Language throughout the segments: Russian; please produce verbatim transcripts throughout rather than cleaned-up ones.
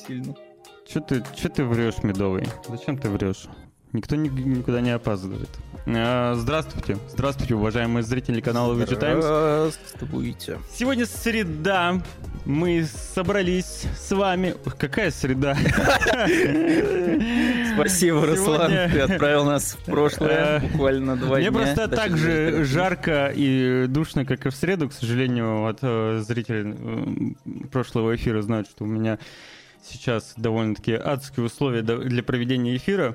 сильно. Че ты, че ты врешь, Медовый? Зачем ты врешь? Никто ни, никуда не опаздывает. А, здравствуйте. Здравствуйте, уважаемые зрители канала ви джи Times. Здравствуйте. Сегодня среда. Мы собрались с вами... Какая среда? Спасибо, Руслан. Ты отправил нас в прошлое буквально два дня. Мне просто так же жарко и душно, как и в среду. К сожалению, от зрителей прошлого эфира знают, что у меня сейчас довольно-таки адские условия для проведения эфира.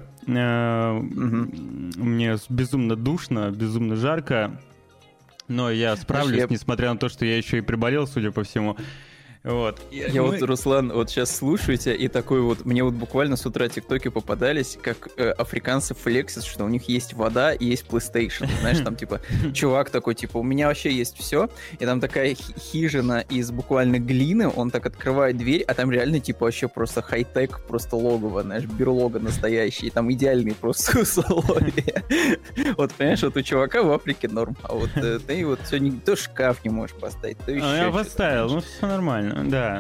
Мне безумно душно, безумно жарко. Но я справлюсь, Знаешь, я... несмотря на то, что я еще и приболел, судя по всему. Вот. Я Мы... вот, Руслан, вот сейчас слушаю тебя, и такой вот, мне вот буквально с утра тиктоки попадались, как э, африканцы флексят, что у них есть вода и есть PlayStation. Знаешь, там типа чувак такой, типа, у меня вообще есть все, и там такая хижина из буквально глины, он так открывает дверь, а там реально типа вообще просто хай-тек, просто логово, знаешь, берлога настоящий, и там идеальные просто условия. Вот, понимаешь, вот у чувака в Африке норм, а вот ты вот все, то шкаф не можешь поставить, то еще. Я поставил, ну все нормально. Да,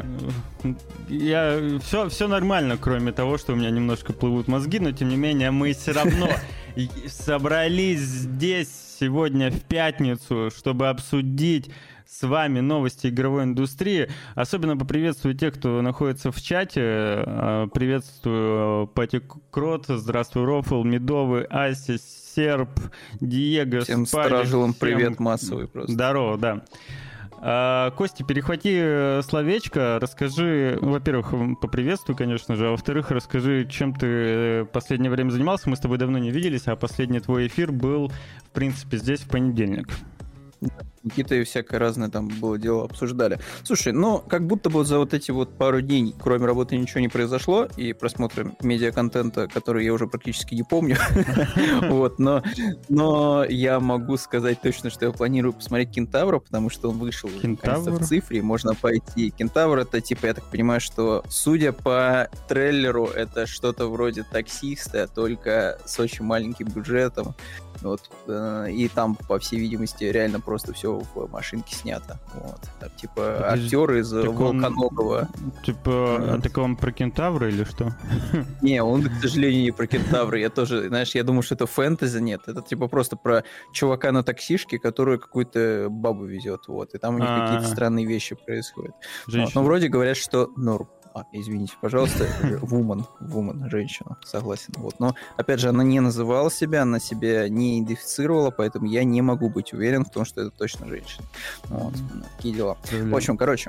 я все, все нормально, кроме того, что у меня немножко плывут мозги, но тем не менее мы все равно собрались здесь сегодня в пятницу, чтобы обсудить с вами новости игровой индустрии. Особенно поприветствую тех, кто находится в чате. Приветствую Пати Крот, здравствуй, Рофл, Медовый, Аси, Серб, Диего, Всем Спарик, старожилам всем... привет массовый просто. Здорово, да. Костя, перехвати словечко, расскажи, во-первых, поприветствуй, конечно же, а во-вторых, расскажи, чем ты в последнее время занимался. Мы с тобой давно не виделись, а последний твой эфир был, в принципе, здесь в понедельник. Никита и всякое разное там было дело обсуждали. Слушай, ну, как будто бы за вот эти вот пару дней, кроме работы, ничего не произошло, и просмотра медиаконтента, который я уже практически не помню, вот, но, но я могу сказать точно, что я планирую посмотреть «Кентавра», потому что он вышел в цифре, можно пойти. «Кентавр» — это, типа, я так понимаю, что, судя по трейлеру, это что-то вроде «Таксиста», только с очень маленьким бюджетом. Вот, э, и там, по всей видимости, реально просто все в машинке снято. Вот. Там, типа, актеры из Волконогова. Типа, mm. а так он про кентавра или что? Не, он, к сожалению, не про кентавра. Я тоже, знаешь, я думаю, что это фэнтези, нет. Это, типа, просто про чувака на таксишке, который какую-то бабу везет. Вот, и там у них А-а-а. какие-то странные вещи происходят. Вот. Но вроде говорят, что норм. А, извините, пожалуйста, woman, woman, женщина, согласен. Вот. Но, опять же, она не называла себя, она себя не идентифицировала, поэтому я не могу быть уверен в том, что это точно женщина. Вот. Такие дела. В общем, короче,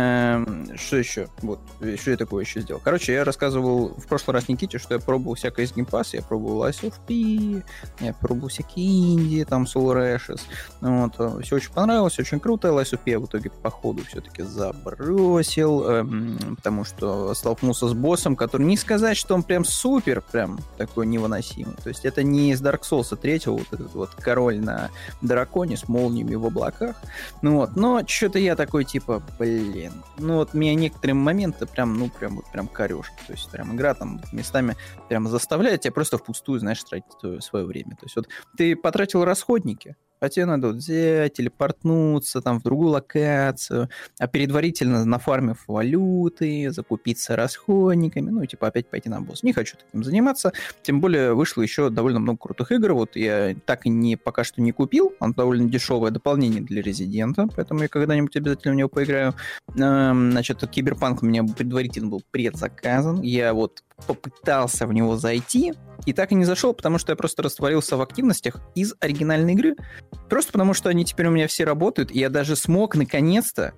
что еще? Вот, что я такое еще сделал? Короче, я рассказывал в прошлый раз Никите, что я пробовал всякое из геймпасса, я пробовал Ice of P, я пробовал всякие инди, там, Solar Ashes. Вот. Все очень понравилось, очень круто. Ice of P я в итоге, походу, все-таки забросил, потому что что столкнулся с боссом, который не сказать, что он прям супер, прям такой невыносимый. То есть это не из Dark Souls три, вот этот вот король на драконе с молниями в облаках. Ну вот, но что-то я такой типа, блин, ну вот меня некоторые моменты прям, ну прям вот прям корёшки. То есть прям игра там местами прям заставляет тебя просто впустую, знаешь, тратить свое время. То есть вот ты потратил расходники, а тебе надо вот взять, телепортнуться там в другую локацию, а предварительно нафармив валюты, закупиться расходниками, ну, типа опять пойти на босс. Не хочу таким заниматься, тем более вышло еще довольно много крутых игр, вот я так и не, пока что не купил, он довольно дешевое дополнение для Резидента, поэтому я когда-нибудь обязательно в него поиграю. Значит, Киберпанк у меня предварительно был предзаказан, я вот попытался в него зайти, и так и не зашел, потому что я просто растворился в активностях из оригинальной игры. Просто потому что они теперь у меня все работают, и я даже смог наконец-то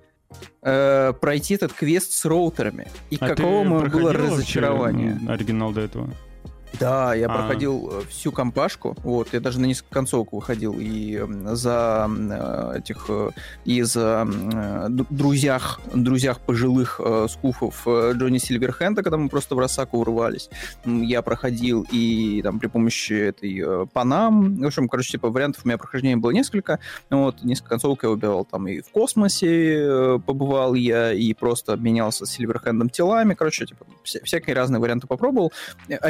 э, пройти этот квест с роутерами. И а каково мое было разочарование. Оригинал до этого? Да, я А-а-а. проходил всю компашку, вот, я даже на несколько концовок выходил и за этих, и за друзьях, друзьях пожилых скуфов Джонни Сильверхенда, когда мы просто в Росаку урвались, я проходил и там при помощи этой Панам, в общем, короче, типа вариантов у меня прохождения было несколько, вот, несколько концовок я убивал там и в космосе побывал я, и просто обменялся с Сильверхендом телами, короче, типа, вся, всякие разные варианты попробовал. Оригинал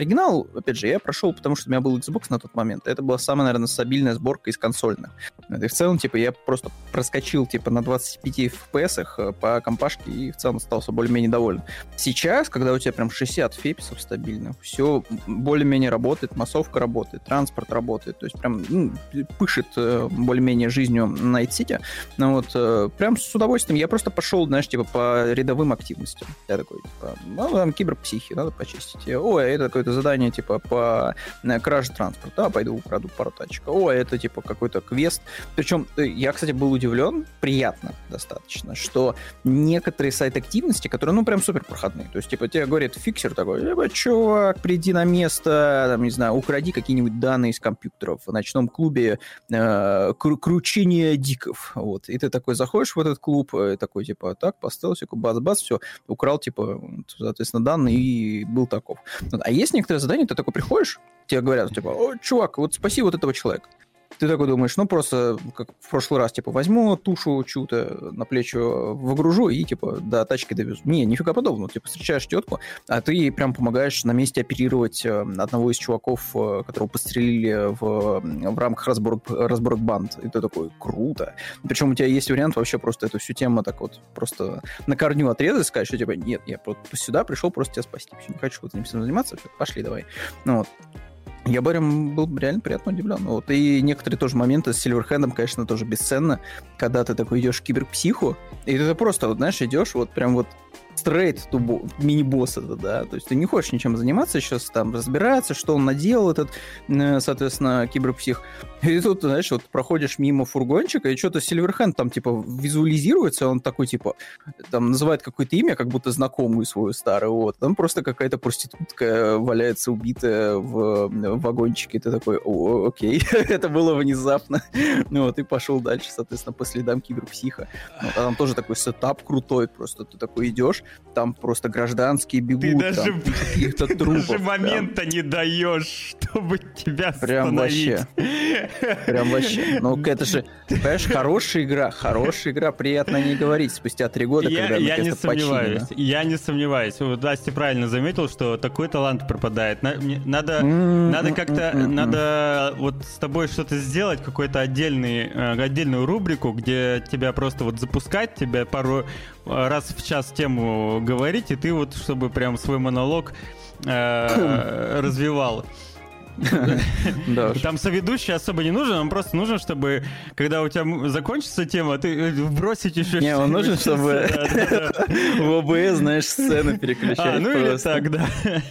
опять же, я прошел, потому что у меня был Xbox на тот момент. Это была самая, наверное, стабильная сборка из консольных. И в целом, типа, я просто проскочил, типа, на двадцати пяти эф пи эс по компашке и в целом остался более-менее доволен. Сейчас, когда у тебя прям шестьдесят феписов стабильно, все более-менее работает, массовка работает, транспорт работает, то есть прям ну, пышет более-менее жизнью Night City. Ну вот, прям с удовольствием. Я просто пошел, знаешь, типа, по рядовым активностям. Я такой, типа, ну, там киберпсихи, надо почистить. Ой, это какое-то задание, типа, по краже транспорта, пойду украду пару тачек. Ой, это, типа, какой-то квест. Причем, я, кстати, был удивлен, приятно достаточно, что некоторые сайт-активности, которые, ну, прям супер проходные. То есть, типа, тебе говорит фиксер такой, типа, чувак, приди на место, там, не знаю, укради какие-нибудь данные из компьютеров в ночном клубе э, кру- кручение диков. Вот. И ты такой заходишь в этот клуб, и такой, типа, так, поставил себе, бац-бац, все, украл, типа, соответственно, данные и был таков. Вот. А есть некоторые задания, ты такой приходишь, тебе говорят, типа, о, чувак, вот спаси вот этого человека. Ты такой думаешь, ну, просто, как в прошлый раз, типа, возьму тушу чью-то на плечо, выгружу и, типа, до тачки довезу. Не, нифига подобного. Типа, встречаешь тетку, а ты ей прям помогаешь на месте оперировать одного из чуваков, которого подстрелили в, в рамках разборок, разборок банд. И ты такой, круто. Причем у тебя есть вариант вообще просто эту всю тему так вот просто на корню отрезать, сказать, что, типа, нет, я сюда пришел просто тебя спасти. Все, не хочу вот этим всем заниматься, все, пошли давай. Ну, вот. Я прям был реально приятно удивлен. Вот. И некоторые тоже моменты с Сильверхендом, конечно, тоже бесценно, когда ты такой идешь в киберпсиху, и ты просто, вот, знаешь, идешь вот прям вот стрейт ту мини-босс это, да, то есть ты не хочешь ничем заниматься, сейчас там разбираться, что он наделал, этот, соответственно, киберпсих. И тут, знаешь, вот проходишь мимо фургончика, и что-то Сильверхенд там, типа, визуализируется, он такой, типа, там называет какое-то имя, как будто знакомую свою старую, вот. Там просто какая-то проститутка валяется убитая в, в вагончике, и ты такой, о, окей, это было внезапно. Ну вот, и пошел дальше, соответственно, по следам киберпсиха. Вот, а там тоже такой сетап крутой, просто ты такой идешь, там просто гражданские бегут, ты даже, там каких-то трупов. Даже момента не даешь, чтобы тебя остановить. Прям вообще. Прям вообще. Ну, это же, понимаешь, хорошая игра, хорошая игра, приятно о ней говорить спустя три года, я, когда я не сомневаюсь, починено. Я не сомневаюсь. Вот Асти правильно заметил, что такой талант пропадает. Надо, Mm-hmm. надо как-то, Mm-hmm. надо вот с тобой что-то сделать, какую-то отдельный, отдельную рубрику, где тебя просто вот запускать, тебя пару раз в час тему говорить, и ты вот, чтобы прям свой монолог э, развивал. Там соведущий особо не нужен, он просто нужен, чтобы, когда у тебя закончится тема, ты бросить еще... Не, он нужен, чтобы в о бэ эс, знаешь, сцены переключать. А, ну или так, да.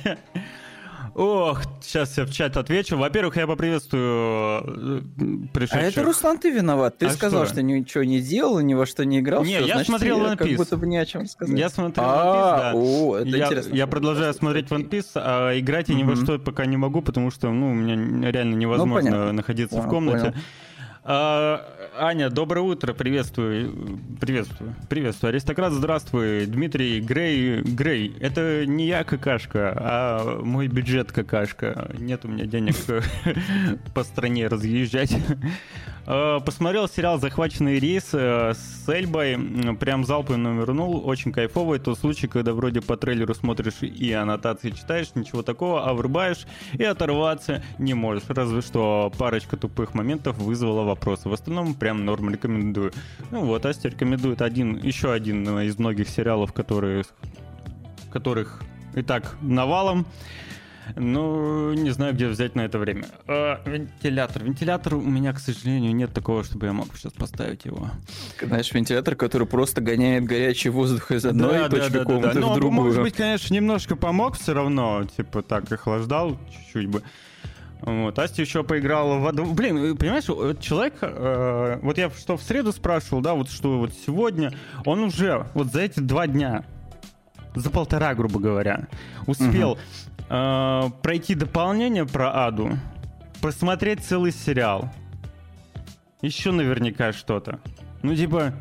Ох, сейчас я в чат отвечу. Во-первых, я поприветствую пришедших. А это, Руслан, ты виноват. Ты а сказал, что? что ничего не делал, ни во что не играл. Не, все, я значит, смотрел One Piece. Как будто бы ни о чем сказать. Я смотрел One Piece, да. О, это я, интересно. Я продолжаю смотреть One Piece, а играть я ни во что пока не могу, потому что, ну, у меня реально невозможно ну, находиться понял, в комнате. Понял. А, Аня, доброе утро, приветствую, приветствую, приветствую, аристократ, здравствуй, Дмитрий, Грей, Грей, это не я какашка, а мой бюджет какашка, нет у меня денег по стране разъезжать. Посмотрел сериал «Захваченный рейс» с Эльбой, прям залпом навернул, очень кайфовый. Тот случай, когда вроде по трейлеру смотришь и аннотации читаешь, ничего такого, а врубаешь и оторваться не можешь. Разве что парочка тупых моментов вызвала вопросы. В остальном прям норм, рекомендую. Ну вот, Астя рекомендует один, еще один из многих сериалов, которые, которых и так навалом. Ну, не знаю, где взять на это время. А, вентилятор. Вентилятор у меня, к сожалению, нет такого, чтобы я мог сейчас поставить его. Знаешь, вентилятор, который просто гоняет горячий воздух из одной да, точки да, да, комнаты да, да. в Но другую. Он, может быть, конечно, немножко помог все равно. Типа так, охлаждал чуть-чуть бы. Вот. Астя еще поиграла в воду. Блин, понимаешь, человек, э, вот я что в среду спрашивал, да, вот что вот сегодня, он уже вот за эти два дня, за полтора, грубо говоря, успел... Угу. пройти дополнение про Аду, посмотреть целый сериал. Еще наверняка что-то. Ну, типа...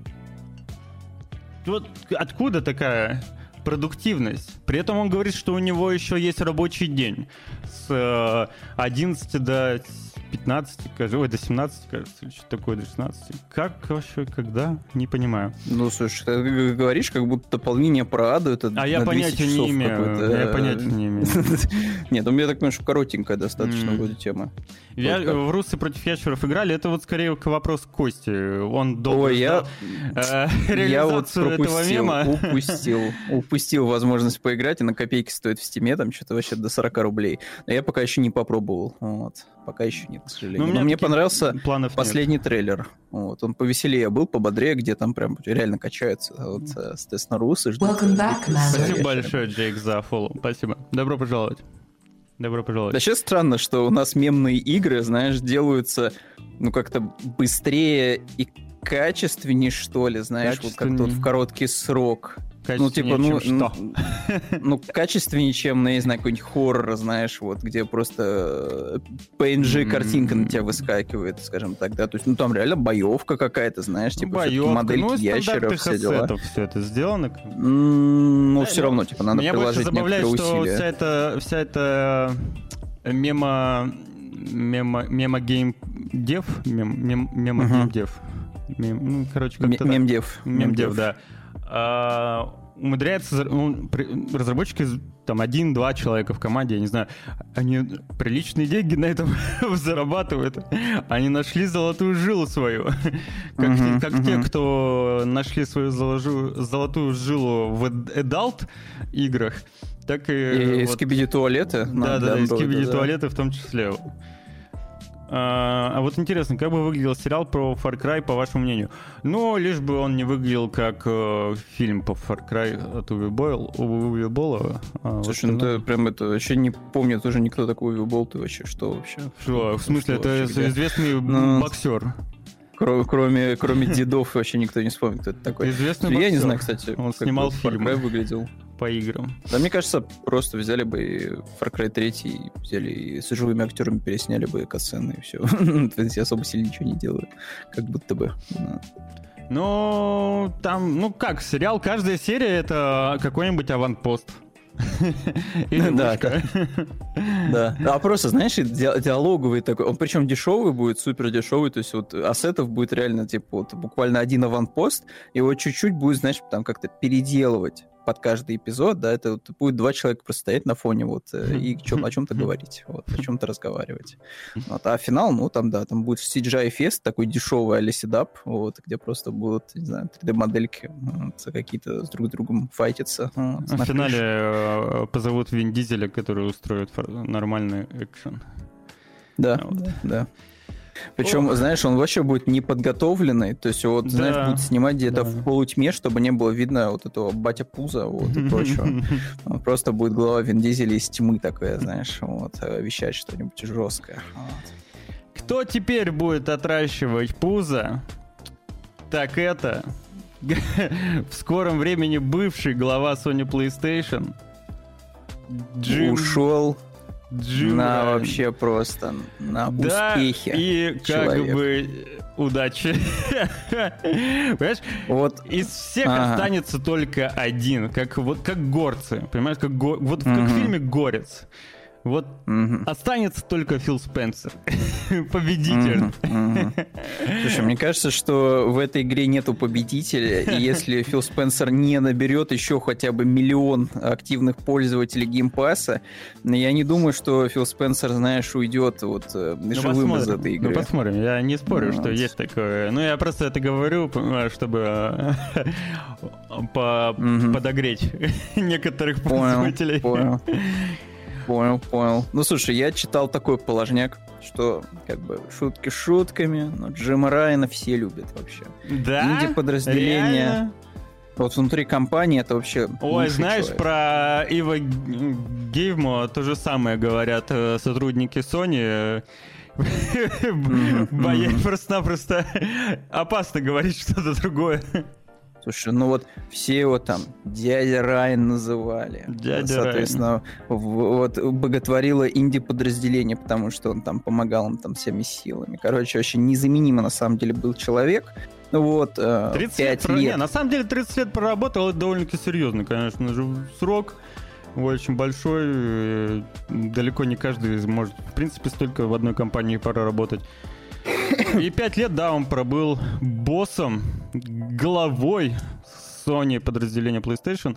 Вот откуда такая продуктивность? При этом он говорит, что у него еще есть рабочий день с одиннадцати до пятнадцати, кажется, ой, до семнадцати, кажется, или что-то такое, до шестнадцати. Как вообще, когда? Не понимаю. Ну, слушай, ты говоришь, как будто дополнение про Аду, это А я понятия не имею, я понятия не имею. Нет, у меня так, понимаешь, коротенькая достаточно вроде тема. В Русы против ящеров играли, это вот скорее к вопросу Кости. Он долго ждал реализацию этого мема. Упустил, упустил возможность поиграть, и на копейки стоит в Стиме, там что-то вообще до сорок рублей. Но я пока еще не попробовал, вот. Пока еще нет, к сожалению. Но, Но мне понравился последний нет. трейлер. Вот. Он повеселее был, пободрее, где там прям реально качаются. Вот, соответственно, русы ждут. Спасибо большое, Джейк, за фоллоу. Спасибо. Добро пожаловать. Добро пожаловать. Да сейчас странно, что у нас мемные игры, знаешь, делаются, ну, как-то быстрее и качественнее, что ли, знаешь, вот как-то вот в короткий срок. Ну, типа, ну, что? ну, ну, качественнее, чем, ну, я не знаю, какой-нибудь хоррор, знаешь, вот, где просто пи эн джи картинка на тебя выскакивает, скажем так, да, то есть, ну, там реально боевка какая-то, знаешь, типа, боевка, модельки ну, ящеров, все дела. Все это сделано. Mm, ну, да, все ну, равно, типа, надо меня приложить некоторые усилия. Меня больше забавляет, что вся эта, вся эта мема, мема, мема-гейм-дев, мем, мем, мема-гейм-дев, мем, ну, короче, как-то Мем-дев. Мем-дев, да. А, умудряется, ну, разработчики, там, один-два человека в команде, я не знаю, они приличные деньги на этом зарабатывают. Они нашли золотую жилу свою. Как, uh-huh, как uh-huh. те, кто нашли свою золотую, золотую жилу в Adult играх, так и... И вот, скибиди-туалеты. Да-да-да, и скибиди-туалеты в том числе. А, а вот интересно, как бы выглядел сериал про Far Cry, по вашему мнению? Ну, лишь бы он не выглядел как э, фильм по Far Cry от Уви Бойл, Уви Болла. А, Слушай, вот, ну ты прям это вообще не помню тоже никто такой Уви Болл, ты вообще что вообще? Что, в смысле, что, это вообще, известный ну, боксер. Кроме, кроме дедов вообще никто не вспомнит, кто это такой. Известный Я боксер. не знаю, кстати, он снимал фильм. Far Cry выглядел. По играм. Да, мне кажется, просто взяли бы и Far Cry три, взяли и с живыми актерами пересняли бы катсцены и все. То есть особо сильно ничего не делаю. Как будто бы. Ну, там, ну как, сериал, каждая серия это какой-нибудь аванпост. Да, да. А просто, знаешь, диалоговый такой, он причем дешевый будет, супер дешевый, то есть вот ассетов будет реально, типа, вот буквально один аванпост, его чуть-чуть будет, знаешь, там как-то переделывать под каждый эпизод, да, это вот будет два человека просто стоять на фоне вот и чем, о чем-то говорить, вот, о чем-то разговаривать. Вот, а финал, ну, там, да, там будет си джи ай-фест, такой дешевый а-ля седап, вот, где просто будут, не знаю, три дэ-модельки вот, какие-то с друг другом файтиться. Вот, в финале э, позовут Вин Дизеля, который устроит нормальный экшен. Да, вот. да, да. Причем, Ох. знаешь, он вообще будет неподготовленный, то есть вот, да, знаешь, будет снимать где-то да. в полутьме, чтобы не было видно вот этого батя пуза, вот, и прочего. Он просто будет глава Вин Дизеля из тьмы такая, знаешь, вот, вещать что-нибудь жесткое. Кто теперь будет отращивать пузо? Так это... в скором времени бывший глава Sony PlayStation Джим... Ушел... Джим на Райан. Вообще просто на да, успехе. И человек. Как бы удачи. Понимаешь? Вот. Из всех ага. останется только один, как вот как горцы, понимаешь, как го... вот угу. как в фильме «Горец». Вот угу. останется только Фил Спенсер, победитель. Угу, угу. Слушай, мне кажется, что в этой игре нету победителя, и если Фил Спенсер не наберет еще хотя бы миллион активных пользователей геймпасса, я не думаю, что Фил Спенсер, знаешь, уйдет вот ну, живым из этой игры. Ну посмотрим, я не спорю, ну, что вот. Есть такое. Ну я просто это говорю, чтобы по- угу. подогреть некоторых пользователей. Понял, понял. Понял, понял. Ну, слушай, я читал такой положняк, что, как бы, шутки шутками, но Джима Райана все любят вообще. Да? Инди-подразделение. Реально? Вот внутри компании это вообще Ой, знаешь, человек. Про Ива Гейвмо то же самое говорят сотрудники Sony. Боясь просто-напросто опасно говорить что-то другое. Слушай, ну вот все его там дядя Райан называли. Дядя Соответственно, Райан. Вот боготворило инди-подразделение, потому что он там помогал им там всеми силами. Короче, вообще незаменимо на самом деле был человек. Вот, тридцать лет. лет. Не, на самом деле тридцать лет проработал, это довольно-таки серьезно, конечно же, срок. очень большой. Далеко не каждый может, в принципе, столько в одной компании проработать. И пять лет, да, он пробыл боссом, главой Sony подразделения PlayStation.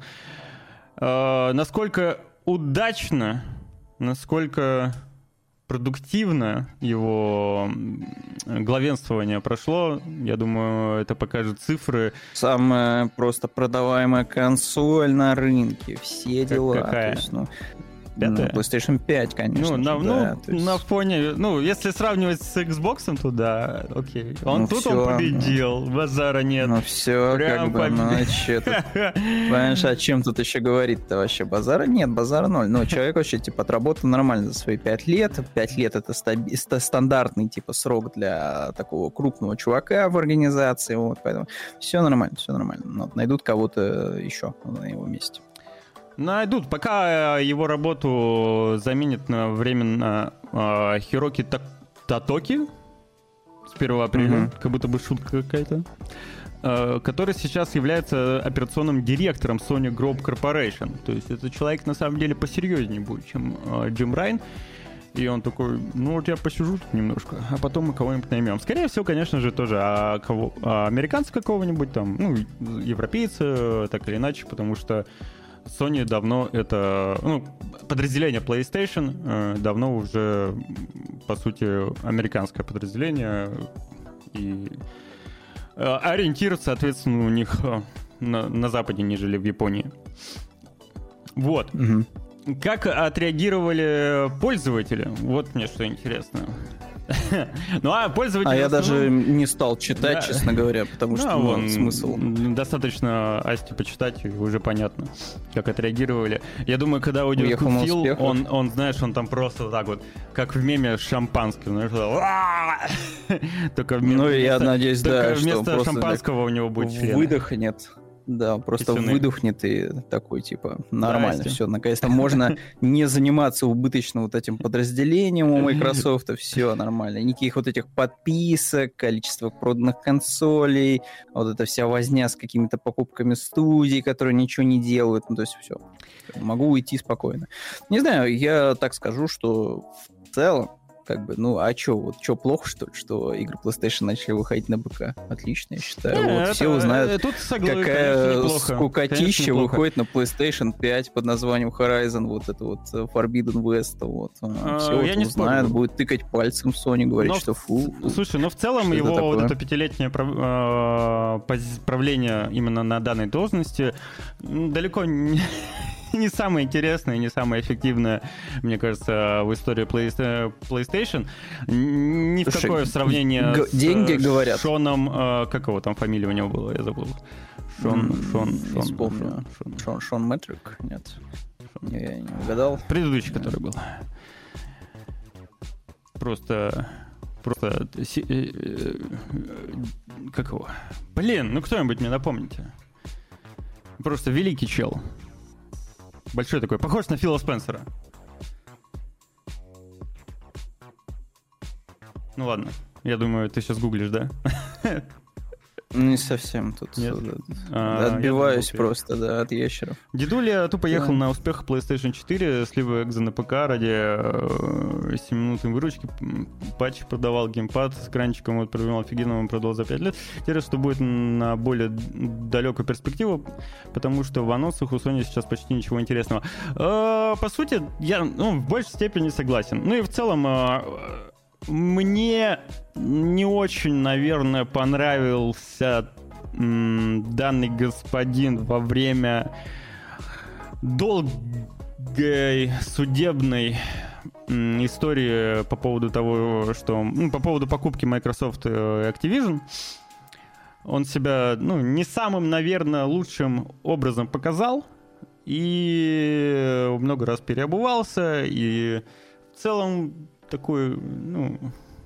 Э, насколько удачно, насколько продуктивно его главенствование прошло, я думаю, это покажет цифры. Самая просто продаваемая консоль на рынке, все дела. Какая? То есть, ну, Пятая? ну, PlayStation пять, конечно. Ну, же, на, да, ну есть... на фоне, ну, если сравнивать с Xbox, то да, окей. Он ну, тут все, он победил, ну, базара нет. Ну все, Прям как бы, побед... ну че тут, понимаешь, о чем тут еще говорить-то вообще? Базара нет, базара ноль. Ну, человек вообще, типа, отработал нормально за свои пять лет. Пять лет — это стаби... стандартный, типа, срок для такого крупного чувака в организации, вот, поэтому все нормально, все нормально. Но найдут кого-то еще на его месте. Найдут. Пока его работу заменит на временно э, Хироки Татоки с первого апреля, mm-hmm. как будто бы шутка какая-то, э, который сейчас является операционным директором Sony Group Corporation. То есть это человек на самом деле посерьезнее будет, чем э, Джим Райан. И он такой, ну вот я посижу тут немножко, а потом мы кого-нибудь наймем. Скорее всего, конечно же, тоже а кого, а американца какого-нибудь там, ну, европейца, так или иначе, потому что Sony давно это, ну, подразделение PlayStation э, давно уже, по сути, американское подразделение, и э, ориентир, соответственно, у них э, на, на Западе, нежели в Японии. Вот. Угу. Как отреагировали пользователи? Вот мне что интересно. Ну, а пользователи... А я даже не стал читать, да. честно говоря, потому что, ну, ну, смысл. Достаточно Асти почитать, и уже понятно, как отреагировали. Я думаю, когда уйдет Фил, он, он, знаешь, он там просто вот так вот, как в меме с шампанским, знаешь, только вместо, ну, я надеюсь, только да, вместо шампанского у него будет член. Выдохнет. Да, просто Писюны. Выдохнет и такой, типа, нормально, Здрасте. все, наконец-то можно не заниматься убыточным вот этим подразделением у Microsoft, все нормально. Никаких вот этих подписок, количество проданных консолей, вот эта вся возня с какими-то покупками студий, которые ничего не делают, ну, то есть все, могу уйти спокойно. Не знаю, я так скажу, что в целом, как бы, ну, а чё, вот чё, плохо, что ли, что игры PlayStation начали выходить на ПК? Отлично, я считаю. Не, вот это, все узнают, тут согласен, какая скукотища выходит на PlayStation пять под названием Horizon, вот это вот Forbidden West, вот. А, все я вот не узнают, спорю. будет тыкать пальцем в Sony, говорить, но, что фу. Слушай, ну в целом его это вот это пятилетнее прав... правление именно на данной должности далеко не... не самое интересное, не самое эффективное, мне кажется, в истории PlayStation. Ни в Слушай, какое сравнение г- с деньги говорят. Шоном... Э, как его там фамилия у него была, я забыл. Шон... Mm, Шон... Не Шон, вспомню. Шон, Шон, Шон Мэтрик? Нет. Шон. Я не угадал. Предыдущий, который был. Просто... Просто... Как его? Блин, ну кто-нибудь мне напомните. Просто великий чел. Большой такой, похож на Фила Спенсера. Ну ладно, я думаю, ты сейчас гуглишь, да? Не совсем тут. А, Отбиваюсь просто, да, от ящеров. Дедуля тупо ехал да. на успех PlayStation четыре, слива экза на ПК ради семиминутной выручки, патч продавал геймпад с экранчиком, вот провернул офигенно, он продал за пять лет. Интересно, что будет на более далекую перспективу, потому что в анонсах у Sony сейчас почти ничего интересного. По сути, я ну, в большей степени согласен. Ну и в целом... Мне не очень, наверное, понравился м, данный господин во время долгой судебной м, истории по поводу того, что... Ну, по поводу покупки Microsoft и Activision. Он себя, ну, не самым, наверное, лучшим образом показал. И много раз переобувался. И в целом... такой, ну,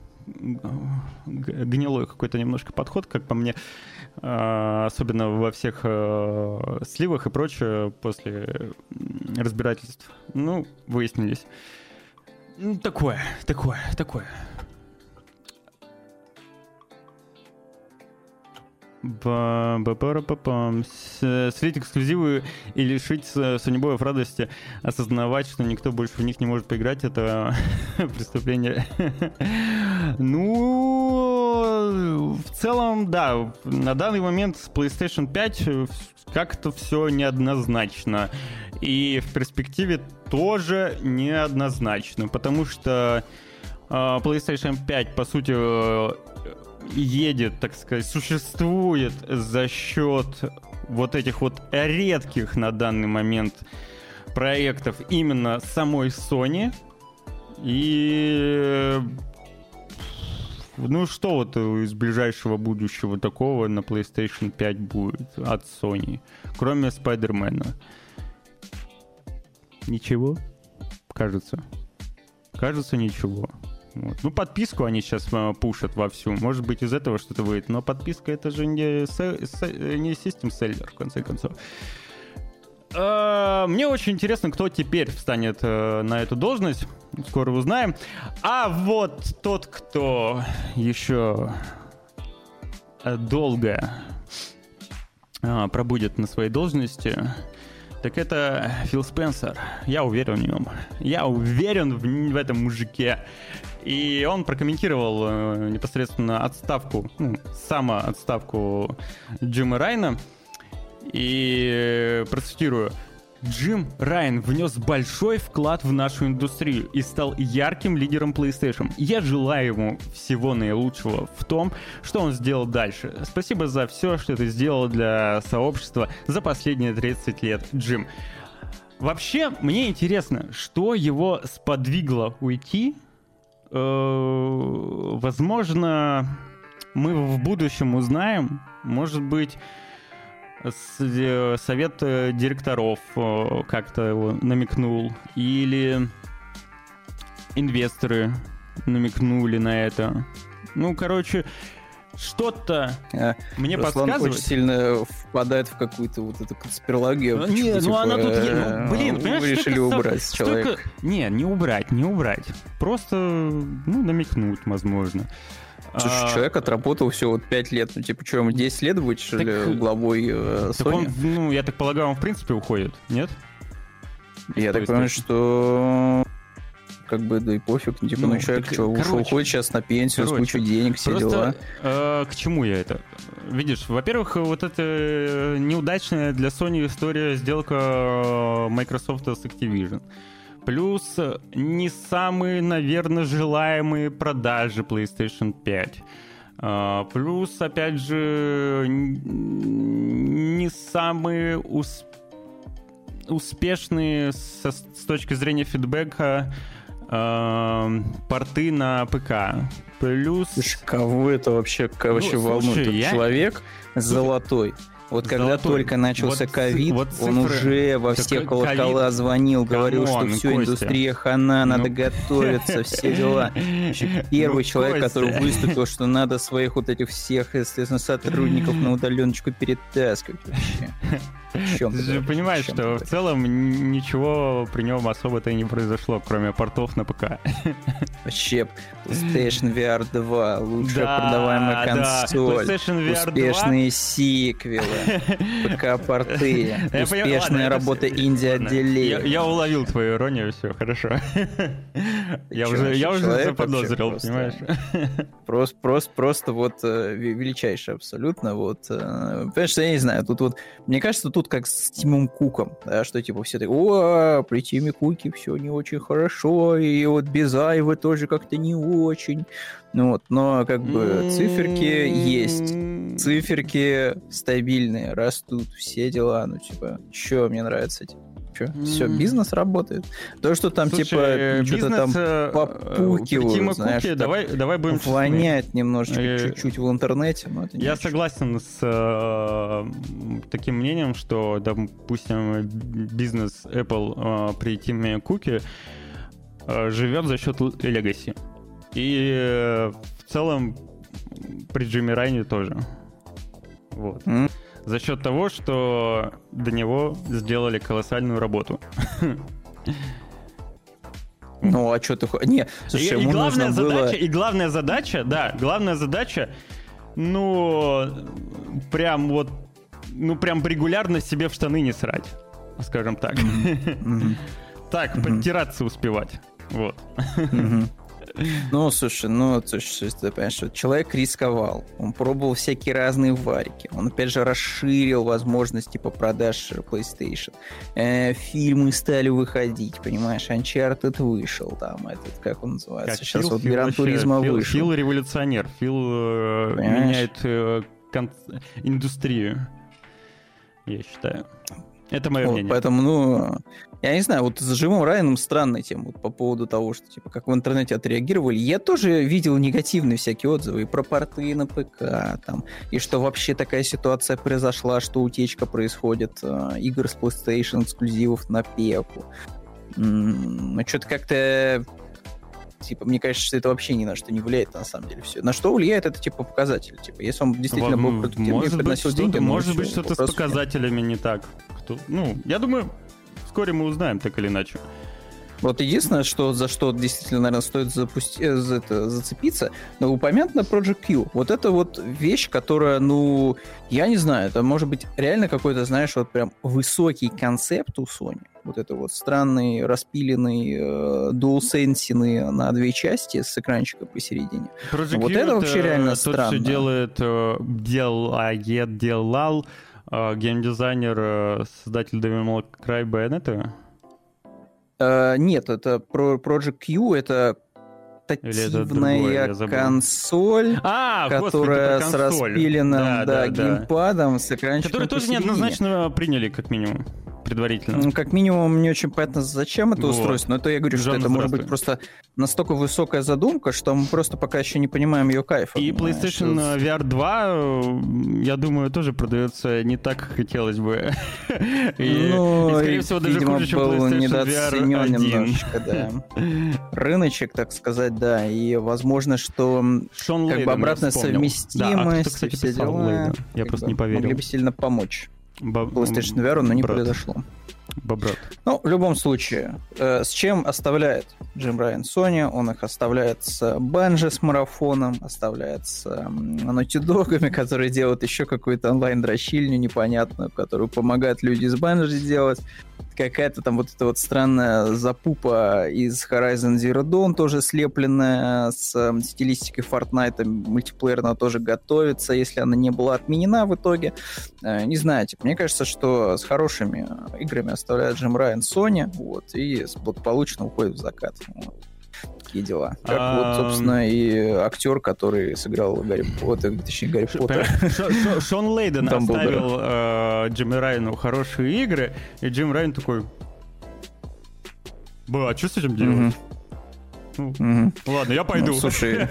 гнилой какой-то немножко подход, как по мне, особенно во всех сливах и прочее после разбирательств. Ну, выяснились. Такое, такое, такое. Слить эксклюзивы и лишить Sony Boy радости, осознавать, что никто больше в них не может поиграть, это преступление. Ну, в целом, да, на данный момент с PlayStation пять как-то все неоднозначно. И в перспективе тоже неоднозначно, потому что PlayStation пять, по сути, едет, так сказать, существует за счет вот этих вот редких на данный момент проектов именно самой Sony. И ну что вот из ближайшего будущего такого на PlayStation пять будет от Sony, кроме Spider-Man? Ничего? Кажется. Кажется, ничего. Вот. Ну, подписку они сейчас а, пушат вовсю. Может быть, из этого что-то выйдет. Но подписка — это же не, се- се- не систем селлер, в конце концов. А, мне очень интересно, кто теперь встанет а, на эту должность. Скоро узнаем. А вот тот, кто еще долго а, пробудет на своей должности, так это Фил Спенсер. Я уверен в нем. Я уверен в, в этом мужике. И он прокомментировал э, непосредственно отставку, ну, самоотставку Джима Райана. И э, процитирую. Джим Райан внес большой вклад в нашу индустрию и стал ярким лидером PlayStation. Я желаю ему всего наилучшего в том, что он сделал дальше. Спасибо за все, что ты сделал для сообщества за последние тридцать лет, Джим. Вообще, мне интересно, что его сподвигло уйти. Э-э- возможно, мы в будущем узнаем. Может быть, совет директоров как-то его намекнул, или инвесторы намекнули на это. Ну, короче, что-то а, мне Руслан подсказывает. очень сильно впадает в какую-то вот эту конспирологию. Не, ну типа, она тут... Ну, блин, вы решили штука, убрать штука... человека. Не, не убрать, не убрать. Просто, ну, намекнуть, возможно. Слушай, а... человек отработал всего вот пять лет. Ну, типа, что, ему десять лет будет, что ли, так... главой э, так Sony? Он, ну, я так полагаю, он в принципе уходит, нет? Я так понимаю, что... Как бы, да и пофиг. Типа, ну, ну человек так, что, короче, ушел, уходит сейчас на пенсию, короче, с кучей денег, все просто, дела. Э, к чему я это? Видишь, во-первых, вот эта неудачная для Sony история сделка Microsoft с Activision. Плюс не самые, наверное, желаемые продажи PlayStation пять. Uh, плюс, опять же, не самые усп... успешные со... с точки зрения фидбэка uh, порты на ПК. Плюс... Слушай, кого это вообще, ну, вообще волнует? Этот я... человек золотой. Вот когда Золотой. только начался ковид, вот, вот он уже во все колокола COVID. звонил, говорил, Камон, что все, индустрия хана, ну... надо готовиться, все дела. Первый ну, человек, Костя. который выступил, что надо своих вот этих всех, естественно, сотрудников на удаленочку перетаскивать вообще. Ты же понимаешь, что в целом ничего при нем особо-то и не произошло, кроме портов на ПК. Вообще, PlayStation ви ар два, лучшая да, продаваемая консоль, да. успешные сиквелы, ПК-порты, успешная работа инди-отделения. Я, я уловил твою иронию, все, хорошо. Я Чё, уже, я уже заподозрил, понимаешь? Просто, просто, просто вот величайший абсолютно. Вот, понимаешь, я не знаю, тут вот, мне кажется, тут как с Тимом Куком, да, что типа все такие, о, при Тиме Куке все не очень хорошо, и вот без Айвы тоже как-то не очень. Ну вот, но как бы циферки есть, циферки стабильные, растут, все дела, ну типа, что мне нравится, типа. Что? Все, бизнес работает. То, что там, Слушай, типа, что-то там попукивают, знаешь, Куки, давай, давай будем воняет немножечко, э, чуть-чуть в интернете. Но это я согласен с э, таким мнением, что, допустим, бизнес Apple э, при Тиме Куке э, живет за счет Legacy. И э, в целом при Джимми Райане тоже. Вот. Mm. За счет того, что до него сделали колоссальную работу. Ну, а что ты... Не, слушай, и, ему и главная нужно задача, было... И главная задача, да, главная задача, ну, прям вот, ну, прям регулярно себе в штаны не срать, скажем так. Mm-hmm. Так, mm-hmm. подтираться успевать. Вот. Mm-hmm. Ну, слушай, ну, слушай, ты понимаешь, что человек рисковал, он пробовал всякие разные варики, он, опять же, расширил возможности по продаже PlayStation, э, фильмы стали выходить, понимаешь, Uncharted вышел, там, этот, как он называется, как сейчас Фил, вот Gran Turismo вышел. Фил революционер, Фил э, меняет э, кон- индустрию, я считаю. Это мое вот, мнение. Поэтому, ну, я не знаю, вот с Джимом Райаном странная тема вот, по поводу того, что, типа, как в интернете отреагировали. Я тоже видел негативные всякие отзывы и про порты на ПК, там, и что вообще такая ситуация произошла, что утечка происходит э, игр с PlayStation эксклюзивов на пеку. М-м, ну, что-то как-то... Типа, мне кажется, что это вообще ни на что не влияет, на самом деле, все. На что влияет, это, типа, показатель. Типа, если он действительно Во, был продуктивный и приносил деньги... Ну, может быть, все, что-то с показателями не так. Кто... Ну, я думаю, вскоре мы узнаем, так или иначе. Вот единственное, что, за что действительно, наверное, стоит запусти... за это, зацепиться, но упомянуто Project Q. Вот это вот вещь, которая, ну, я не знаю, это может быть реально какой-то, знаешь, вот прям высокий концепт у Sony. Вот это вот странный, распиленный, э, DualSense на две части с экранчиком посередине. Project вот Q это вообще реально тот, странно. Что делает, э, делает, делал э, геймдизайнер, э, создатель Devil May Cry Bayonetta? Uh, нет, это Project Q, это портативная это консоль, а, которая господи, с распиленным да, да, да, геймпадом, с экранчиком. Который тоже неоднозначно приняли, как минимум, предварительно. Ну, как минимум, не очень понятно, зачем это вот. устройство, но это я говорю, Жан, что это может быть просто настолько высокая задумка, что мы просто пока еще не понимаем ее кайфа. И PlayStation что... ви ар два, я думаю, тоже продается не так, как хотелось бы. И, ну, и, скорее всего, даже хуже, чем PlayStation ви ар один. Немножечко, да. Рыночек, так сказать, да, и возможно, что Шон как Лейден бы обратная совместимость, да, а кто, кстати, все писал дела, Лейден? Я просто не поверил. Могли бы сильно помочь. Боб... PlayStation ви ар, но не Брат. произошло. Бобрат. Ну, в любом случае, э, с чем оставляет Джим Райан Sony? Он их оставляет с Bungie, с марафоном, оставляет с э, Naughty Dog'ами, которые делают еще какую-то онлайн-дрочильню непонятную, которую помогают люди из Bungie делать. Какая-то там вот эта вот странная запупа из Horizon Zero Dawn, тоже слепленная с э, стилистикой Fortnite, мультиплеерно тоже готовится, если она не была отменена в итоге. Э, не знаю, типа, мне кажется, что с хорошими играми оставляет Джим Райан Sony, вот, и благополучно уходит в закат. Вот. Такие дела. Как а... вот, собственно, и актер, который сыграл Гарри Поттер, точнее, Гарри Поттер. Шон Лейден оставил Джиму Райану хорошие игры, и Джим Райан такой: ба, а что с этим делать? Ну, mm-hmm. Ладно, я пойду. Ну, слушай,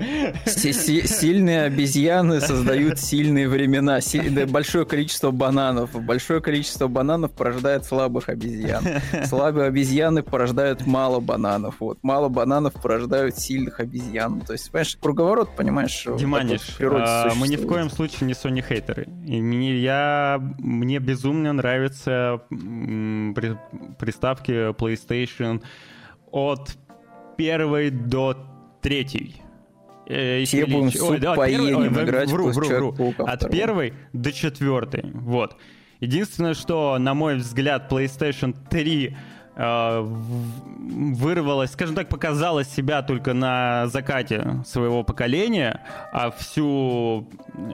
сильные обезьяны создают сильные времена. Большое количество бананов. Большое количество бананов порождает слабых обезьян. Слабые обезьяны порождают мало бананов. Вот. Мало бананов порождают сильных обезьян. То есть, понимаешь, круговорот, понимаешь, Диманиш, а, мы ни в коем случае не Sony хейтеры. И мне, я, мне безумно нравятся м, при, приставки PlayStation от первой до третьей. Все будем суп да, поедем играть вру, в вру, вру. От первой до четвертой. Вот. Единственное, что, на мой взгляд, PlayStation три э, вырвалась, скажем так, показала себя только на закате своего поколения, а всю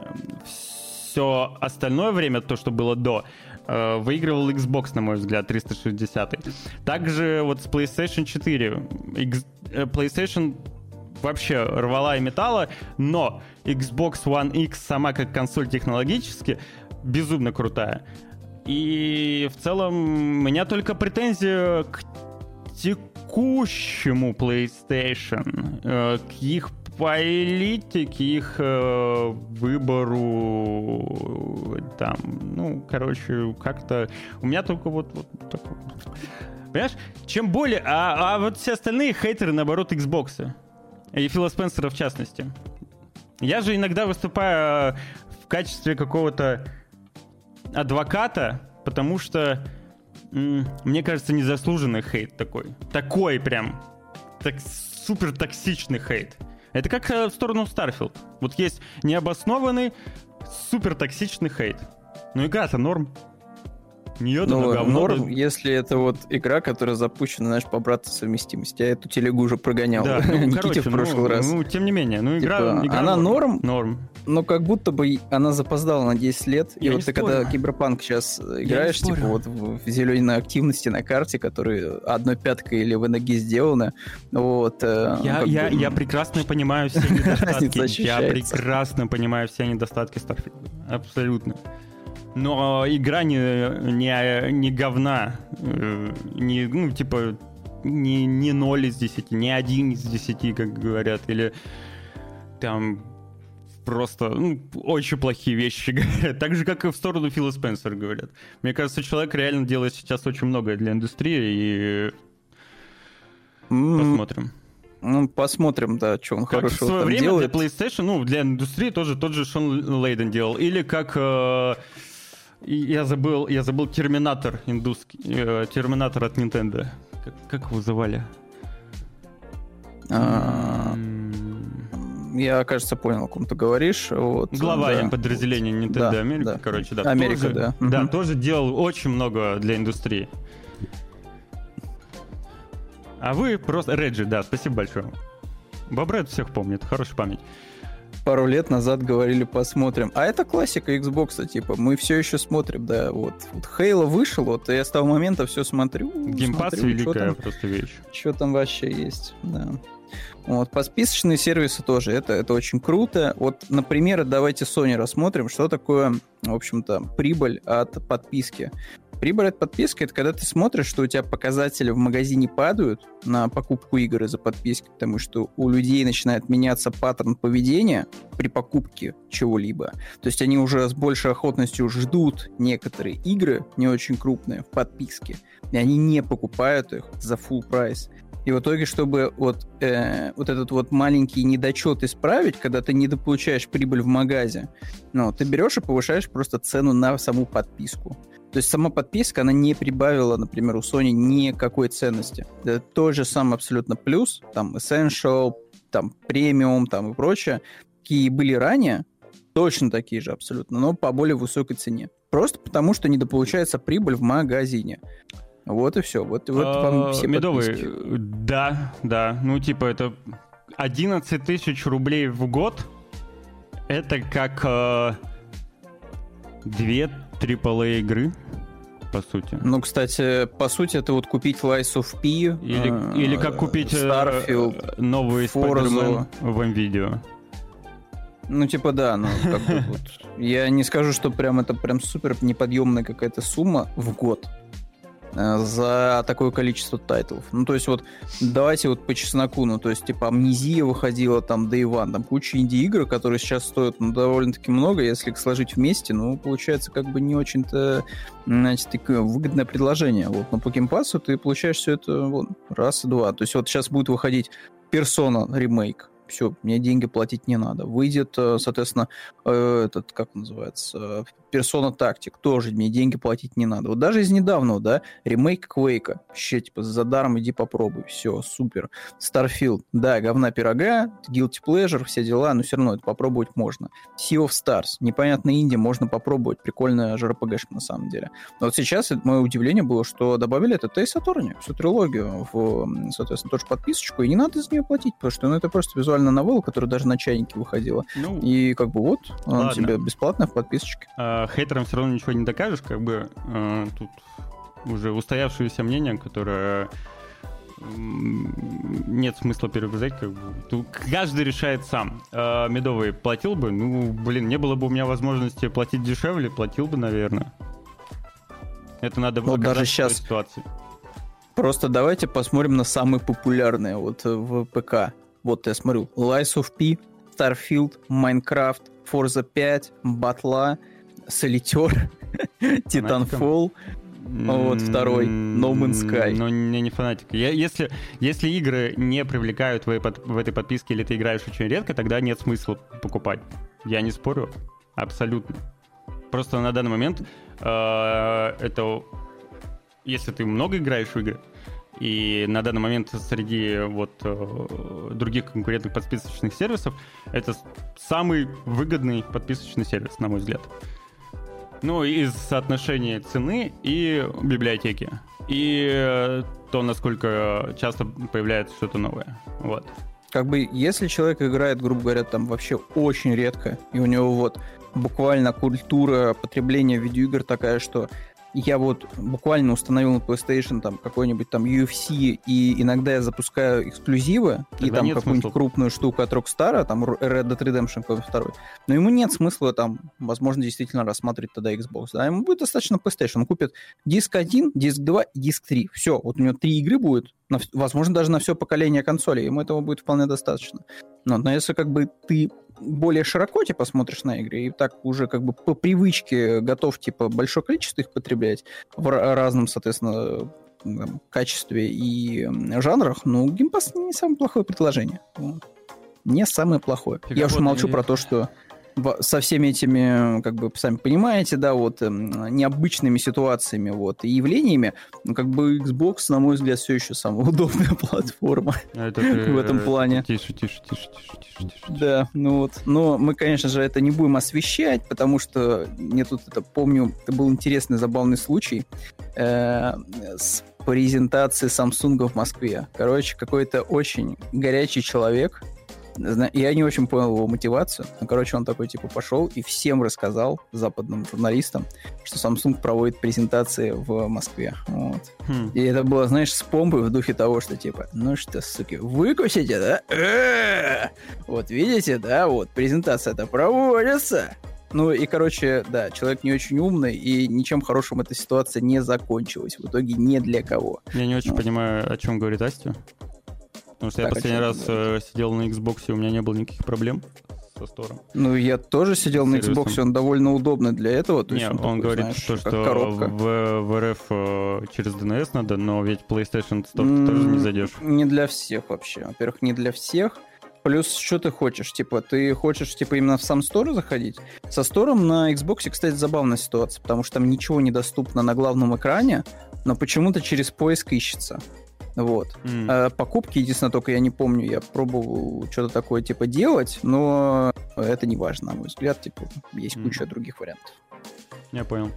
все остальное время, то, что было до, выигрывал Xbox, на мой взгляд, триста шестьдесят. Также вот с PlayStation четыре. X... PlayStation вообще рвала и металла, но Xbox One X сама как консоль технологически безумно крутая. И в целом у меня только претензия к текущему PlayStation, к их политике, их э, выбору, там, ну, короче, как-то... У меня только вот, вот такое. Понимаешь? Чем более... А, а вот все остальные хейтеры, наоборот, Xbox. И Фила Спенсера в частности. Я же иногда выступаю в качестве какого-то адвоката, потому что, м- мне кажется, незаслуженный хейт такой. Такой прям. Так, супер токсичный хейт. Это как в сторону Starfield. Вот есть необоснованный, супертоксичный хейт. Но игра-то норм. Нее Ну, говно, норм, да. если это вот игра, которая запущена, знаешь, по обратной совместимости. Я эту телегу уже прогонял. Да, ну, Никите короче, в прошлый ну, раз. ну, тем не менее, ну, игра, Типа, игра она норм, норм. но как будто бы она запоздала на десять лет. Я и не вот ты спорю. когда Киберпанк сейчас играешь, спорю. типа вот в, в зеленой активности на карте, которые одной пяткой или в ноге сделаны, вот. э, Я, как я, бы, я прекрасно понимаю все недостатки. Разница Я ощущается. прекрасно понимаю все недостатки Starfield. Абсолютно. Но игра не, не, не говна. э, Не, ну, типа, не, не ноль из десяти, не один из десяти, как говорят. Или там просто ну, очень плохие вещи говорят. Так же, как и в сторону Фила Спенсера говорят. Мне кажется, человек реально делает сейчас очень многое для индустрии. И м, посмотрим. Ну, посмотрим, да, что он Как в хорошего свое там время делает. для PlayStation, ну, для индустрии тоже тот же Шон Лейден делал. Или как... э, и я забыл, я забыл Терминатор индусский. э, Терминатор от Nintendo. Как, как его звали? А, М, Я, кажется, понял, о ком ты говоришь. Вот, Глава да. подразделения Nintendo Да, Америка, да. короче, да. Америка, тоже, да. Да, Мгм. тоже делал очень много для индустрии. А вы просто... Реджи, да, спасибо большое. Бобрет всех помнит, хорошая память. Пару лет назад говорили, посмотрим. А это классика Xbox, типа, мы все еще смотрим, да, вот. Вот Halo вышел, вот, и я с того момента все смотрю. Геймпад смотрю, великая что там, просто вещь. что там вообще есть, да. Вот, подписочные сервисы тоже, это, это очень круто. Вот, например, давайте Sony рассмотрим, что такое, в общем-то, прибыль от подписки. Прибыль от подписки — это когда ты смотришь, что у тебя показатели в магазине падают на покупку игр из-за подписки, потому что у людей начинает меняться паттерн поведения при покупке чего-либо. То есть они уже с большей охотностью ждут некоторые игры, не очень крупные, в подписке, и они не покупают их за full прайс. И в итоге, чтобы вот, э, вот этот вот маленький недочет исправить, когда ты недополучаешь прибыль в магазе, ну, ты берешь и повышаешь просто цену на саму подписку. То есть сама подписка, она не прибавила, например, у Sony никакой ценности. Это тот же самый абсолютно плюс, там, Essential, там, Premium, там, и прочее, какие были ранее, точно такие же абсолютно, но по более высокой цене. Просто потому, что недополучается прибыль в магазине. Вот и все. Вот, вот вам все Медовый, подписки. да, да. Ну, типа, это одиннадцать тысяч рублей в год. Это как э, две трипл эй игры, по сути. Ну, кстати, по сути, это вот купить Lies of P, Или, э, или как купить э, Starfield, новый Forza. Spider-Man в NVIDIA. Ну, типа, да, ну, как бы вот. Я не скажу, что прям это прям супер неподъемная какая-то сумма в год э, за такое количество тайтлов. Ну, то есть вот, давайте вот по чесноку, ну, то есть, типа, Амнезия выходила, там, Day One, там, куча инди-игр, которые сейчас стоят, ну, довольно-таки много, если их сложить вместе, ну, получается, как бы не очень-то, значит, такое выгодное предложение. Вот, но по геймпасу ты получаешь все это, вот, раз и два. То есть вот сейчас будет выходить Persona ремейк. Все, мне деньги платить не надо. Выйдет, соответственно, этот, как называется, Persona Tactic, тоже мне деньги платить не надо. Вот даже из недавнего, да, ремейк Quake'а, вообще, типа, за даром иди попробуй, все, супер. Starfield, да, говна пирога, Guilty Pleasure, все дела, но все равно это попробовать можно. Sea of Stars, непонятная инди, можно попробовать, прикольная жэ эр пэ гэшка на самом деле. Но вот сейчас мое удивление было, что добавили это Ace Attorney, всю трилогию в, соответственно, тоже подписочку, и не надо за нее платить, потому что ну, это просто визуальная новелла, которая даже на чайнике выходила. Ну, и как бы вот, она тебе бесплатно в подписочке. А, хейтерам все равно ничего не докажешь, как бы а, тут уже устоявшееся мнение, которое нет смысла переубеждать, как бы. Тут каждый решает сам. А, Медовый платил бы? Ну, блин, не было бы у меня возможности платить дешевле, платил бы, наверное. Это надо вот даже сейчас ситуации. Просто давайте посмотрим на самые популярные вот в ПК. Вот я смотрю, Lies of P, Starfield, Minecraft, Forza пять, Батла, Solitaire, Titanfall, вот второй, No Man's Sky. Ну, не, не фанатика. Я, если, если игры не привлекают в, в этой подписке, или ты играешь очень редко, тогда нет смысла покупать. Я не спорю. Абсолютно. Просто на данный момент э, это... Если ты много играешь в игры, И на данный момент среди вот других конкурентных подписочных сервисов это самый выгодный подписочный сервис, на мой взгляд. Ну, из соотношения цены и библиотеки. И то, насколько часто появляется что-то новое. Вот. Как бы, если человек играет, грубо говоря, там вообще очень редко, и у него вот буквально культура потребления видеоигр такая, что я вот буквально установил на PlayStation там какой-нибудь там ю эф си, и иногда я запускаю эксклюзивы, тогда и там какую-нибудь смысла. Крупную штуку от Rockstar, там Red Dead Redemption два, но ему нет смысла там, возможно, действительно рассматривать тогда Xbox, да, ему будет достаточно PlayStation, он купит диск один, диск два и диск три, все, вот у него три игры будет, на, возможно, даже на все поколение консолей, ему этого будет вполне достаточно. Но, но если как бы ты более широко типа смотришь на игры и так уже как бы по привычке готов типа большое количество их потреблять в разном, соответственно, качестве и жанрах, ну, Game Pass не самое плохое предложение. Не самое плохое. Фига. Я уж молчу про то, что со всеми этими, как бы, сами понимаете, да, вот, необычными ситуациями, вот, и явлениями, ну, как бы, Xbox, на мой взгляд, все еще самая удобная платформа это ты, в этом плане. Тише, тише, тише, тише, тише, тише. Да, ну вот. Но мы, конечно же, это не будем освещать, потому что мне тут, это, помню, это был интересный, забавный случай э, с презентацией Samsung в Москве. Короче, какой-то очень горячий человек. Я не очень понял его мотивацию. Но, короче, он такой, типа, пошел и всем рассказал, западным журналистам, что Samsung проводит презентации в Москве. Вот. Хм. И это было, знаешь, с помпой в духе того, что, типа, ну что, суки, выкусите, да? Э-э-э! Вот, видите, да? Вот, презентация-то проводится. Ну и, короче, да, человек не очень умный, и ничем хорошим эта ситуация не закончилась. В итоге ни для кого. Я не очень вот. понимаю, о чем говорит Астя. Потому что так, я последний раз говорить? сидел на Xbox, и у меня не было никаких проблем со стором. Ну, я тоже сидел на Xbox, он довольно удобный для этого. То Нет, есть он, он такой, говорит, знаешь, что, что в, в РФ через ди эн эс надо, но ведь PlayStation Store mm, ты тоже не зайдешь. Не для всех вообще. Во-первых, не для всех. Плюс, что ты хочешь? Типа, ты хочешь, типа, именно в сам Store заходить? Со Store'ом на Xbox, кстати, забавная ситуация, потому что там ничего недоступно на главном экране, но почему-то через поиск ищется. Вот. Mm. А покупки, единственное, только я не помню, я пробовал что-то такое, типа, делать, но это не важно, на мой взгляд, типа, есть mm. куча других вариантов. Я понял.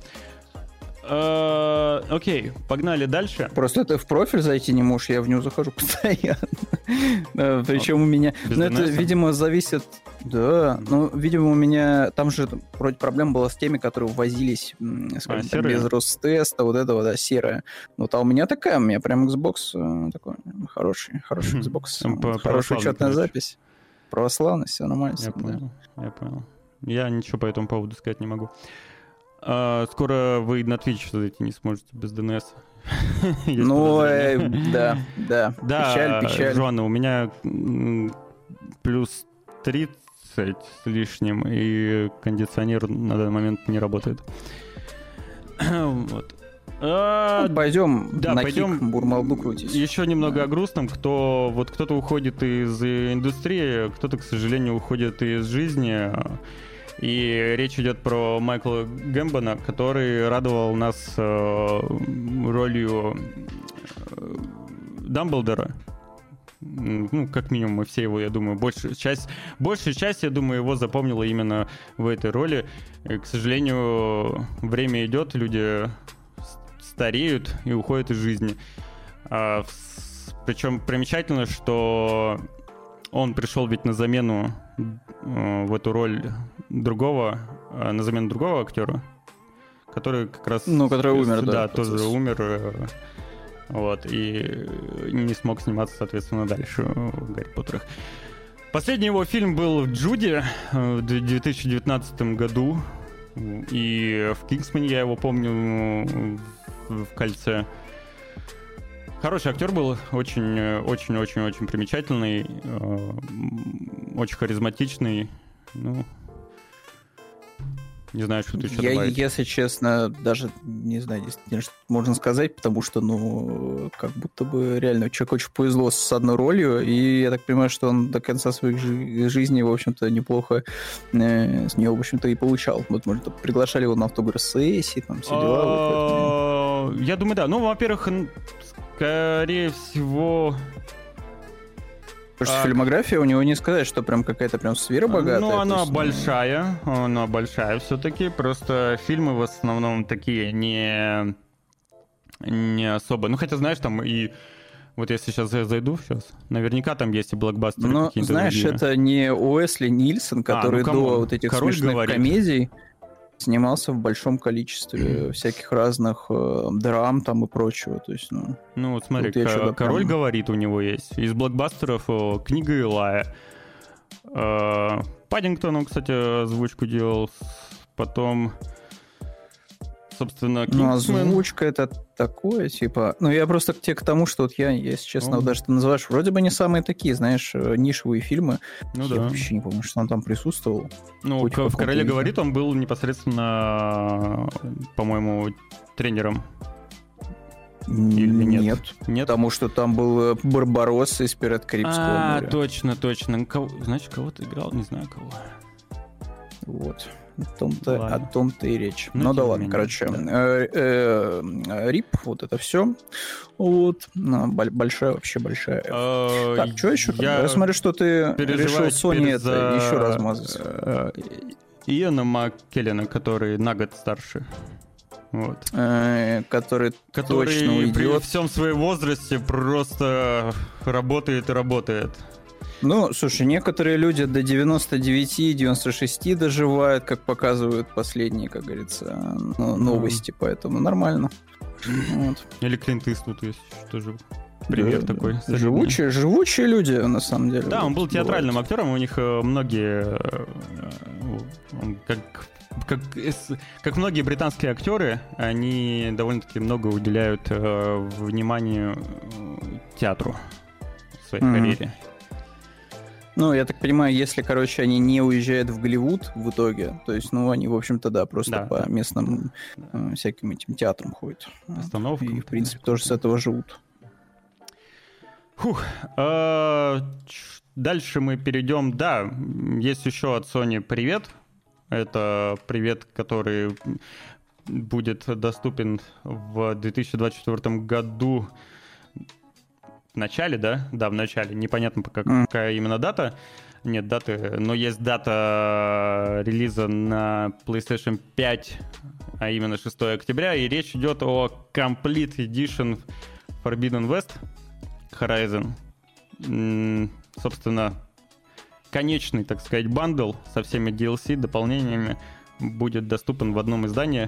Uh, окей, погнали дальше. Просто ты в профиль зайти не можешь, я в него захожу постоянно. Причем у меня... Ну, это, видимо, зависит... Да, ну, видимо, у меня... Там же вроде проблема была с теми, которые ввозились, скажем так, без Ростеста, вот этого, да, серая. Вот, а у меня такая, у меня прям Xbox такой хороший, хороший Xbox, хорошая учетная запись. Православный, все нормально. Я понял, я понял. Я ничего по этому поводу сказать не могу. А, скоро вы на Twitch зайти не сможете без ди эн эс. Ну, э, да, да. Да, печаль, печаль. Жона, у меня плюс тридцать с лишним, и кондиционер на данный момент не работает. Вот. А, ну, пойдем да, на пойдем кик, бурмалду крутить. Еще немного да. о грустном. Кто, вот кто-то уходит из индустрии, кто-то, к сожалению, уходит из жизни. И речь идет про Майкла Гэмбона, который радовал нас э, ролью э, Дамблдора. Ну, как минимум, мы все его, я думаю, большая часть, большая часть, я думаю, его запомнила именно в этой роли. И, к сожалению, время идет, люди стареют и уходят из жизни. А, причем примечательно, что он пришел ведь на замену э, в эту роль другого, э, на замену другого актера, который как раз... Ну, который умер, да. Да, процесс. тоже умер. Э, вот, и не смог сниматься, соответственно, дальше в «Гарри Поттерах». Последний его фильм был «Джуди» в две тысячи девятнадцатом году. И в «Кингсмане» я его помню в, в «Кольце». Хороший актер был, очень-очень-очень-очень примечательный, э, очень харизматичный. Ну, не знаю, что тут еще я, добавить. Если честно, даже не знаю, действительно, что можно сказать, потому что, ну, как будто бы реально человеку очень повезло с одной ролью, и я так понимаю, что он до конца своей жи- жизни, в общем-то, неплохо э, с нее, в общем-то, и получал. Вот, может, приглашали его на автограф-сессии, там, все дела. Я думаю, да. Ну, во-первых, скорее всего... Потому что а... фильмография у него не сказать, что прям какая-то прям сверхбогатая. Ну, она есть, большая, ну... она большая все-таки, просто фильмы в основном такие не, не особо. Ну, хотя, знаешь, там и... Вот если сейчас я зайду сейчас, наверняка там есть и блокбастеры но, какие-то. Знаешь, другие. Это не Уэсли Нильсон, который а, ну, до вот этих Король смешных говорит. комедий снимался в большом количестве mm. всяких разных э, драм там и прочего. То есть, ну, ну вот смотри, к- Король прям... говорит у него есть. Из блокбастеров э, книга Илая. Э, Паддингтон, он, кстати, озвучку делал. Потом... Собственно, ну, озвучка это такое, типа... Ну, я просто к тебе к тому, что вот я, если честно, вот даже ты называешь вроде бы не самые такие, знаешь, нишевые фильмы. Ну я да. вообще не помню, что он там присутствовал. Ну, в, в «Короле говорит» он был непосредственно, по-моему, тренером. Или нет? Нет, нет, потому что там был Барбаросса из «Пират Карибского моря». А, точно, точно. Кого... Значит, кого-то играл, не знаю кого. Вот. О том-то, о том-то и речь. Ну, ну да ладно, меня. короче. Да. Э, э, рип, вот это все. Вот. Большая, вообще большая. Э, так, что еще? Я, я смотрю, что ты решил Sony за... это еще размазать. Иэна Маккеллена, который на год старше. Вот. Э, который, который точно уйдет. При всем своем возрасте просто работает и работает. Ну, слушай, некоторые люди до девяносто девять девяносто шесть доживают, как показывают последние, как говорится, новости, mm. поэтому нормально. Вот. Или Клинт Иствуд есть тоже. Пример да, такой. Живучие, живучие люди, на самом деле. Да, он был театральным бывает. актером, у них многие, он как, как, как многие британские актеры, они довольно-таки много уделяют внимания театру в своей mm. карьере. Ну, я так понимаю, если, короче, они не уезжают в Голливуд в итоге, то есть, ну, они, в общем-то, да, просто да, по да. местным э, всяким этим театрам ходят. Остановка. И, в принципе, тоже с этого живут. Фух. Дальше мы перейдем. Да, есть еще от Sony привет. Это привет, который будет доступен в две тысячи двадцать четвёртом году. В начале, да? Да, в начале. Непонятно, пока, mm. какая именно дата. Нет даты, но есть дата релиза на PlayStation пять, а именно шестого октября. И речь идет о Complete Edition Forbidden West Horizon. М-м, собственно, конечный, так сказать, бандл со всеми ди эл си, дополнениями будет доступен в одном издании.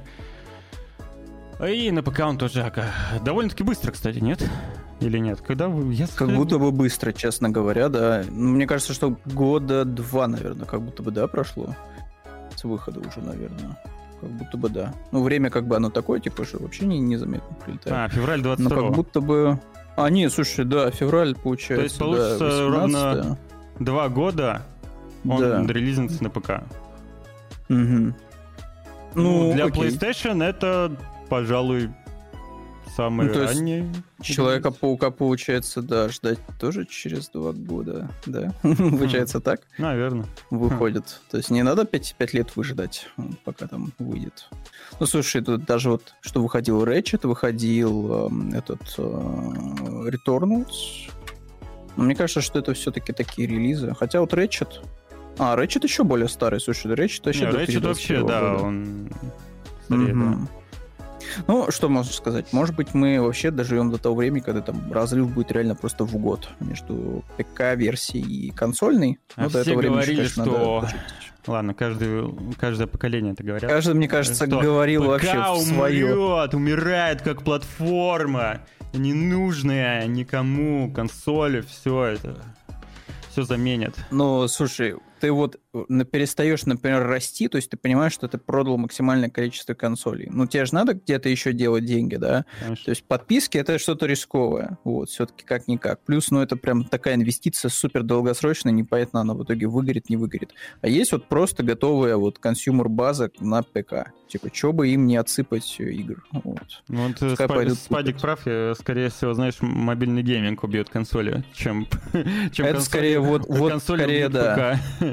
И на ПК он тоже довольно-таки быстро, кстати, нет? Или нет? Когда вы... Я... Как будто бы быстро, честно говоря, да. Мне кажется, что года два, наверное, как будто бы, да, прошло. С выхода уже, наверное. Как будто бы, да. Ну, время как бы оно такое, типа, что вообще не, незаметно прилетает. А, февраль двадцать второго. Но как будто бы... А, нет, слушай, да, февраль, получается, то есть, получится, да, ровно два года он да. релизится на ПК. Угу. Ну, ну, для окей. PlayStation это, пожалуй, самый ну, ранний. Человека-паука, получается, да, ждать тоже через два года, да? Получается так? Наверное. Выходит. То есть не надо пять, пять лет выжидать, пока там выйдет. Ну, слушай, тут даже вот, что выходил Ratchet, выходил э, этот э, Returnals. Но мне кажется, что это все-таки такие релизы. Хотя вот Ratchet... А, Ratchet еще более старый. Слушай, Ratchet вообще... Не, Ratchet вообще, да, он старее, mm-hmm. да. Ну, что можно сказать? Может быть, мы вообще доживем до того времени, когда там разрыв будет реально просто в год между ПК-версией и консольной. А ну, все до этого времени, говорили, конечно, что... Надо... Ладно, каждый, каждое поколение это говорят. Каждый, мне кажется, что говорил вообще в свое. умрет, умирает как платформа, ненужная никому, консоли, все это, все заменят. Ну, слушай, ты вот перестаешь, например, расти, то есть ты понимаешь, что ты продал максимальное количество консолей. Ну, тебе же надо где-то еще делать деньги, да? Конечно. То есть подписки — это что-то рисковое, вот, все-таки как-никак. Плюс, ну, это прям такая инвестиция супер долгосрочная, непонятно, она в итоге выгорит, не выгорит. А есть вот просто готовая вот консюмер-база на ПК. Типа, что бы им не отсыпать игр. Вот. Ну, вот Спадик, Спадик прав, я, скорее всего, знаешь, мобильный гейминг убьет консоли, чем, чем это консоли, скорее вот, вот скорее, да. ПК.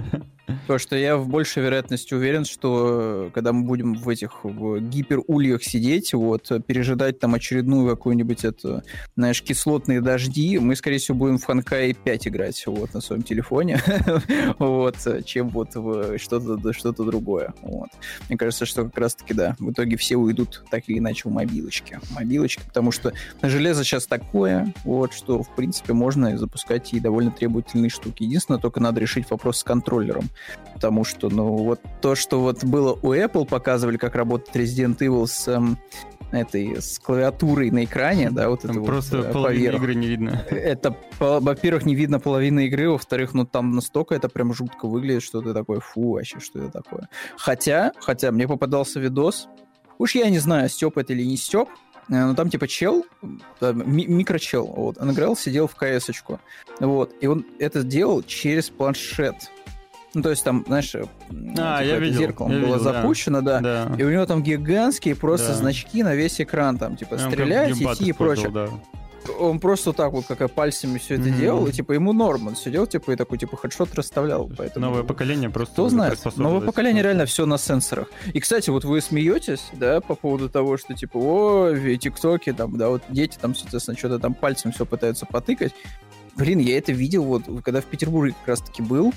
Потому что я в большей вероятности уверен, что когда мы будем в этих в гиперульях сидеть, вот, пережидать там очередную какую-нибудь, это, знаешь, кислотные дожди, мы, скорее всего, будем в Honkai пять играть вот, на своем телефоне, вот, чем вот в что-то, что-то другое. Вот. Мне кажется, что как раз-таки, да, в итоге все уйдут так или иначе в мобилочки. Мобилочки, потому что железо сейчас такое, вот, что, в принципе, можно запускать и довольно требовательные штуки. Единственное, только надо решить вопрос с контроллером. Потому что, ну, вот то, что вот было у Apple, показывали, как работает Resident Evil с эм, этой, с клавиатурой на экране, да, вот там это просто вот, половины поверх. игры не видно. Это, во-первых, не видно половины игры, во-вторых, ну, там настолько это прям жутко выглядит, что ты такой, фу, вообще, что это такое. Хотя, хотя, мне попадался видос, уж я не знаю, стёб это или не стёб, но там типа чел, ми- микрочел, вот, он играл, сидел в КС-очку, вот, и он это делал через планшет. Ну, то есть там, знаешь, а, типа, я видел, зеркало я было видел, запущено, да. да, и у него там гигантские просто да. значки на весь экран, там, типа, Прям стрелять, идти и прочее. Да. Он просто так вот, как и пальцами все это Mm-hmm. делал, и, типа, ему норм, он сидел, типа, и такой, типа, хедшот расставлял, поэтому... Новое поколение просто... Кто знает, новое поколение реально все на сенсорах. И, кстати, вот вы смеетесь, да, по поводу того, что, типа, о, тиктоки, там, да, вот дети там, соответственно, что-то там пальцем все пытаются потыкать. Блин, я это видел, вот, когда в Петербурге как раз-таки был,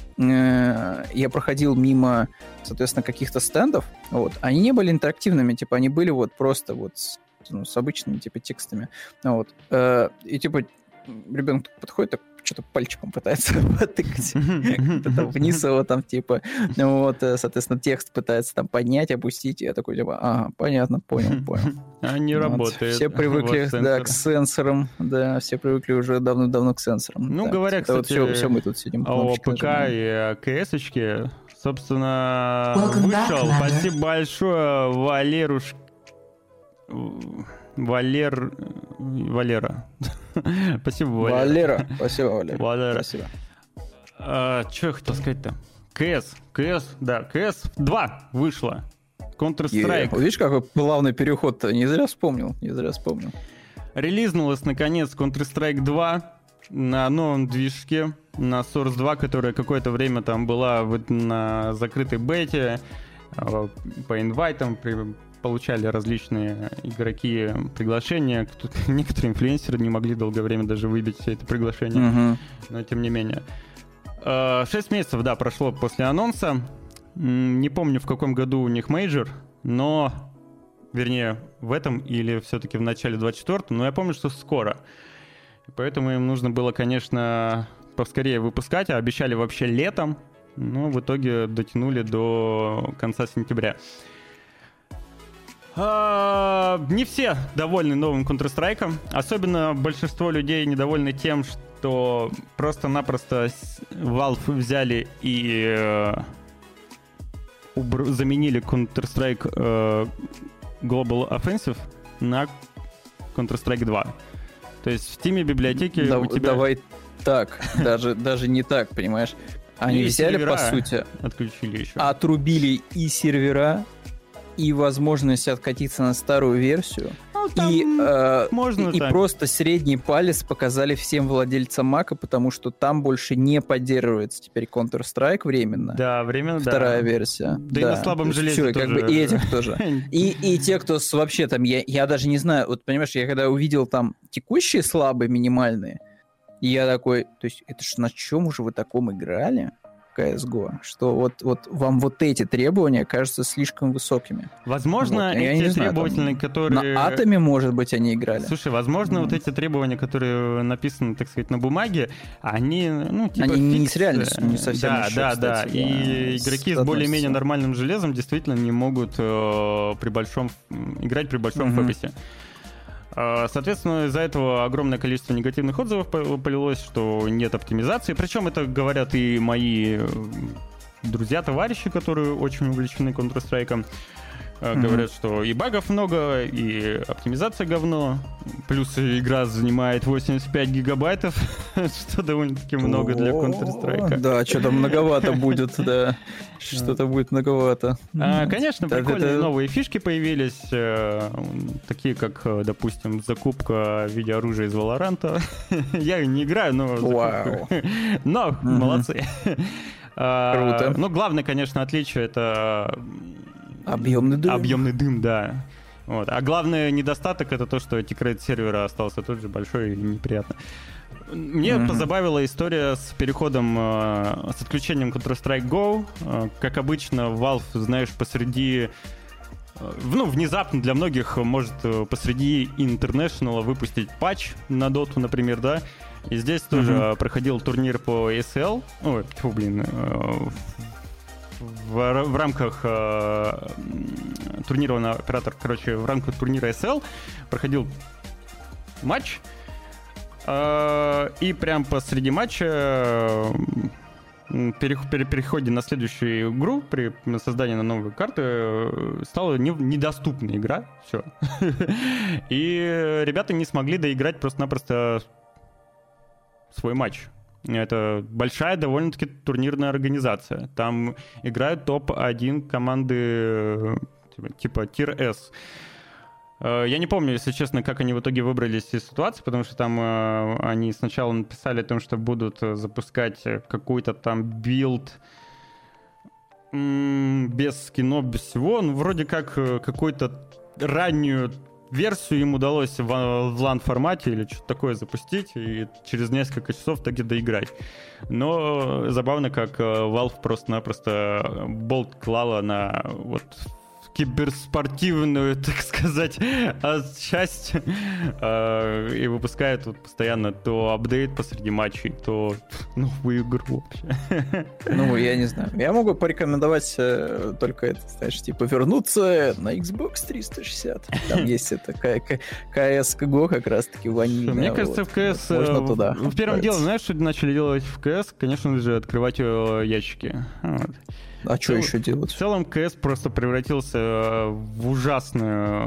э, я проходил мимо, соответственно, каких-то стендов, вот, они не были интерактивными, типа, они были вот просто вот с, ну, с обычными, типа, текстами, вот, э, и, типа, ребенок подходит, так, что-то пальчиком пытается потыкать, там вниз его там, типа, вот, соответственно, текст пытается там поднять, опустить, и я такой, типа, ага, понятно, понял, понял. А не вот. Работает. Все привыкли, да, к сенсорам, да, все привыкли уже давно-давно к сенсорам. Ну, да. говоря, это кстати, вот все, все мы тут сидим. о ПК и КС-очке, собственно, Welcome вышел. Back, спасибо большое, Валеруш... Валер... Валера. Спасибо, Валера. Валера. Спасибо, Валера. Валера. Спасибо. А, что я хотел сказать-то? КС. КС, да, КС два вышла. Counter-Strike. Yeah. Видишь, какой плавный переход-то? Не зря вспомнил. Не зря вспомнил. Релизнулась, наконец, Counter-Strike два на новом движке, на Source два, которая какое-то время там была на закрытой бете, по инвайтам, при... получали различные игроки приглашения. Некоторые инфлюенсеры не могли долгое время даже выбить все это приглашение. Uh-huh. Но тем не менее. Шесть месяцев, да, прошло после анонса. Не помню, в каком году у них мейджор, но... Вернее, в этом или все-таки в начале двадцать четвёртого, но я помню, что скоро. Поэтому им нужно было, конечно, поскорее выпускать, а обещали вообще летом. Но в итоге дотянули до конца сентября. А, не все довольны новым Counter-Strike. Особенно большинство людей недовольны тем, что просто-напросто Valve взяли и э, убр- заменили Counter-Strike э, Global Offensive на Counter-Strike два. То есть в Steam библиотеке да, у тебя... Давай так, даже, даже не так, понимаешь? Они взяли, по сути, отключили еще. Отрубили и сервера, и возможность откатиться на старую версию, ну, и, э, можно и, и просто средний палец показали всем владельцам Мака, потому что там больше не поддерживается теперь Counter-Strike временно. Да, временно, Вторая да. версия. Да, да. И на слабом железе Все, тоже. Как бы, и этих тоже. И, и те, кто с, вообще там, я, я даже не знаю, вот понимаешь, я когда увидел там текущие слабые, минимальные, я такой, то есть это ж на чем уже вы таком играли? си эс го, что вот, вот вам вот эти требования кажутся слишком высокими. Возможно, вот. эти знаю, требовательные, там, которые... На атоме, может быть, они играли. Слушай, возможно, mm. вот эти требования, которые написаны, так сказать, на бумаге, они, ну, типа... Они фикс... не с реальностью, не совсем Да, еще, да, кстати, да. да. И с игроки с более-менее нормальным железом действительно не могут э, при большом... играть при большом mm-hmm. фокусе. Соответственно, из-за этого огромное количество негативных отзывов полилось, что нет оптимизации. Причем это говорят и мои друзья, товарищи, которые очень увлечены Counter-Strike. Mm-hmm. Говорят, что и багов много, и оптимизация говно. Плюс игра занимает восемьдесят пять гигабайтов, что довольно-таки много для Counter-Strike. Да, что-то многовато будет, да. Что-то будет многовато. Конечно, прикольные новые фишки появились, такие как, допустим, закупка в виде оружия из Valorant. Я не играю, но... Вау. Но молодцы. Круто. Ну, главное, конечно, отличие — это... Объемный дым. Объемный дым, да. Вот. А главный недостаток — это то, что тикрейт сервера остался тот же, большой и неприятно. Мне mm-hmm. позабавила история с переходом, э, с отключением Counter-Strike Go. Э, как обычно, Valve, знаешь, посреди... Э, ну, внезапно для многих может посреди International выпустить патч на Доту, например, да? И здесь mm-hmm. тоже проходил турнир по и эс эл. Ой, фу, блин... Э, В, в рамках э, турнира на оператор, короче, в рамках турнира эс эл проходил матч, э, и прям посреди матча э, пере, пере, переходе на следующую игру при создании на новой карты э, стала не, недоступна игра, все. И ребята не смогли доиграть просто-напросто свой матч. Это большая довольно-таки турнирная организация. Там играют топ один команды типа Tier S. Я не помню, если честно, как они в итоге выбрались из ситуации, потому что там они сначала написали о том, что будут запускать какой-то там билд без скинов, без всего. Ну, вроде как какую-то раннюю версию им удалось в, в лан-формате или что-то такое запустить и через несколько часов таки доиграть. Но забавно, как Valve просто-напросто болт клала на вот киберспортивную, так сказать, часть и выпускает вот постоянно то апдейт посреди матчей, то новую игру вообще. Ну, я не знаю. Я могу порекомендовать э, только это, знаешь, типа вернуться на Xbox триста шестьдесят. Там есть это кей эс Go как раз-таки ванильная. Мне кажется, вот. в кей эс... Можно туда. В первом деле, знаешь, что начали делать в кей эс? Конечно же, открывать ящики. Вот. А что еще делать? В целом кей эс просто превратился в ужасную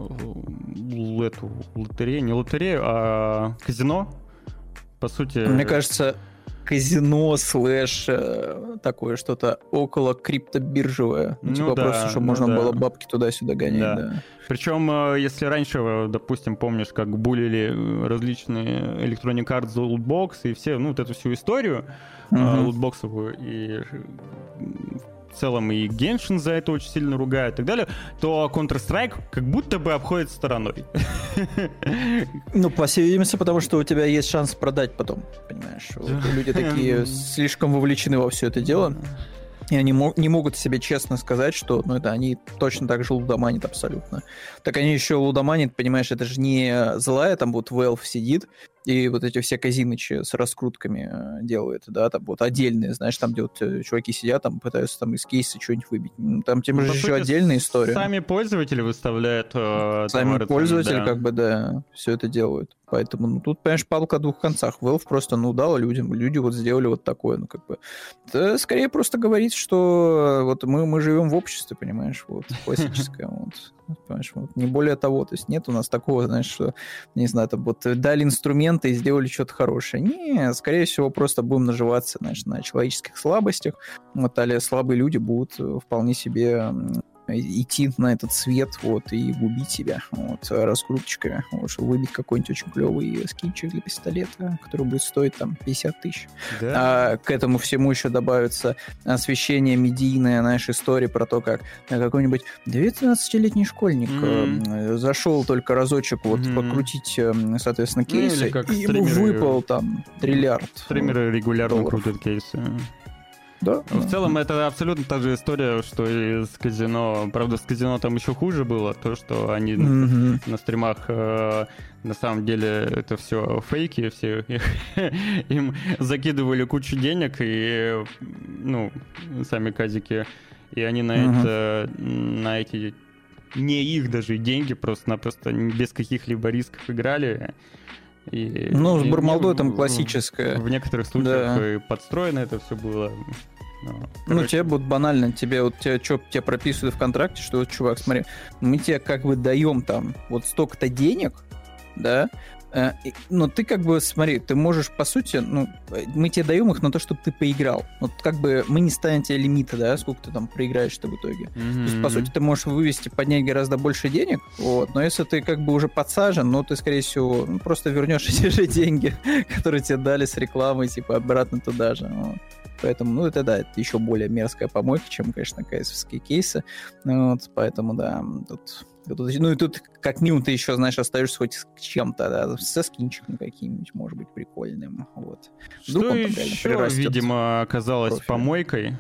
эту лотерею, не лотерею, а казино, по сути. Мне кажется, казино слэш такое что-то около криптобиржевое. Ну, типа да, просто, чтобы ну можно да. было бабки туда-сюда гонять. Да. Да. Причем, если раньше, допустим, помнишь, как булили различные Electronic Arts за лутбоксы и все, ну, вот эту всю историю uh-huh. лутбоксовую, и в целом и Genshin за это очень сильно ругают и так далее, то Counter-Strike как будто бы обходит стороной. Ну, по всей видимости, потому что у тебя есть шанс продать потом, понимаешь? Вот, люди такие слишком вовлечены во все это дело. И они мо- не могут себе честно сказать, что ну, это они точно так же лудоманят абсолютно. Так они еще лудоманят, понимаешь, это же не злая, там вот Valve сидит, и вот эти все казинычи с раскрутками делают, да, там вот отдельные, знаешь, там где вот чуваки сидят, там пытаются там из кейса что-нибудь выбить. Там тем же еще отдельная история. Сами пользователи выставляют э, Сами товары, пользователи да. как бы, да, все это делают. Поэтому, ну, тут, понимаешь, палка о двух концах. Valve просто, ну, дала людям, люди вот сделали вот такое, ну, как бы. Это скорее просто говорит, что вот мы, мы живем в обществе, понимаешь, вот, классическое, вот. Понимаешь, вот, не более того, то есть нет у нас такого, знаешь, что, не знаю, там вот дали инструменты и сделали что-то хорошее. Не, скорее всего, просто будем наживаться, знаешь, на человеческих слабостях, вот, а слабые люди будут вполне себе идти на этот свет, вот, и губить себя, вот, раскруточками, вот, чтобы выбить какой-нибудь очень клевый скинчик для пистолета, который будет стоить, там, пятьдесят тысяч. Да. А к этому всему еще добавится освещение медийное, знаешь, истории про то, как какой-нибудь девятнадцатилетний школьник mm-hmm. зашел только разочек, вот, mm-hmm. покрутить, соответственно, кейсы, ну, и ему выпал, там, триллиард. Стримеры вот, регулярно долларов. Крутят кейсы. Да, в да. целом это абсолютно та же история, что и с казино. Правда, с казино там еще хуже было, то, что они mm-hmm. на, на стримах э, на самом деле это все фейки, все им закидывали кучу денег, и ну, сами казики, и они на mm-hmm. это, на эти не их даже деньги просто-напросто без каких-либо рисков играли. И, ну, с и, Бармалдой там классическое. В, в некоторых случаях да. и подстроено это все было. Ну, ну тебе будет банально, тебе вот тебе, что, тебе прописывают в контракте, что вот, чувак, смотри, мы тебе как бы даем там вот столько-то денег, да, э, но ты как бы, смотри, ты можешь, по сути, ну, мы тебе даем их на то, чтобы ты поиграл. Вот как бы мы не ставим тебе лимита, да, сколько ты там проиграешь-то в итоге. Mm-hmm. То есть, по сути, ты можешь вывести, поднять гораздо больше денег, вот, но если ты как бы уже подсажен, ну, ты, скорее всего, ну, просто вернешь эти же деньги, которые тебе дали с рекламой, типа, обратно туда же, вот. поэтому, ну, это, да, это еще более мерзкая помойка, чем, конечно, кс-овские кейсы, вот, поэтому, да, тут... Ну и тут как минимум ты еще, знаешь, остаешься хоть с чем-то, да, со скинчиком каким-нибудь, может быть, прикольным, вот. Вдруг что еще, видимо, оказалось профиль. Помойкой?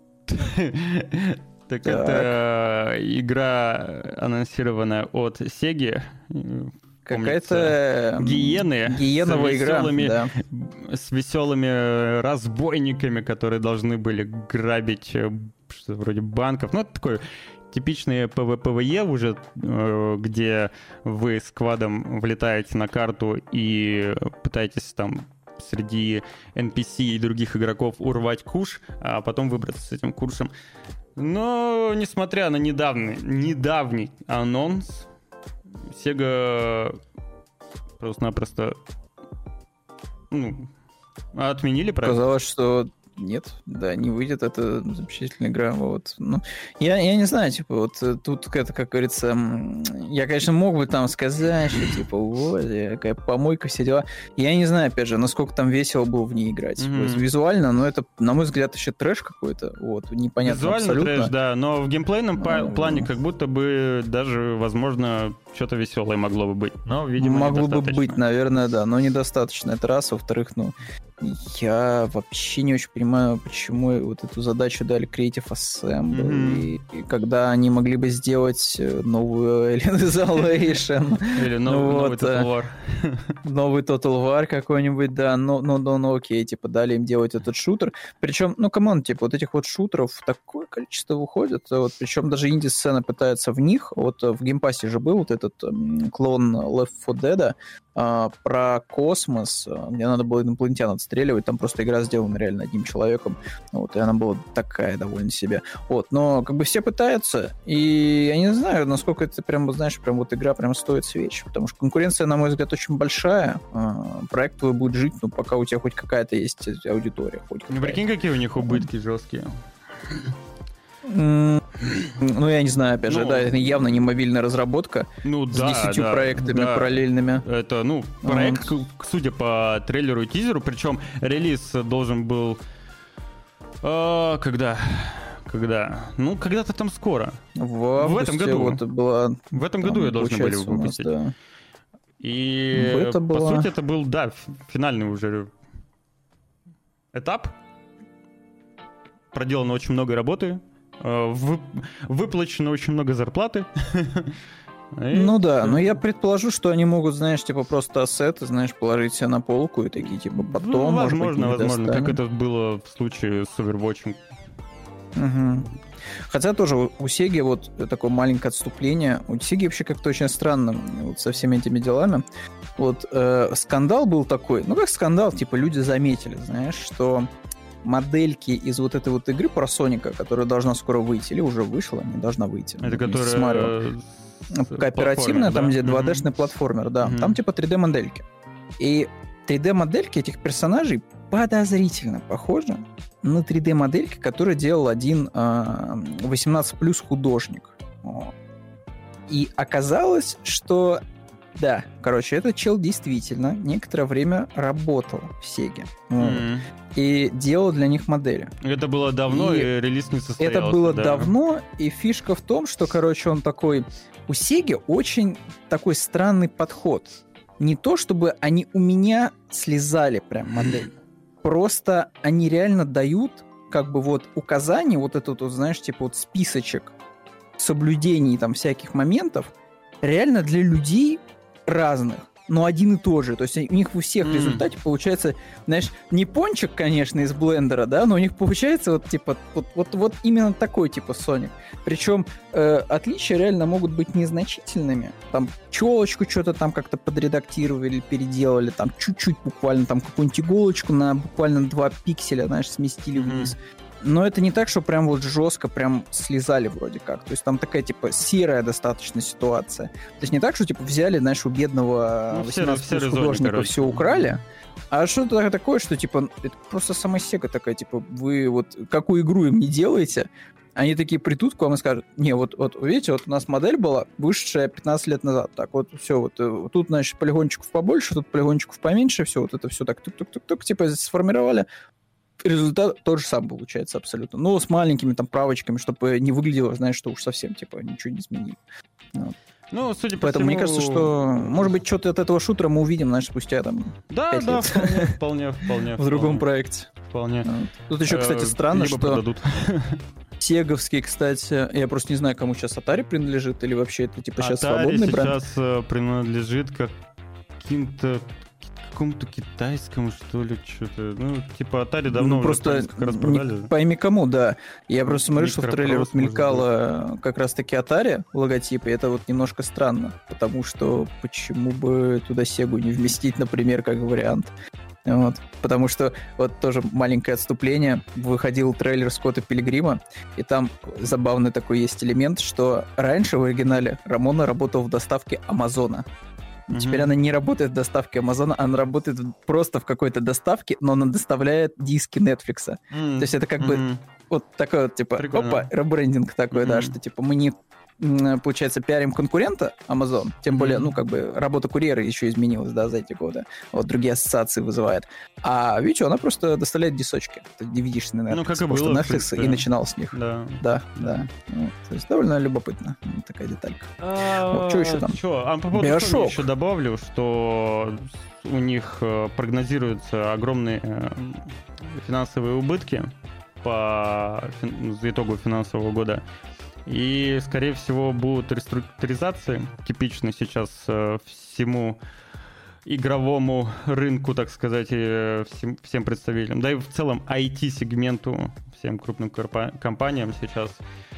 Так это игра, анонсированная от Sega. Какая-то гиены гиеновая игра, да. С веселыми разбойниками, которые должны были грабить что-то вроде банков. Ну, это такой... Типичные пэ вэ пэ вэ е уже, где вы с квадом влетаете на карту и пытаетесь там среди эн пи си и других игроков урвать куш, а потом выбраться с этим курсом. Но, несмотря на недавний, недавний анонс, Sega просто-напросто ну, отменили проект. Казалось, что... Нет, да, не выйдет, это замечательная игра, вот. Ну, я, я не знаю, типа, вот тут это, как говорится, я, конечно, мог бы там сказать, что, типа, вот, какая помойка, все дела. Я не знаю, опять же, насколько там весело было в ней играть. Mm-hmm. Визуально, но это, на мой взгляд, еще трэш какой-то, вот, непонятно Визуально абсолютно. Визуально трэш, да, но в геймплейном mm-hmm. плане как будто бы даже, возможно, что-то веселое могло бы быть, но, видимо, могло бы быть, наверное, да, но недостаточно, это раз, во-вторых, ну, я вообще не очень понимаю, почему вот эту задачу дали Creative Assembly, mm-hmm. и, и когда они могли бы сделать новую Alien Isolation. Или новый, вот, новый Total War. Новый Total War какой-нибудь, да, но, но, но, но окей, типа, дали им делать этот шутер. Причем, ну, камон, типа, вот этих вот шутеров такое количество выходит, вот, причем даже инди-сцена пытается в них, вот в геймпассе же был вот этот м, клон Left фор Dead, а, про космос, где надо было инопланетян отстреливать, там просто игра сделана реально одним человеком, вот, и она была такая довольно себе. Вот, но как бы все пытаются, и я не знаю, насколько это прям, знаешь, прям вот игра прям стоит свеч, потому что конкуренция, на мой взгляд, очень большая, а, проект твой будет жить, ну, пока у тебя хоть какая-то есть аудитория. Хоть ну, прикинь, какие у них убытки жесткие. Ну, я не знаю, опять же, ну, да, это явно не мобильная разработка ну, с да, десятью да, проектами да. параллельными. Это, ну, проект, mm. судя по трейлеру и тизеру, причем релиз должен был... Э, когда? Когда? Ну, когда-то там скоро. В, августе, в этом году. Вот была, в этом году я должен были выпустить. Нас, да. И, по была... сути, это был, да, финальный уже этап. Проделано очень много работы. Вы, выплачено очень много зарплаты. И ну да, все. Но я предположу, что они могут, знаешь, типа просто ассеты, знаешь, положить себе на полку и такие, типа, потом, ну, возможно, может быть, возможно, как это было в случае с Overwatch. Угу. Хотя тоже у Sega вот такое маленькое отступление. У Sega вообще как-то очень странно вот со всеми этими делами. Вот э, скандал был такой, ну как скандал, типа люди заметили, знаешь, что модельки из вот этой вот игры про Соника, которая должна скоро выйти, или уже вышла, не должна выйти. Это которая... С Марио. Кооперативная, там, да? где два дэ-шный mm-hmm. платформер, да. Mm-hmm. Там типа три дэ-модельки. И три дэ-модельки этих персонажей подозрительно похожи на три дэ-модельки, которые делал один восемнадцать плюс художник. И оказалось, что да, короче, этот чел действительно некоторое время работал в Sega. Mm-hmm. И делал для них модели. Это было давно, и, и релиз не состоялся. Это было да. давно, и фишка в том, что, короче, он такой... У Sega очень такой странный подход. Не то, чтобы они у меня слезали прям модель. Просто они реально дают как бы вот указания, вот этот вот, знаешь, типа вот списочек соблюдений там всяких моментов, реально для людей разных, но один и тот же. То есть у них у всех в результате mm. получается, знаешь, не пончик, конечно, из блендера, да, но у них получается вот типа вот, вот, вот именно такой типа Sonic. Причем э, отличия реально могут быть незначительными. Там челочку что-то там как-то подредактировали, переделали, там чуть-чуть буквально там какую-нибудь иголочку на буквально два пикселя, знаешь, сместили mm-hmm. вниз. Но это не так, что прям вот жестко прям слезали вроде как. То есть там такая, типа, серая достаточно ситуация. То есть не так, что, типа, взяли, знаешь, у бедного ну, восемнадцати плюс художника все украли, а что-то такое, что, типа, это просто сама Sega такая, типа, вы вот какую игру им не делаете, они такие придут к вам и скажут, не, вот, вот видите, вот у нас модель была вышедшая пятнадцать лет назад, так вот все, вот тут, значит, полигончиков побольше, тут полигончиков поменьше, все, вот это все так тук-тук-тук-тук, типа, сформировали. результат тот же самый получается абсолютно. Ну, с маленькими там правочками, чтобы не выглядело, знаешь, что уж совсем, типа, ничего не изменили. Вот. Ну, судя по Поэтому всему... мне кажется, что, может быть, что-то от этого шутера мы увидим, знаешь, спустя там Да, пять да, лет. вполне, вполне, вполне. В другом проекте. Вполне. Тут еще, кстати, странно, Либо что продадут. сеговский, кстати, я просто не знаю, кому сейчас Atari принадлежит, или вообще это, типа, сейчас Atari свободный бренд. сейчас э, принадлежит каким-то какому-то китайскому, что ли, что-то. Ну, типа Atari давно ну, просто как раз продали. Не пойми кому, да. Я просто смотрю, что в трейлере вот Microprose, мелькало как раз-таки Atari логотип, и это вот немножко странно, потому что почему бы туда Сегу не вместить, например, как вариант. Вот. Потому что вот тоже маленькое отступление. Выходил трейлер Скотта Пилигрима, и там забавный такой есть элемент, что раньше в оригинале Рамона работал в доставке Амазона. Mm-hmm. Теперь она не работает в доставке Амазона, она работает просто в какой-то доставке, но она доставляет диски Netflix. Mm-hmm. То есть это как mm-hmm. бы вот такой вот, типа, Прикольно. Опа, ребрендинг такой, mm-hmm. да, что типа мы не, получается, пиарим конкурента Amazon, тем mm-hmm. более, ну, как бы работа курьера еще изменилась, да, за эти годы. Вот другие ассоциации вызывает. А видите, она просто доставляет дисочки. Ты видишь на Netflix, ну, как и было, что Netflix и начинал с них. Да. Да, да. Ну, то есть довольно любопытно. Вот такая деталька. А, вот, что еще там? Что? А по поводу Sony еще добавлю, что у них прогнозируются огромные финансовые убытки по фин... итогу финансового года. И, скорее всего, будут реструктуризации, типичны сейчас всему игровому рынку, так сказать, и всем, всем представителям. Да и в целом ай ти-сегменту, всем крупным корпо- компаниям сейчас.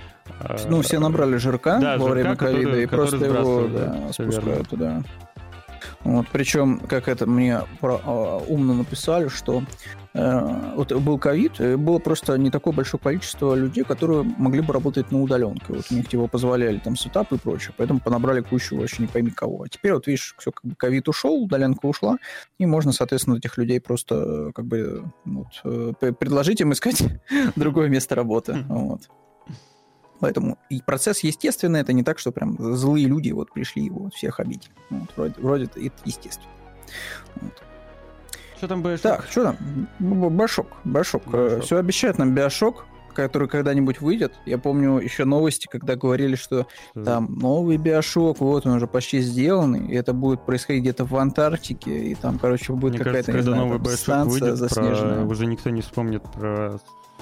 Ну, все набрали жирка да, во время ковида, и просто его да, да, спускают туда. Вот, причем, как это мне про, а, умно написали, что э, вот был ковид, и было просто не такое большое количество людей, которые могли бы работать на удаленке. Вот у них типа позволяли там сетап и прочее, поэтому понабрали кучу вообще не пойми кого. А теперь вот видишь, все как бы ковид ушел, удаленка ушла, и можно, соответственно, этих людей просто как бы вот, предложить им искать другое место работы. Вот. Поэтому и процесс естественный, это не так, что прям злые люди вот пришли и вот всех обидели. Вот, вроде, вроде это естественно. Вот. Что там Биошок? Так, что там? Биошок. Биошок. Все обещают нам Биошок, который когда-нибудь выйдет. Я помню еще новости, когда говорили, что mm. там новый Биошок, вот он уже почти сделанный, и это будет происходить где-то в Антарктике, и там, короче, будет Мне какая-то, кажется, не знаю, там, станция заснеженная. Про... Уже никто не вспомнит про...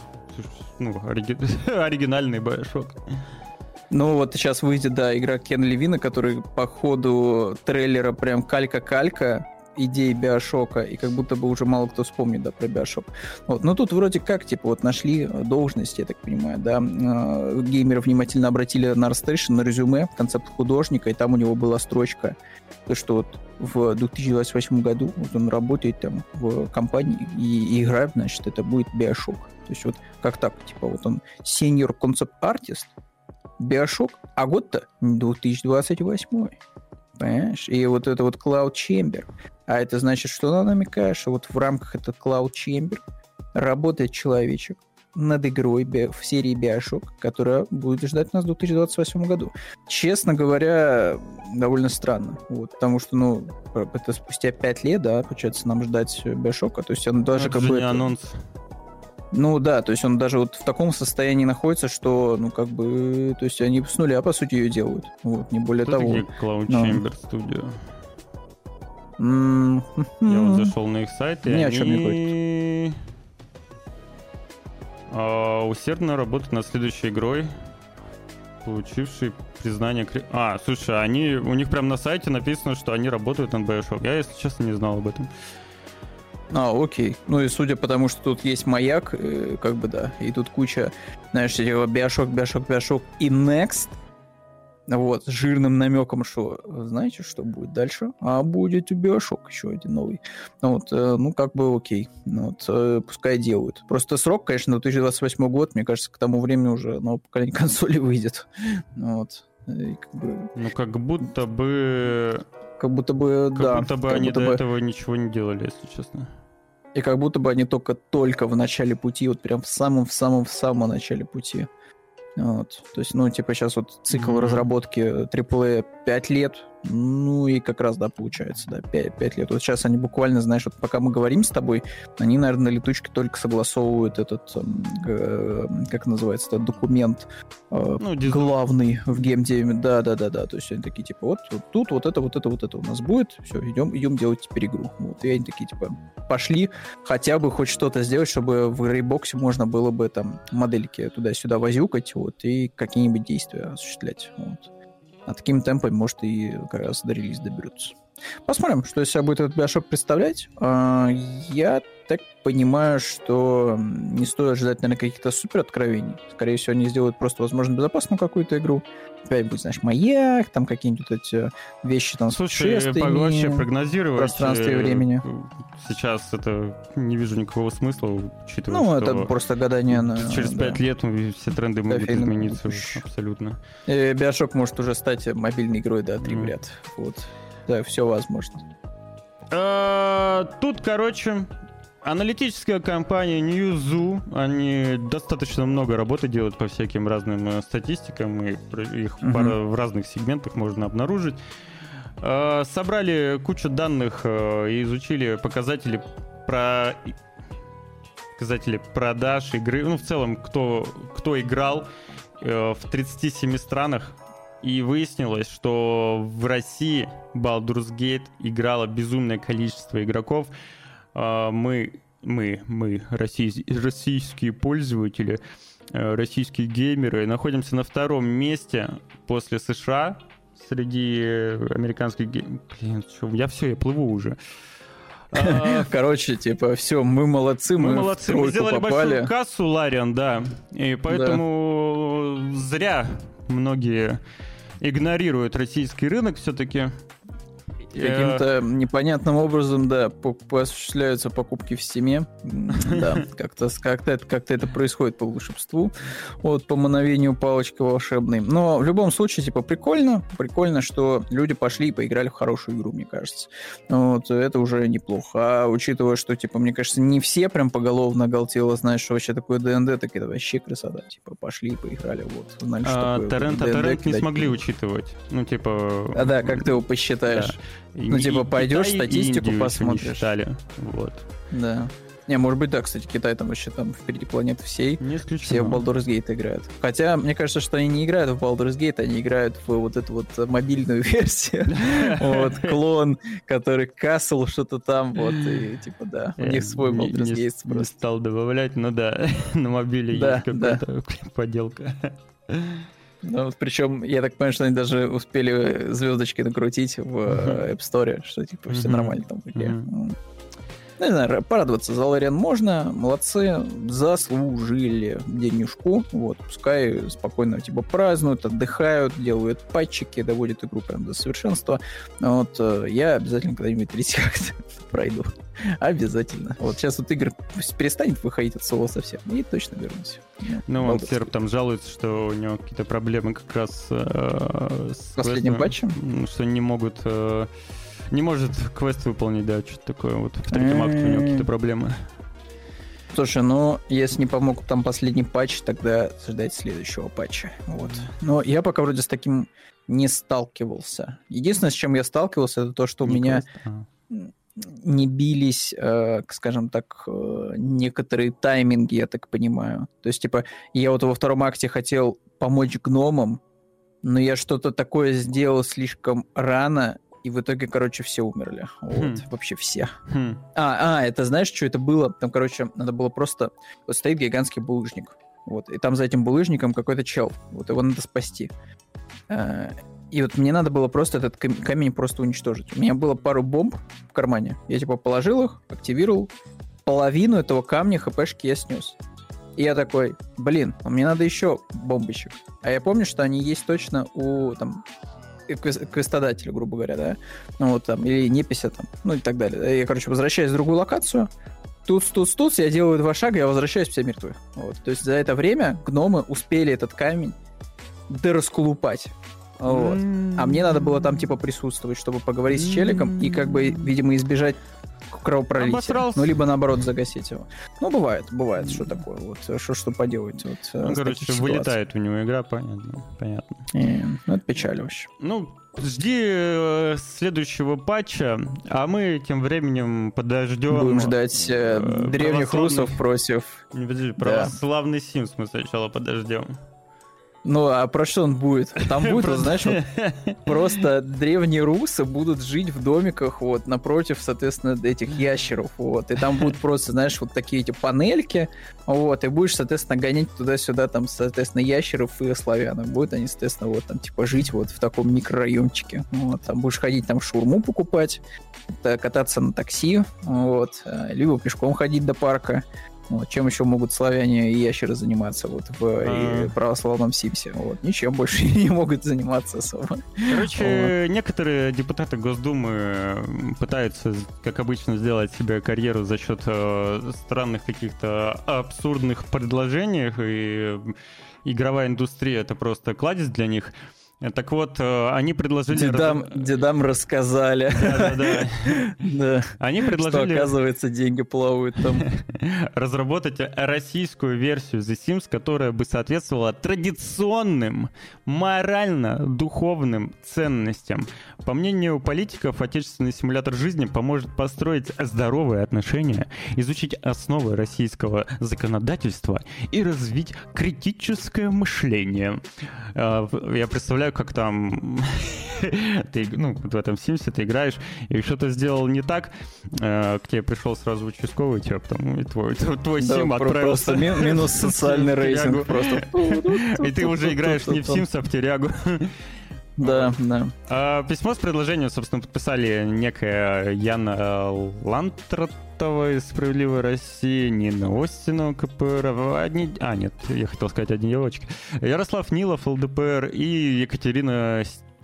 Ну, ориги... оригинальный Биошок. Ну, вот сейчас выйдет, да, игра Кен Левина, который по ходу трейлера прям калька-калька идеи Биошока, и как будто бы уже мало кто вспомнит, да, про Биошок. Вот. Но тут вроде как, типа, вот нашли должность, я так понимаю, да, геймеры внимательно обратили на ArtStation, на резюме, концепт художника, и там у него была строчка, то, что вот в две тысячи двадцать восьмом году вот он работает там в компании, и, и игра, значит, это будет Биошок. То есть вот как так, типа вот он senior concept artist, Биошок, а год-то две тысячи двадцать восьмой. Понимаешь? И вот это вот Cloud Chamber. А это значит, что она намекает, что вот в рамках этого Cloud Chamber работает человечек над игрой в серии Биошок, которая будет ждать нас в две тысячи двадцать восьмом году. Честно говоря, довольно странно. Вот, потому что, ну, это спустя пять лет, да, получается, нам ждать Биошока. То есть он даже это как бы... не анонс. Ну да, то есть он даже вот в таком состоянии находится, что, ну, как бы, то есть они с нуля, по сути, ее делают. Вот, не более Кто того. такие Cloud Но... Chamber Studio? Mm-hmm. Я вот зашел на их сайт, и Ни они... о чем не говорит. А, усердно работают над следующей игрой, получившей признание... А, слушай, они... у них прям на сайте написано, что они работают над Bioshock. Я, если честно, не знал об этом. А, окей. Ну и судя по тому, что тут есть маяк, э, как бы да, и тут куча, знаешь, этих Биошок, Биошок, Биошок и Next, вот, с жирным намеком, что, знаете, что будет дальше? А будет Биошок еще один новый. Ну, вот, э, ну, как бы окей. Ну, вот, э, пускай делают. Просто срок, конечно, две тысячи двадцать восьмой год, мне кажется, к тому времени уже новое поколение консолей выйдет. Ну, вот. И как бы... Ну, как будто бы... Как будто бы, как да. Будто бы как они будто до бы... этого ничего не делали, если честно. И как будто бы они только-только в начале пути, вот прям в самом-в самом-в самом начале пути. Вот. То есть, ну, типа сейчас вот цикл mm-hmm. разработки эй эй эй пять лет. Ну и как раз, да, получается, да, пять лет. Вот сейчас они буквально, знаешь, вот пока мы говорим с тобой, они, наверное, на летучке только согласовывают этот, э, как называется, этот документ э, ну, главный в геймдеве. Да-да-да-да, то есть они такие, типа, вот, вот тут вот это, вот это, вот это у нас будет, все, идем, идем делать теперь игру. Вот, и они такие, типа, пошли хотя бы хоть что-то сделать, чтобы в Грейбоксе можно было бы там модельки туда-сюда возюкать, вот, и какие-нибудь действия осуществлять, вот. А такими темпами, может, и как раз до релиза доберутся. Посмотрим, что из себя будет этот Bioshock представлять. Я так понимаю, что не стоит ожидать, наверное, каких-то супер откровений. Скорее всего, они сделают просто, возможно, безопасную какую-то игру. Опять будет, знаешь, маяк, там какие-нибудь вот эти вещи там с путешествиями, вообще прогнозировать пространстве и времени. Сейчас это не вижу никакого смысла, учитывая, ну, что... это просто гадание на... Через пять да. лет все тренды могут Кофейный... измениться абсолютно. И Bioshock может уже стать мобильной игрой, да, три в ряд. Вот. Да, все возможно. А, тут, короче, аналитическая компания Newzoo, они достаточно много работы делают по всяким разным статистикам, и их uh-huh. пара, в разных сегментах можно обнаружить. А, собрали кучу данных и изучили показатели про показатели продаж игры, ну, в целом, кто, кто играл в тридцати семи странах. И выяснилось, что в России Baldur's Gate играло безумное количество игроков. Мы, мы, мы россий, российские пользователи, российские геймеры, находимся на втором месте после США среди американских геймеров. Блин, что, я все, я плыву уже. Короче, типа, все, мы молодцы, мы, мы молодцы, мы сделали попали. Большую кассу, Лариан, да. И поэтому да. зря многие игнорируют российский рынок все-таки. Каким-то непонятным образом, да, осуществляются покупки в Steam. Да, как-то, как-то, как-то это происходит по волшебству, вот, по мановению палочки волшебной. Но в любом случае, типа, прикольно, прикольно, что люди пошли и поиграли в хорошую игру, мне кажется. Вот, это уже неплохо. А учитывая, что, типа, мне кажется, не все прям поголовно оголтело знают, что вообще такое ДНД, так это вообще красота. Типа, пошли и поиграли, вот, знали, что а, такое торрент, а торрент не смогли учитывать. Ну, типа... А да, как ты его посчитаешь? Да. Ну, типа, пойдешь, статистику посмотришь. Вот. Да. Не, может быть, да, кстати, Китай там вообще там впереди планеты всей. Не исключено. Все в Baldur's Gate играют. Хотя, мне кажется, что они не играют в Baldur's Gate, они играют в вот эту вот мобильную версию. Вот, клон, который Castle, что-то там, вот, и типа, да, у них свой Baldur's Gate просто. Не стал добавлять, но да, на мобиле есть какая-то поделка. Ну, причем, я так понимаю, что они даже успели звездочки накрутить в uh-huh. App Store, что типа все uh-huh. нормально там такие. Uh-huh. Не знаю, порадоваться за Лариан можно, молодцы, заслужили денежку, вот, пускай спокойно типа празднуют, отдыхают, делают патчики, доводят игру прям до совершенства. Вот, я обязательно когда-нибудь третий как-то пройду. Обязательно. Вот сейчас вот игр перестанет выходить от слова совсем, и точно вернусь. Ну, он Серб там жалуется, что у него какие-то проблемы как раз э, с последним патчем, что не могут... Э, не может квест выполнить, да, что-то такое. Вот в третьем акте у него какие-то проблемы. Слушай, ну, если не помог там последний патч, тогда ждать следующего патча. Вот. Но я пока вроде с таким не сталкивался. Единственное, с чем я сталкивался, это то, что у меня не бились, э, скажем так, э, некоторые тайминги, я так понимаю. То есть, типа, я вот во втором акте хотел помочь гномам, но я что-то такое сделал слишком рано, и в итоге, короче, все умерли. Вот, хм. Вообще все. Хм. А, а, это знаешь, что это было? Там, короче, надо было просто... Вот стоит гигантский булыжник. Вот, и там за этим булыжником какой-то чел. Вот, его надо спасти. А, и вот мне надо было просто этот кам- камень просто уничтожить. У меня было пару бомб в кармане. Я, типа, положил их, активировал. Половину этого камня хпшки я снес. И я такой, блин, а мне надо еще бомбочек. А я помню, что они есть точно у, там... квестодателя, грубо говоря, да, ну вот там, или непися там, ну и так далее. Я, короче, возвращаюсь в другую локацию, тут, тут, тут, я делаю два шага, я возвращаюсь, все мертвы. Вот. То есть за это время гномы успели этот камень дораскулупать. Вот. Mm-hmm. А мне надо было там, типа, присутствовать, чтобы поговорить mm-hmm. с челиком и, как бы, видимо, избежать кровопролития. Обосрался. Ну, либо, наоборот, загасить его. Ну, бывает, бывает, что такое. Вот, что, что поделать. Вот, ну, короче, вылетает у него игра, понятно. понятно. И, ну, это печаль вообще. Ну, жди э, следующего патча, а мы тем временем подождем... Будем ждать э, э, древних русов против... Не, подожди, православный да. Sims мы сначала подождем. Ну, а про что он будет? Там будет, вот, знаешь, вот, просто древние русы будут жить в домиках, вот, напротив, соответственно, этих ящеров, вот, и там будут просто, знаешь, вот такие эти панельки, вот, и будешь, соответственно, гонять туда-сюда, там, соответственно, ящеров и славянок. Будут они, соответственно, вот, там, типа, жить вот в таком микрорайончике, вот, там будешь ходить, там, шаурму покупать, кататься на такси, вот, либо пешком ходить до парка. Вот, чем еще могут славяне и ящеры заниматься вот в А-а-а. православном Симсе? Вот, ничем больше не могут заниматься особо. Короче, вот. Некоторые депутаты Госдумы пытаются, как обычно, сделать себе карьеру за счет э, странных каких-то абсурдных предложений, и игровая индустрия — это просто кладезь для них. Так вот, они предложили... Дедам, раз... дедам рассказали. Да-да-да. Да. Они предложили... Что, оказывается, деньги плавают там. Разработать российскую версию The Sims, которая бы соответствовала традиционным морально-духовным ценностям. По мнению политиков, отечественный симулятор жизни поможет построить здоровые отношения, изучить основы российского законодательства и развить критическое мышление. Я представляю, как там ты, ну, в этом Симсе ты играешь, и что-то сделал не так, э, к тебе пришел сразу участковый, тебя потом, и твой, твой да, Сим отправился... Просто ми- минус социальный рейтинг просто. И ты уже играешь не в Симс, а в Терягу. Да, да. А, письмо с предложением, собственно, подписали некая Яна Лантратова из «Справедливой России», Нина Остина, КПР, одни... А, нет, я хотел сказать одни девочки. Ярослав Нилов, ЛДПР и Екатерина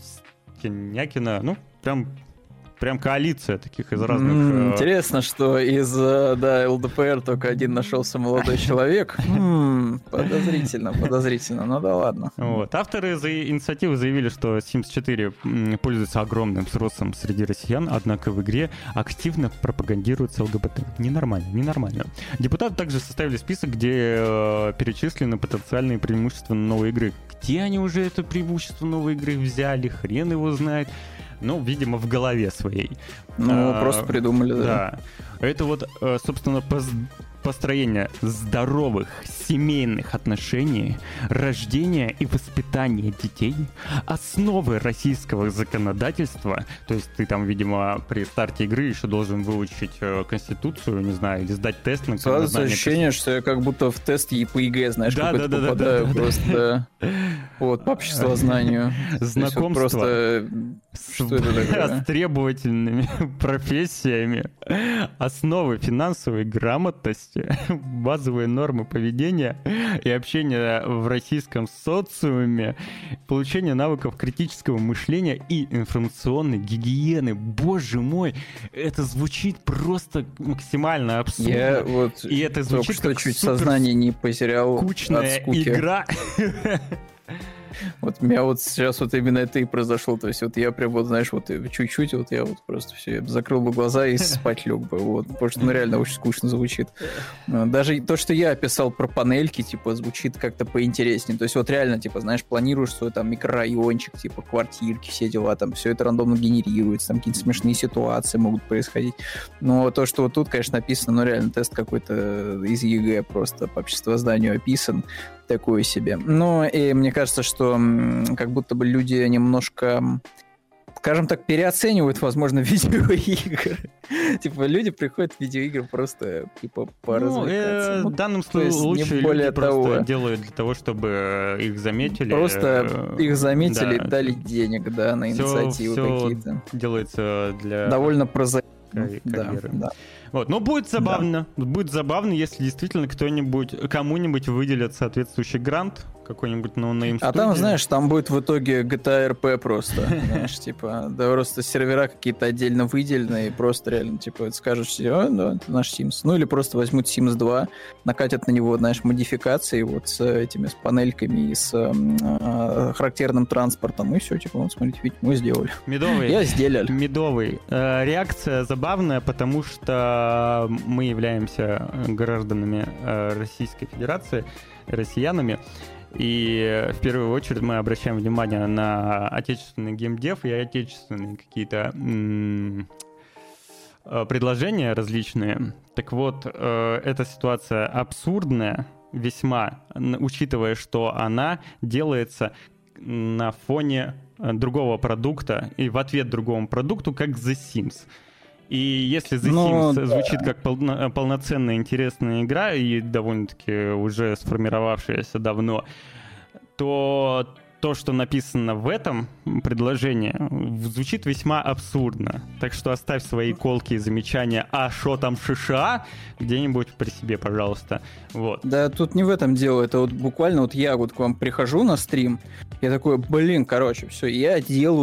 Стенякина. Ну, прям... Прям коалиция таких из разных... Mm, интересно, что из, да, ЛДПР только один нашелся молодой человек. Mm, подозрительно, подозрительно, ну да ладно. Вот. Авторы за инициативы заявили, что Симс четыре пользуется огромным спросом среди россиян, однако в игре активно пропагандируется ЛГБТ. Ненормально, ненормально. Депутаты также составили список, где э, перечислены потенциальные преимущества новой игры. Где они уже это преимущество новой игры взяли? Хрен его знает. Ну, видимо, в голове своей. Ну, а, просто придумали, да. Да. Это вот, собственно, построение здоровых семейных отношений, рождение и воспитание детей, основы российского законодательства. То есть ты там, видимо, при старте игры еще должен выучить Конституцию, не знаю, или сдать тест на знание. Сразу ощущение, что я как будто в тест ЕПИГ, знаешь, да, какой-то да, да, попадаю да, да, просто да. Вот, по обществознанию. Знакомство просто... с, с требовательными профессиями, основы финансовой грамотности, базовые нормы поведения и общения в российском социуме, получение навыков критического мышления и информационной гигиены. Боже мой, это звучит просто максимально абсурдно. Я вот и это звучит только что чуть сознание не потерял скучная от скуки. Игра. Вот у меня вот сейчас вот именно это и произошло. То есть вот я прям вот, знаешь, вот чуть-чуть вот я вот просто все, я закрыл бы глаза и спать лег бы. Вот, потому что ну реально очень скучно звучит. Даже то, что я описал про панельки, типа, звучит как-то поинтереснее. То есть вот реально, типа, знаешь, планируешь свой там микрорайончик, типа, квартирки, все дела, там все это рандомно генерируется, там какие-то смешные ситуации могут происходить. Но то, что вот тут, конечно, написано, ну реально тест какой-то из ЕГЭ просто по обществознанию описан. Такое себе. Ну, и мне кажется, что как будто бы люди немножко, скажем так, переоценивают, возможно, видеоигры. Типа, люди приходят в видеоигры просто, типа, поразвлекаться. Ну, э, в данном случае люди просто делают для того, чтобы их заметили. Просто их заметили, да, дали денег, да, на инициативы какие-то. Делается для... Довольно прозаично. Да, да. Вот. Но будет забавно. Да. Будет забавно, если действительно кто-нибудь, кому-нибудь выделят соответствующий грант какой-нибудь ноунейм А там, знаешь, там будет в итоге джи ти эй ар пи просто, знаешь, типа, да просто сервера какие-то отдельно выделенные, и просто реально, типа, скажут, что да, это наш Sims. Ну, или просто возьмут Sims два, накатят на него, знаешь, модификации вот с этими, с панельками и с э, характерным транспортом, и все, типа, вот, смотрите, видите, мы сделали. Медовый. Я сделал. Медовый. Э, реакция забавная, потому что мы являемся гражданами э, Российской Федерации, россиянами, и в первую очередь мы обращаем внимание на отечественный геймдев и отечественные какие-то м- предложения различные. Так вот, э, эта ситуация абсурдная весьма, учитывая, что она делается на фоне другого продукта и в ответ другому продукту, как The Sims. И если The Но, Sims да. звучит как полно, полноценная интересная игра и довольно-таки уже сформировавшаяся давно, то то, что написано в этом предложении, звучит весьма абсурдно. Так что оставь свои колки и замечания «А шо там США?» где-нибудь при себе, пожалуйста. Вот. Да, тут не в этом дело. Это вот буквально вот я вот к вам прихожу на стрим, я такой, блин, короче, все, я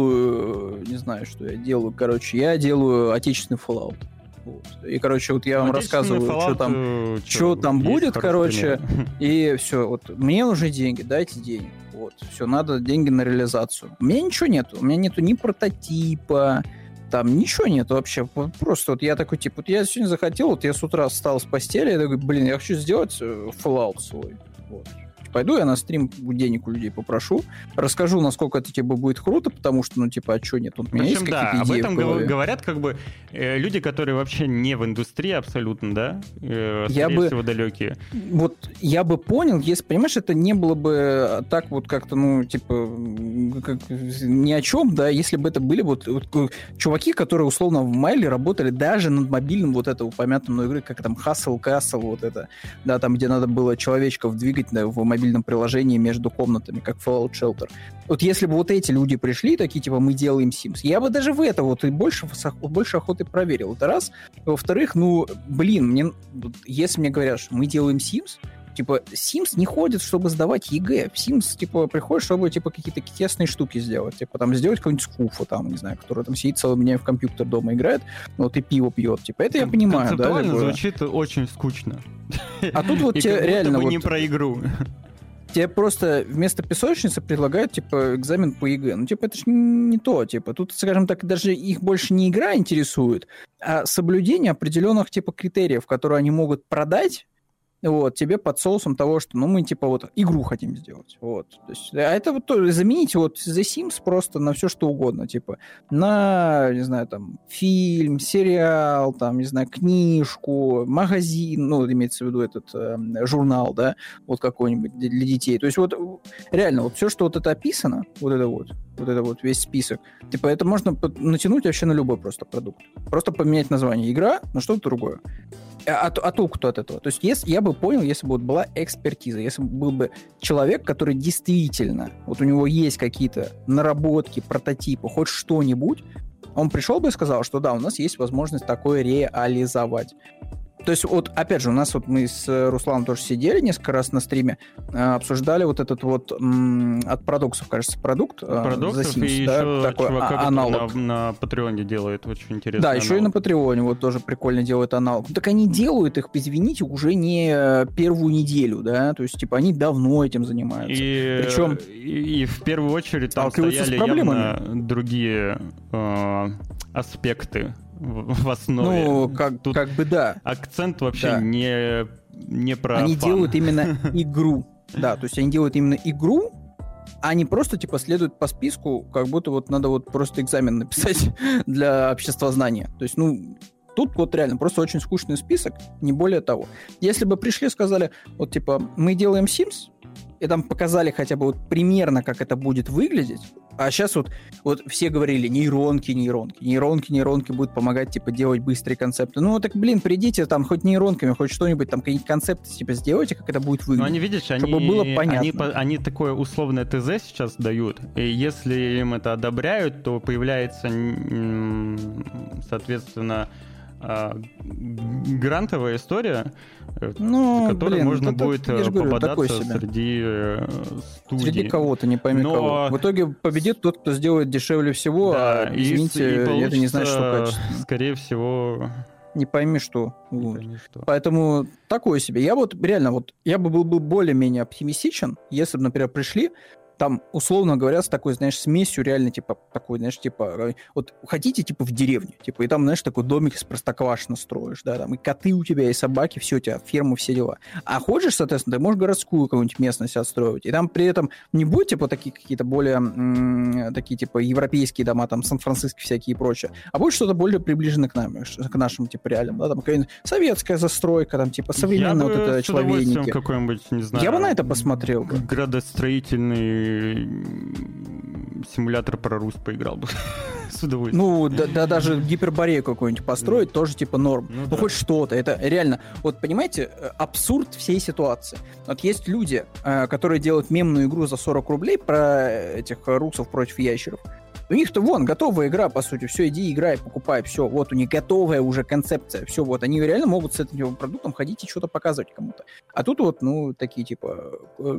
делаю, не знаю, что я делаю, короче, я делаю отечественный Fallout. Вот. И, короче, вот я вам рассказываю, Fallout, что там, что там будет, короче, и все, вот мне нужны деньги, дайте денег. Вот, все, надо деньги на реализацию. У меня ничего нету, у меня нету ни прототипа, там ничего нет вообще. Просто вот я такой, типа, вот я сегодня захотел, вот я с утра встал с постели, я такой, блин, я хочу сделать Fallout свой. Вот. Пойду я на стрим денег у людей попрошу, расскажу, насколько это типа будет круто, потому что, ну, типа, а что нет? Вот у меня Причем, есть да, какие-то об идеи этом в голове. говорят как бы э, люди, которые вообще не в индустрии абсолютно, да? Э, я скорее бы, всего, далекие. Вот я бы понял, если, понимаешь, это не было бы так вот как-то, ну, типа, как, ни о чем, да, если бы это были вот, вот чуваки, которые, условно, в Майле работали даже над мобильным вот это упомянутым, ну, игры, как там Hustle Castle, вот это, да, там, где надо было человечков двигать да, в мобильном приложении между комнатами, как Fallout Shelter. Вот если бы вот эти люди пришли, такие, типа, мы делаем Sims, я бы даже в это вот и больше, больше охоты проверил. Это раз. Во-вторых, ну, блин, мне, если мне говорят, что мы делаем Sims, типа, Sims не ходит, чтобы сдавать ЕГЭ. В Sims, типа, приходит, чтобы, типа, какие-то тесные штуки сделать. Типа, там, сделать какую-нибудь скуфу, там, не знаю, который там сидит целыми днями в компьютер дома играет, вот, и пиво пьет. Типа, это я понимаю, да? Концептуально звучит очень скучно. А тут вот тебе реально... не про игру. Тебе просто вместо песочницы предлагают, типа, экзамен по ЕГЭ. Ну, типа, это ж не то, типа. Тут, скажем так, даже их больше не игра интересует, а соблюдение определенных, типа, критериев, которые они могут продать, вот, тебе под соусом того, что, ну, мы, типа, вот, игру хотим сделать, вот. То есть, а это вот то, заменить вот The Sims просто на все, что угодно, типа, на, не знаю, там, фильм, сериал, там, не знаю, книжку, магазин, ну, имеется в виду этот э, журнал, да, вот какой-нибудь для, для детей. То есть, вот, реально, вот все, что вот это описано, вот это вот, вот это вот весь список, типа, это можно натянуть вообще на любой просто продукт. Просто поменять название игра на что-то другое. А, а толку-то от этого? То есть если, я бы понял, если бы вот была экспертиза, если бы был бы человек, который действительно, вот у него есть какие-то наработки, прототипы, хоть что-нибудь, он пришел бы и сказал, что да, у нас есть возможность такое реализовать. То есть вот, опять же, у нас вот мы с Русланом тоже сидели несколько раз на стриме, э, обсуждали вот этот вот м, от Продуксов, кажется, продукт. От Продуксов The Sims, и да, еще такой чувака, а- аналог. На, на Патреоне делает очень интересно. Да, еще аналог. и на Патреоне вот тоже прикольно делают аналог. Ну, так они делают их, извините, уже не первую неделю, да, то есть, типа, они давно этим занимаются. И, Причем... И, и в первую очередь там стояли явно другие э, аспекты в основе. Ну, как, Тут как бы да. Акцент вообще да. не, не про Они фан. делают именно игру. Да, то есть они делают именно игру, а не просто, типа, следуют по списку, как будто вот надо вот просто экзамен написать для обществознания. То есть, ну, тут вот реально просто очень скучный список, не более того. Если бы пришли и сказали, вот, типа, мы делаем Sims, и там показали хотя бы вот примерно, как это будет выглядеть, а сейчас вот, вот все говорили нейронки, нейронки, нейронки, нейронки будут помогать, типа, делать быстрые концепты. Ну, так, блин, придите там хоть нейронками, хоть что-нибудь, там, какие-то концепты, типа, сделайте, как это будет выглядеть. Ну, они, видишь, чтобы они, было понятно. Они, они такое условное ТЗ сейчас дают, и если им это одобряют, то появляется, соответственно, а, грантовая история, ну, в которой блин, можно это, будет я же говорю, попадаться среди э, студий. Среди кого-то, не пойми Но... кого. В итоге победит тот, кто сделает дешевле всего, да, а, извините, и, и это не значит, что качественно. Скорее всего... Не пойми что. Не Вот. пойми что. Поэтому такое себе. Я вот реально, вот я бы был бы более-менее оптимистичен, если бы, например, пришли там, условно говоря, с такой, знаешь, смесью реально, типа, такой, знаешь, типа, вот хотите, типа, в деревню, типа, и там, знаешь, такой домик из простоквашино строишь, да, там и коты у тебя, и собаки, все у тебя, ферму, все дела. А хочешь, соответственно, ты можешь городскую какую-нибудь местность отстроить, и там при этом не будет, типа, такие какие-то более, м- такие, типа, европейские дома, там, Сан-Франциско всякие и прочее, а будет что-то более приближенное к нам, к нашим, типа, реалиям, да, там, какая-нибудь советская застройка, там, типа, современная вот это человейники. Какой-нибудь, не знаю, я бы на это посмотрел. Градостроительный симулятор про Русь поиграл бы. С удовольствием. Ну, да, да даже гиперборею какую-нибудь построить mm. тоже типа норм. Ну, ну да. Хоть что-то. Это реально... Вот понимаете, абсурд всей ситуации. Вот есть люди, которые делают мемную игру за сорок рублей про этих русов против ящеров. У них-то вон, готовая игра, по сути. Все, иди, играй, покупай, все. Вот у них готовая уже концепция. Все, вот. Они реально могут с этим продуктом ходить и что-то показывать кому-то. А тут вот, ну, такие типа...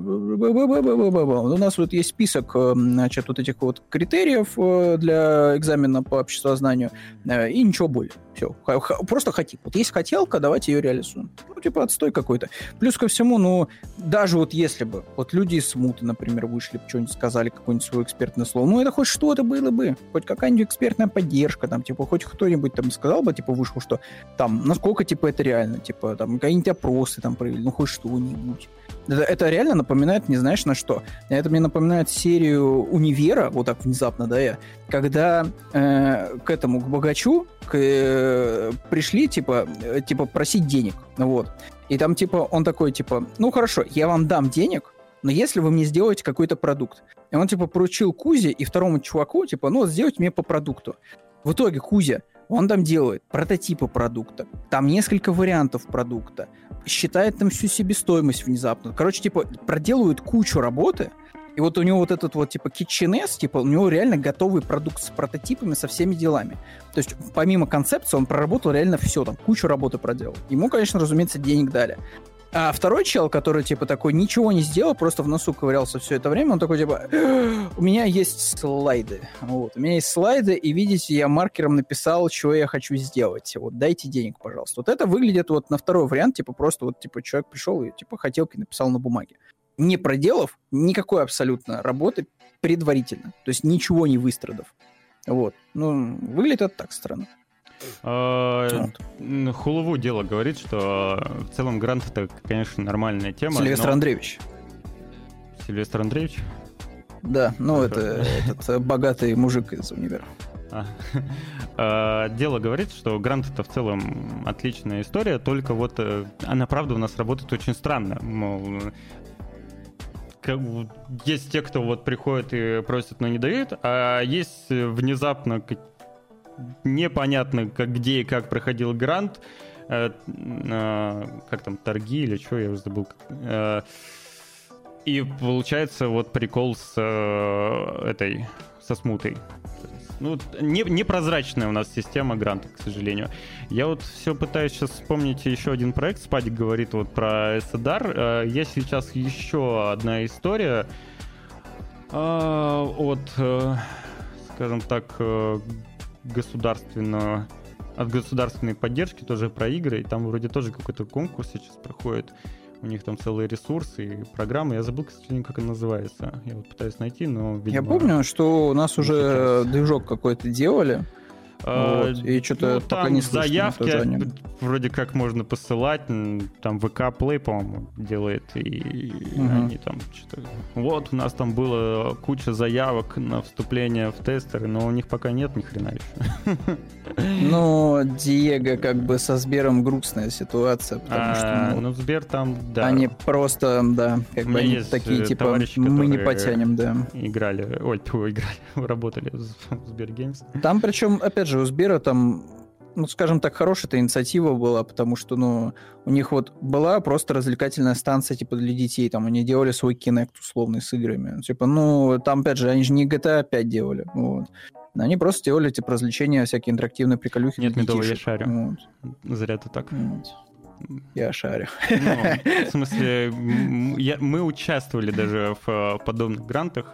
У нас вот есть список, значит, вот этих вот критериев для экзамена по обществознанию, и ничего более. Все. Просто хотим. Вот есть хотелка, давайте ее реализуем. Ну, типа отстой какой-то. Плюс ко всему, ну, даже вот если бы вот люди из смуты, например, вышли, что-нибудь сказали, какое-нибудь свое экспертное слово, ну, это хоть что-то было бы, хоть какая-нибудь экспертная поддержка, там, типа, хоть кто-нибудь там сказал бы, типа, вышел, что там, насколько, типа, это реально, типа, там, какие-нибудь опросы там провели, ну, хоть что-нибудь. Это, это реально напоминает, не знаешь, на что. Это мне напоминает серию «Универа», вот так внезапно, да, я, когда э, к этому, к богачу к, э, пришли, типа, э, типа, просить денег, вот. И там, типа, он такой, типа, ну, хорошо, я вам дам денег, но если вы мне сделаете какой-то продукт. И он, типа, поручил Кузе и второму чуваку, типа, ну, сделать мне по продукту. В итоге Кузя, он там делает прототипы продукта, там несколько вариантов продукта, считает там всю себестоимость внезапно. Короче, типа, проделывает кучу работы, и вот у него вот этот вот, типа, KitchenAid, типа, у него реально готовый продукт с прототипами, со всеми делами. То есть, помимо концепции, он проработал реально все, там, кучу работы проделал. Ему, конечно, разумеется, денег дали. А второй чел, который, типа, такой, ничего не сделал, просто в носу ковырялся все это время, он такой, типа, у меня есть слайды. Вот, у меня есть слайды, и, видите, я маркером написал, что я хочу сделать. Вот, дайте денег, пожалуйста. Вот это выглядит вот на второй вариант, типа, просто вот, типа, человек пришел и, типа, хотелки написал на бумаге. Не проделав никакой абсолютно работы предварительно. То есть ничего не выстрадав. Вот. Ну, выглядит это так странно. Вот. Хулову дело говорит, что в целом грант это, конечно, нормальная тема. Сильвестр но... Андреевич. Сильвестр Андреевич? Да, ну это этот богатый мужик из универа. А. Дело говорит, что грант это в целом отличная история, только вот она, правда, у нас работает очень странно. Мол, есть те, кто вот приходит и просит, но не дают, а есть внезапно непонятно, как, где и как проходил грант, э, э, как там, торги или что, я уже забыл. Э, и получается вот прикол с э, этой, со смутой. Ну, не, непрозрачная у нас система гранта, к сожалению. Я вот все пытаюсь сейчас вспомнить еще один проект. Спадик говорит вот про эс эй ди ар. Э, есть сейчас еще одна история э, от, э, скажем так, э, государственного, от государственной поддержки, тоже про игры, и там вроде тоже какой-то конкурс сейчас проходит, у них там целые ресурсы и программы, я забыл, к сожалению, как она называется, я вот пытаюсь найти, но, видимо... Я помню, что у нас уже сейчас движок какой-то делали, а, вот, и что-то ну, пока не слышно. Заявки вроде как можно посылать, там вэ ка Play, по-моему, делает, и угу. они там что-то... Вот, у нас там было куча заявок на вступление в тестеры, но у них пока нет ни хрена еще. Ну, Диего, как бы со Сбером грустная ситуация, потому а, что... Ну, ну, Сбер там, да. Они просто, да, как бы они такие, типа, мы не потянем, да. Играли, ой, играли, работали в Сбергеймс. Там, причем, опять же, у Сбера там, ну, скажем так, хорошая-то инициатива была, потому что, ну, у них вот была просто развлекательная станция, типа, для детей, там, они делали свой Kinect условный с играми, типа, ну, там, опять же, они же не джи ти эй пять делали, вот. Они просто делали, типа, развлечения, всякие интерактивные приколюхи. Нет, Медовый, я шарю. Вот. Зря ты так. Вот. Я шарю. Ну, в смысле, я, мы участвовали даже в подобных грантах,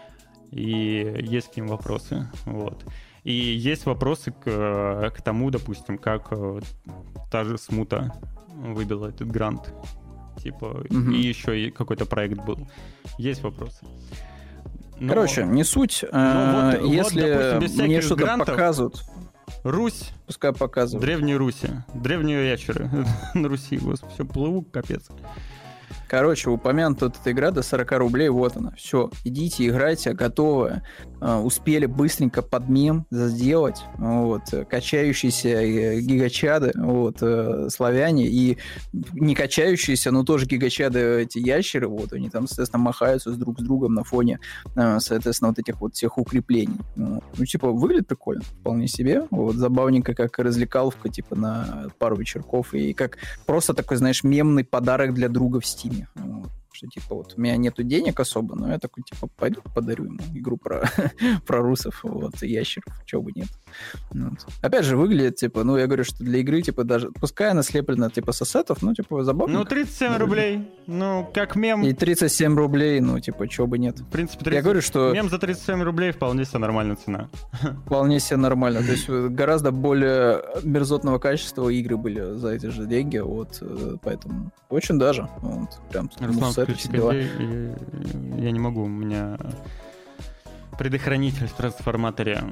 и есть к ним вопросы. Вот. И есть вопросы к, к тому, допустим, как та же Смута выбила этот грант. Типа, угу. И еще и какой-то проект был. Есть вопросы. Но... Короче, не суть. Но вот, Если вот, допустим, мне что-то грантов, показывают... Русь. Пускай показывают. Древние Руси. Древние ящеры на Руси. Господи, все, плыву, капец. Короче, упомянута эта игра до сорок рублей, вот она. Все, идите, играйте, готовы. Uh, успели быстренько под мем сделать. Вот, качающиеся гигачады, вот, uh, славяне, и не качающиеся, но тоже гигачады эти ящеры, вот, они там, соответственно, махаются с друг с другом на фоне, uh, соответственно, вот этих вот всех укреплений. Uh, ну, типа, выглядит прикольно, вполне себе. Вот, забавненько, как развлекаловка, типа, на пару вечерков, и как просто такой, знаешь, мемный подарок для друга в Стиме. Вот. Что, типа, вот, у меня нету денег особо, но я такой, типа, пойду подарю ему игру про, про русов, вот, и ящеров, чего бы нет. Вот. Опять же, выглядит, типа, ну, я говорю, что для игры, типа, даже, пускай она слеплена, типа, со сетов, ну, типа, забавно. Ну, тридцать семь рублей, ну, как мем. И тридцать семь рублей, ну, типа, чего бы нет. В принципе, тридцать... я говорю, что... мем за тридцать семь рублей вполне себе нормальная цена. Вполне себе нормально, то есть гораздо более мерзотного качества игры были за эти же деньги, вот, поэтому очень даже, вот, прям, Руслан, я, я не могу, у меня предохранитель в трансформаторе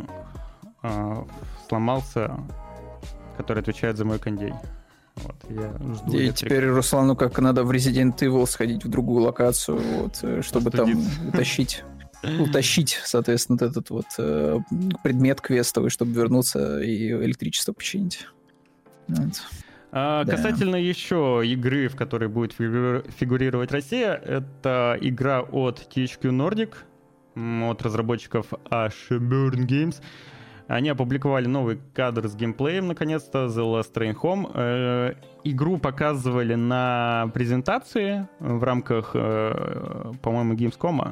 э, сломался, который отвечает за мой кондей. Вот, я жду и теперь Руслану как надо в Resident Evil сходить в другую локацию, вот, чтобы Остудиться. Там утащить, утащить, соответственно, вот этот вот э, предмет квестовый, чтобы вернуться и электричество починить. Вот. А, да. Касательно еще игры, в которой будет фигурировать Россия, это игра от ти эйч кью Nordic, от разработчиков Ashburn Games. Они опубликовали новый кадр с геймплеем, наконец-то, The Last Train Home. Э, игру показывали на презентации в рамках, э, по-моему, Gamescom.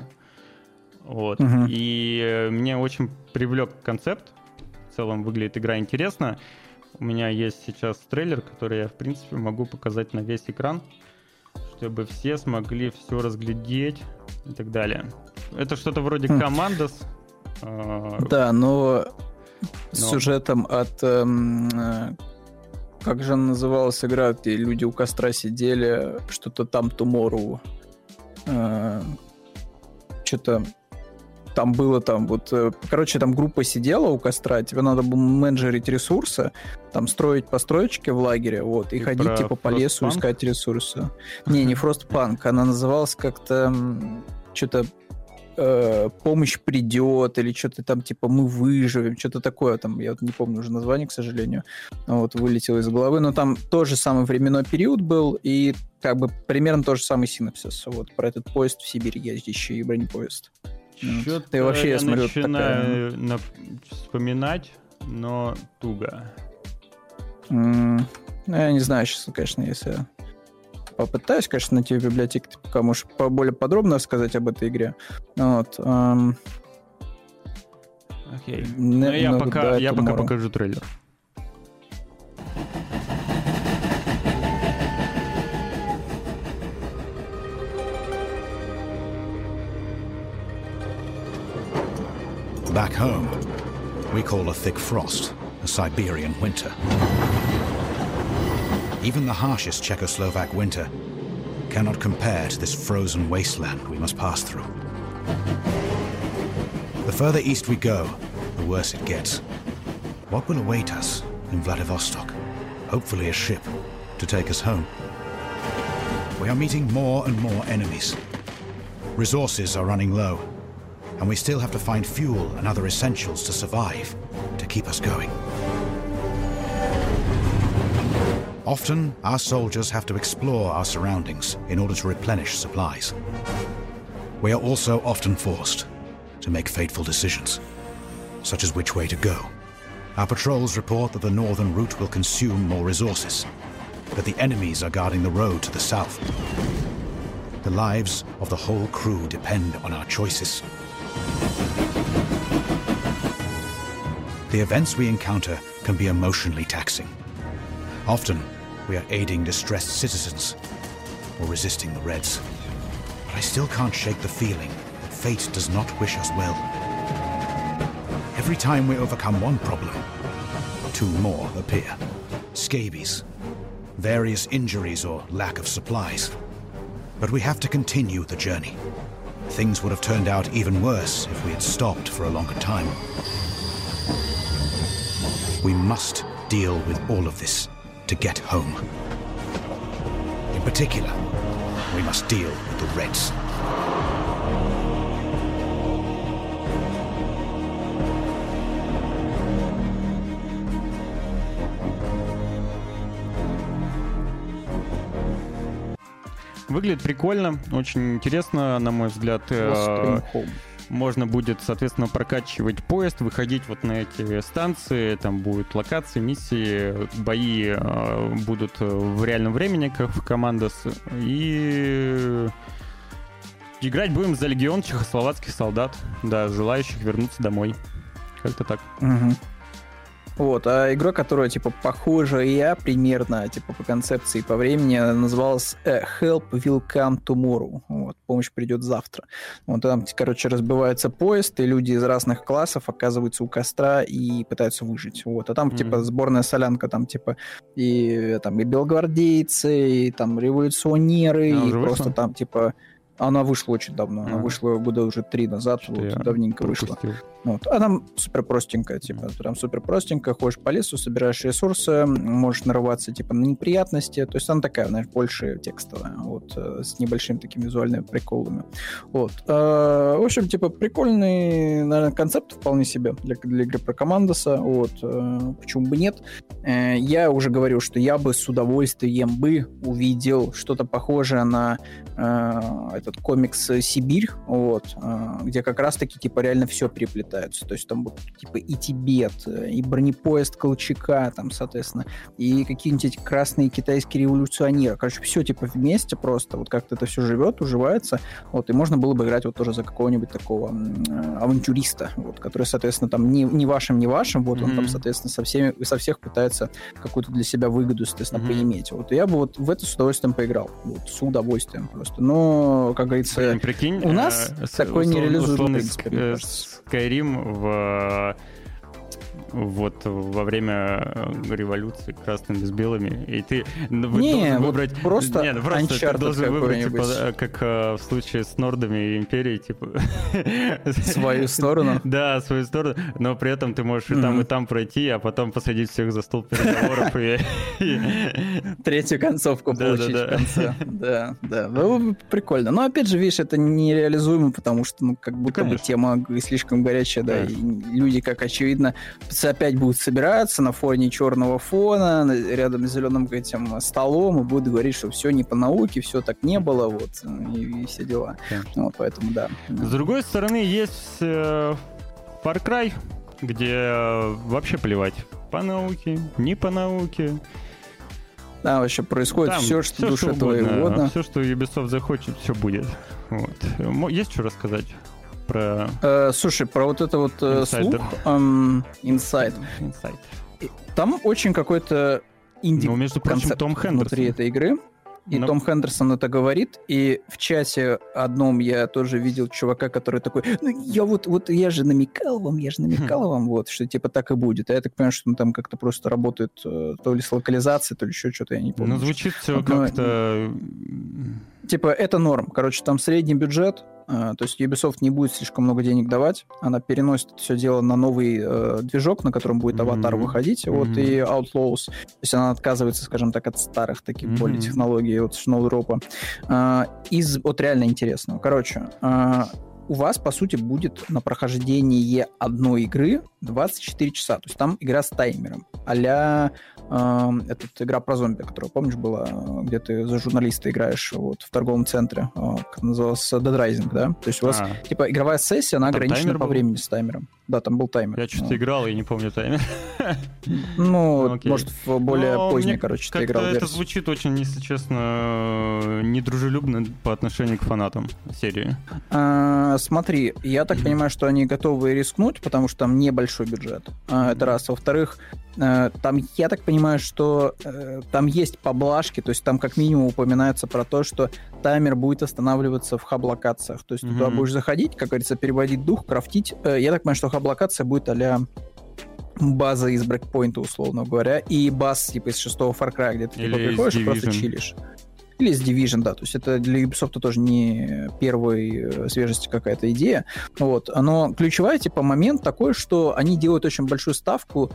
Вот. Uh-huh. И меня очень привлек концепт. В целом выглядит игра интересно. У меня есть сейчас трейлер, который я, в принципе, могу показать на весь экран, чтобы все смогли все разглядеть и так далее. Это что-то вроде Commandos. Да, но с но... сюжетом от... Эм, как же она называлась игра, где люди у костра сидели, что-то там Tomorrow. Э, что-то... Там было там вот... Короче, там группа сидела у костра, тебе надо было менеджерить ресурсы, там строить построечки в лагере, вот, и, и ходить типа по лесу, Frostpunk? Искать ресурсы. Не, не Frostpunk, она называлась как-то... Что-то... Э, помощь придет, или что-то там, типа, мы выживем, что-то такое там, я вот не помню уже название, к сожалению, вот, вылетело из головы, но там тоже самый временной период был, и как бы примерно тот же самый синопсис, вот, про этот поезд в Сибирь ездящий, бронепоезд. Что-то ты вообще, я, я смотрю, начинаю такая... на... вспоминать, но туго. Mm, ну, я не знаю сейчас, конечно, если я попытаюсь, конечно, найти в библиотеке, ты пока можешь более подробно рассказать об этой игре. Вот. Эм... Окей. Но я пока, я пока покажу трейлер. Back home, we call a thick frost a Siberian winter. Even the harshest Czechoslovak winter cannot compare to this frozen wasteland we must pass through. The further east we go, the worse it gets. What will await us in Vladivostok? Hopefully a ship to take us home. We are meeting more and more enemies. Resources are running low, and we still have to find fuel and other essentials to survive, to keep us going. Often, our soldiers have to explore our surroundings in order to replenish supplies. We are also often forced to make fateful decisions, such as which way to go. Our patrols report that the northern route will consume more resources, that the enemies are guarding the road to the south. The lives of the whole crew depend on our choices. the events we encounter can be emotionally taxing. Often, we are aiding distressed citizens or resisting the Reds. But I still can't shake the feeling that fate does not wish us well. Every time we overcome one problem, two more appear. Scabies, various injuries or lack of supplies. But we have to continue the journey. Things would have turned out even worse if we had stopped for a longer time. We must deal with all of this to get home. In particular, we must deal with the Reds. Выглядит прикольно, очень интересно, на мой взгляд. Э, можно будет, соответственно, прокачивать поезд, выходить вот на эти станции, там будут локации, миссии, бои э, будут в реальном времени, как в Командос, и играть будем за легион чехословацких солдат, да, желающих вернуться домой. Как-то так. Угу. Вот, а игра, которая, типа, похожа я примерно, типа, по концепции, по времени, называлась Help Will Come Tomorrow. Вот, помощь придет завтра. Вот, там, короче, разбивается поезд, и люди из разных классов оказываются у костра и пытаются выжить. Вот, а там, mm-hmm. типа, сборная солянка, там, типа, и, там, и белогвардейцы, и, там, революционеры, а, и просто вышло? Там, типа... Она вышла очень давно. А. Она вышла года уже три назад. Что вот, давненько пропустил. Вышла. Вот. А там супер простенькая, типа, прям супер простенькая. Ходишь по лесу, собираешь ресурсы, можешь нарываться, типа, на неприятности. То есть она такая, знаешь, больше текстовая. Вот, с небольшими такими визуальными приколами. Вот. А, в общем, типа, прикольный, наверное, концепт вполне себе для, для игры про Командоса. Вот. А, почему бы нет? А, я уже говорил, что я бы с удовольствием бы увидел что-то похожее на а, этот комикс «Сибирь», вот, где как раз-таки, типа, реально все переплетается. То есть там будет, типа, и Тибет, и бронепоезд Колчака, там, соответственно, и какие-нибудь эти красные китайские революционеры. Короче, все, типа, вместе просто, вот как-то это все живет, уживается, вот, и можно было бы играть вот тоже за какого-нибудь такого э, авантюриста, вот, который, соответственно, там, не, не вашим, не вашим, вот, mm-hmm. он там, соответственно, со всеми, со всех пытается какую-то для себя выгоду, соответственно, mm-hmm. поиметь. Вот, и я бы вот в это с удовольствием поиграл, вот, с удовольствием просто. Но, как говорится, Блин, прикинь, у нас э, такой услов, не реализует, в принципе, мне кажется. Skyrim в... вот во время революции красными с белыми, и ты не, выбрать... Вот просто нет, просто ты должен выбрать, типа, как в случае с Нордами и Империей, типа... Свою сторону? Да, свою сторону, но при этом ты можешь и там, и там пройти, а потом посадить всех за стол переговоров и... Третью концовку получить в конце. Да, да. Прикольно. Но, опять же, видишь, это нереализуемо, потому что, ну, как будто бы тема слишком горячая, да, и люди, как очевидно, опять будут собираться на фоне черного фона, рядом с зеленым этим столом, и будут говорить, что все не по науке, все так не было, вот, и, и все дела. Yeah. Вот, поэтому, да. С другой стороны, есть э, Far Cry, где вообще плевать. По науке, не по науке. Да, вообще происходит там все, что душе твоей угодно. Все, что Ubisoft захочет, все будет. Вот. Есть что рассказать? Про... Э, слушай, про вот это вот э, слух эм, Inside. Inside. Там очень какой-то инди-концепт ну, внутри этой игры. И Но... Том Хендерсон это говорит, и в чате одном я тоже видел чувака, который такой, ну я вот, вот я же намекал вам, я же намекал вам, вот, что типа так и будет. А я так понимаю, что он там как-то просто работает то ли с локализацией, то ли еще что-то, я не помню. Ну звучит все как-то... Типа это норм, короче, там средний бюджет, Uh, то есть Ubisoft не будет слишком много денег давать, она переносит это все дело на новый uh, движок, на котором будет аватар mm-hmm. выходить, mm-hmm. вот, и Outlaws, то есть она отказывается, скажем так, от старых таких mm-hmm. более технологий, от Snowdrop. Uh, из, вот реально интересного. Короче, uh, у вас, по сути, будет на прохождение одной игры двадцать четыре часа, то есть там игра с таймером, а-ля э, эта игра про зомби, которая, помнишь, была, где ты за журналиста играешь вот, в торговом центре, э, как называлась, Dead Rising, да? То есть у вас, а. типа, игровая сессия, она там ограничена по был? времени с таймером. Да, там был таймер. Я что-то ну. играл и не помню таймер. Ну, okay. может, в более Но поздней, мне короче, ты играл версию. Это звучит очень, если честно, недружелюбно по отношению к фанатам серии. А, А, смотри, я так mm-hmm. понимаю, что они готовы рискнуть, потому что там небольшой бюджет. А, это раз. Во-вторых, а, там, я так понимаю, что а, там есть поблажки, то есть там как минимум упоминается про то, что таймер будет останавливаться в хаб-локациях. То есть mm-hmm. ты туда будешь заходить, как говорится, переводить дух, крафтить. Я так понимаю, что хаб-локация будет а-ля база из брейкпоинта, условно говоря, и баз типа из шестого Far Cry, где ты типа, приходишь и просто чилишь. Или из Division, да, то есть это для Ubisoft тоже не первой свежести какая-то идея, вот, но ключевой, типа, момент такой, что они делают очень большую ставку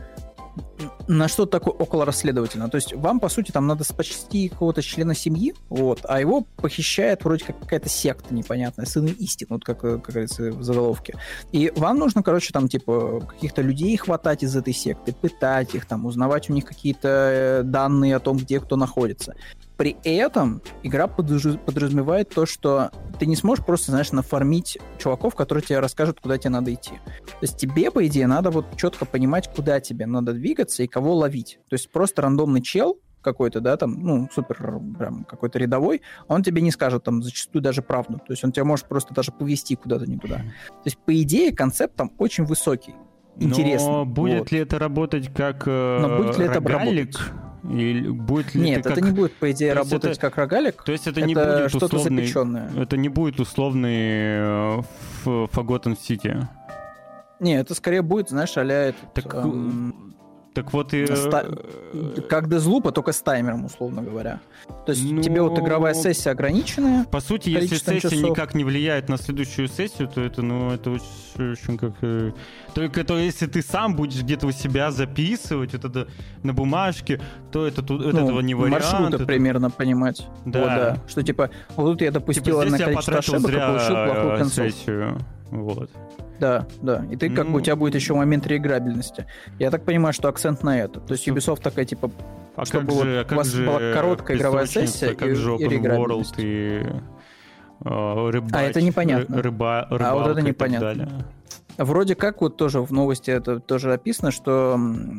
на что-то такое околорасследовательное, то есть вам, по сути, там надо спасти какого-то члена семьи, вот, а его похищает вроде как какая-то секта непонятная, сыны истины, вот как, как говорится в заголовке, и вам нужно, короче, там, типа, каких-то людей хватать из этой секты, пытать их, там, узнавать у них какие-то данные о том, где кто находится. При этом игра подразумевает то, что ты не сможешь просто, знаешь, нафармить чуваков, которые тебе расскажут, куда тебе надо идти. То есть тебе, по идее, надо вот четко понимать, куда тебе надо двигаться и кого ловить. То есть просто рандомный чел какой-то, да, там, ну, супер прям какой-то рядовой, он тебе не скажет там зачастую даже правду. То есть он тебя может просто даже повести куда-то не туда. То есть, по идее, концепт там очень высокий. Интересно. Но будет вот. ли это работать как э, Но будет ли рогалик? Это работать? Или будет ли Нет, это, это как... не будет, по идее, то работать это... как рогалик. То есть это, это не будет что-то условный... запеченное. Это не будет условный э, Forgotten City. Не, это скорее будет, знаешь, а-ля этот... Так... Эм... Так вот и... Ста... Как Deathloop, только с таймером, условно говоря. То есть ну... тебе вот игровая сессия ограниченная. По сути, если сессия часов. никак не влияет на следующую сессию, то это, ну, это очень, очень как... Только то, если ты сам будешь где-то у себя записывать вот это на бумажке, то это, тут, ну, этого не вариант. Маршруты это... примерно понимать. Да. Вот, да. Что типа, вот тут я допустил типа, одно количество ошибок и получил плохую концовку. Сессию. Вот. Да, да. И ты как ну... бы у тебя будет еще момент реиграбельности. Я так понимаю, что акцент на это. То есть Ubisoft такая типа, а чтобы же, вот у вас была короткая игровая сессия как и, же и реиграбельность. И, э, рыбач, а это непонятно. Рыба, а вот это непонятно. Вроде как вот тоже в новости это тоже описано, что...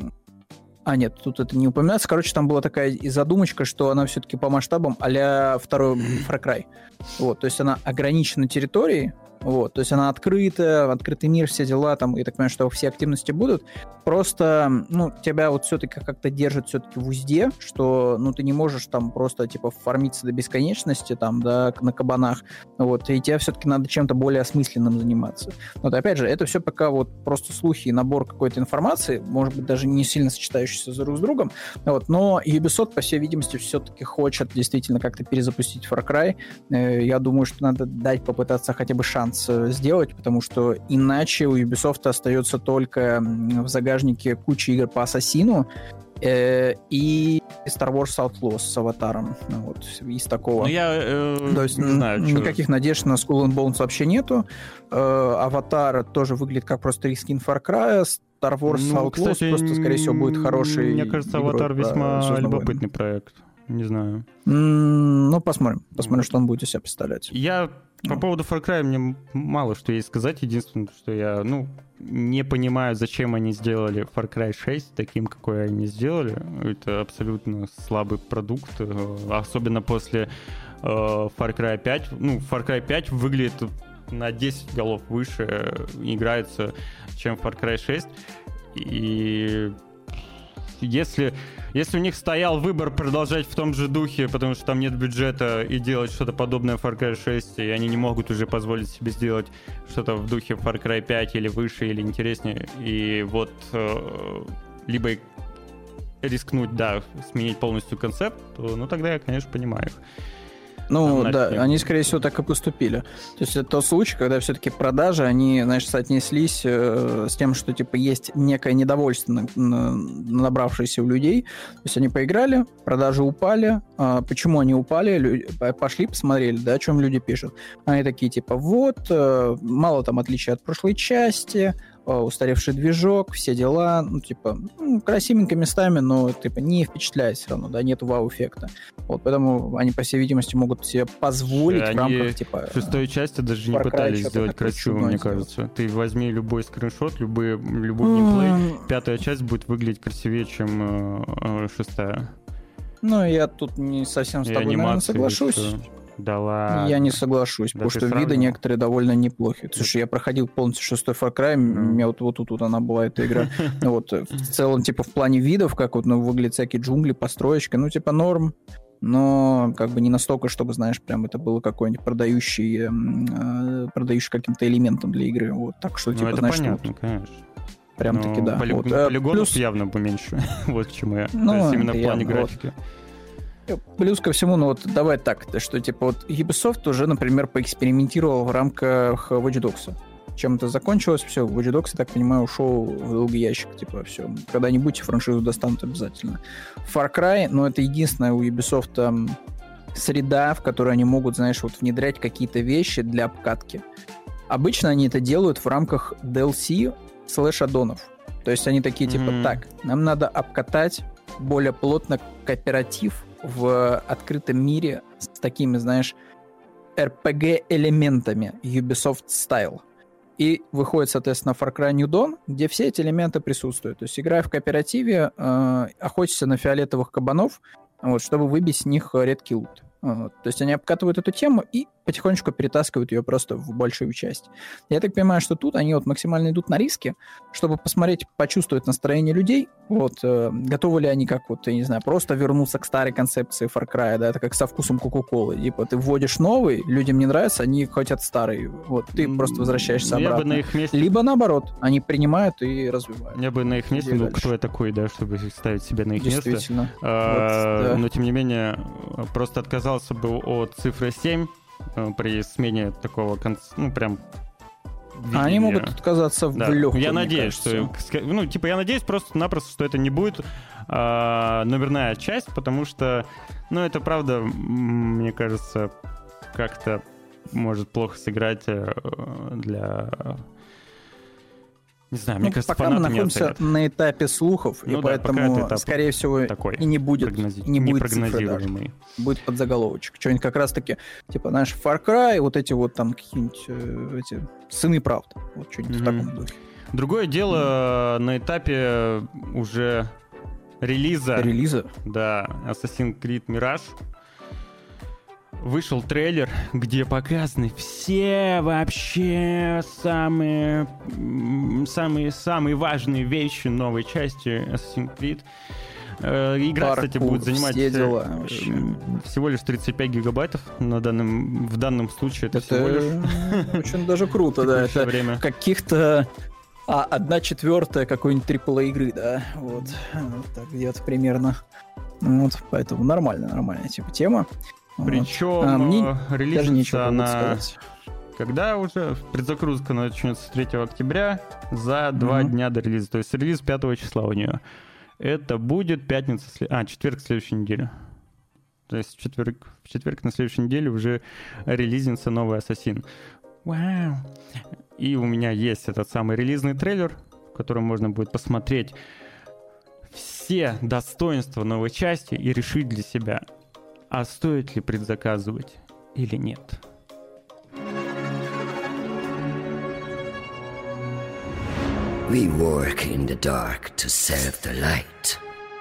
А, нет, тут это не упоминается. Короче, там была такая и задумочка, что она все-таки по масштабам а-ля второй Far Cry. Вот, то есть она ограничена территорией, вот, то есть она открыта, открытый мир, все дела, там, я так понимаю, что все активности будут. Просто, ну, тебя вот все-таки как-то держит все-таки в узде, что, ну, ты не можешь там просто, типа, фармиться до бесконечности, там, да, на кабанах, вот, и тебе все-таки надо чем-то более осмысленным заниматься. Вот, опять же, это все пока вот просто слухи и набор какой-то информации, может быть, даже не сильно сочетающиеся друг с другом, вот, но Ubisoft, по всей видимости, все-таки хочет действительно как-то перезапустить Far Cry. Я думаю, что надо дать попытаться хотя бы шанс сделать, потому что иначе у Ubisoft остается только в загажнике куча игр по Ассасину э, и Star Wars Outlaws с Аватаром. Вот, из такого. Ну, я э, То есть не знаю, никаких что... надежд на Skull and Bones вообще нету. Э, Аватар тоже выглядит как просто рескин Far Cry. Star Wars ну, Outlaws кстати, просто, скорее всего, будет хороший. Мне кажется, Аватар весьма любопытный проект. Не знаю. Mm, ну, посмотрим. Посмотрим, mm. что он будет из себя представлять. Я по поводу Far Cry мне мало что есть сказать. Единственное, что я, ну, не понимаю, зачем они сделали Far Cry шесть таким, какой они сделали. Это абсолютно слабый продукт. Особенно после э, Far Cry пять. Ну, Far Cry пять выглядит на десять голов выше, играется, чем Far Cry шесть. И... Если, если у них стоял выбор продолжать в том же духе, потому что там нет бюджета, и делать что-то подобное Far Cry шесть, и они не могут уже позволить себе сделать что-то в духе Far Cry пять или выше, или интереснее, и вот э, либо рискнуть, да, сменить полностью концепт, то, ну тогда я, конечно, понимаю их. Ну, да, они, скорее всего, так и поступили. То есть это тот случай, когда все-таки продажи, они, знаешь, соотнеслись э, с тем, что, типа, есть некое недовольство, на, на, набравшееся у людей. То есть они поиграли, продажи упали. А почему они упали? Люди, пошли, посмотрели, да, о чем люди пишут. Они такие, типа, вот, э, мало там отличий от прошлой части, устаревший движок, все дела, ну, типа, ну, красивенько местами, но, типа, не впечатляет все равно, да, нет вау-эффекта. Вот, поэтому они, по всей видимости, могут себе позволить они в рамках, типа... в шестой части даже не пытались сделать красиво, мне кажется. Ты возьми любой скриншот, любой, любой геймплей, пятая часть будет выглядеть красивее, чем э, шестая. Ну, я тут не совсем с тобой, наверное, соглашусь. Да ладно. Я не соглашусь, Да потому ты что сравнивал? виды некоторые довольно неплохие. Слушай, я проходил полностью шестой Far Cry, у меня вот, вот тут вот она была, эта игра. Вот, в целом, типа, в плане видов, как вот ну, выглядят всякие джунгли, построечка, ну, типа, норм, но как бы не настолько, чтобы, знаешь, прям это было какой-нибудь продающий, э, продающий каким-то элементом для игры. Вот, так что, Ну, типа, это знаешь, понятно, вот, конечно. прям-таки, Ну, да. поли- Вот. ну, Э, полигонов плюс- явно поменьше. Вот к чему я. Ну, То есть именно это в плане явно, вот. графики. Плюс ко всему, ну вот давай так, то что типа вот Ubisoft уже, например, поэкспериментировал в рамках Watch Dogs. Чем это закончилось, все, Watch Dogs, я так понимаю, ушел в долгий ящик, типа, все. Когда-нибудь франшизу достанут обязательно. Far Cry, ну это единственная у Ubisoft там, среда, в которой они могут, знаешь, вот внедрять какие-то вещи для обкатки. Обычно они это делают в рамках ди эл си слэш аддонов. То есть они такие, типа, Мгм. так, нам надо обкатать более плотно кооператив в открытом мире с такими, знаешь, эр пи джи-элементами Ubisoft Style. И выходит, соответственно, Far Cry New Dawn, где все эти элементы присутствуют. То есть, играя в кооперативе, э, охотишься на фиолетовых кабанов, вот, чтобы выбить с них редкий лут. Вот. То есть они обкатывают эту тему и потихонечку перетаскивают ее просто в большую часть. Я так понимаю, что тут они вот максимально идут на риски, чтобы посмотреть, почувствовать настроение людей, вот, э, готовы ли они, как вот, я не знаю, просто вернуться к старой концепции Far Cry, да, это как со вкусом Кока-Колы. Типа ты вводишь новый, людям не нравится, они хотят старый. Вот, ты М, просто возвращаешься я бы обратно. на их месте- Либо наоборот, они принимают и развивают. Я бы на их месте, Иди ну, дальше. кто я такой, да, чтобы ставить себя на их место. Действительно. А, Вот, да. Но, тем не менее, просто отказался бы от цифры семь э, при смене такого, конц- ну, прям... А они видения. могут отказаться Да. в легкую, Я мне надеюсь, кажется. что... Ну, типа, я надеюсь просто-напросто, что это не будет а, номерная часть, потому что, ну, это правда, м, мне кажется, как-то может плохо сыграть э, для... Не знаю, мне Ну, кажется, пока мы фанаты не находимся оценят. на этапе слухов, Ну и да, пока поэтому, это этап скорее всего, такой и не будет, Прогнози- и не будет цифры даже. непрогнозируемый. Будет подзаголовочек. Что-нибудь как раз-таки, типа, знаешь, Far Cry, вот эти вот там какие-нибудь э, эти сыны правды. Вот что-нибудь в Мгм. таком духе. Другое дело на этапе уже релиза, Релиза. да, Assassin's Creed Mirage. Вышел трейлер, где показаны все вообще самые м, самые самые важные вещи новой части Assassin's Creed. Э, Игра, кстати, Паркур, будет занимать все э, дела вообще. м, всего лишь тридцать пять гигабайтов на данном, в данном случае. Это, всего лишь Это очень даже круто, да. текущее Это время. каких-то а, одна четвертая какой-нибудь трипл эй игры, да. Вот. Вот так где-то примерно. Ну Вот, поэтому нормально, нормальная типа тема. Вот. Причем А, мне э, Даже релизится нечего было она... сказать. Когда уже предзагрузка начнется третьего октября, за два Мгм. дня до релиза. То есть релиз пятого числа у нее. Это будет пятница, сле- а, четверг следующей недели. То есть в четверг, в четверг на следующей неделе уже релизится новый Ассасин. Вау! И у меня есть этот самый релизный трейлер, в котором можно будет посмотреть все достоинства новой части и решить для себя, а стоит ли предзаказывать или нет. We work in the dark to serve the light.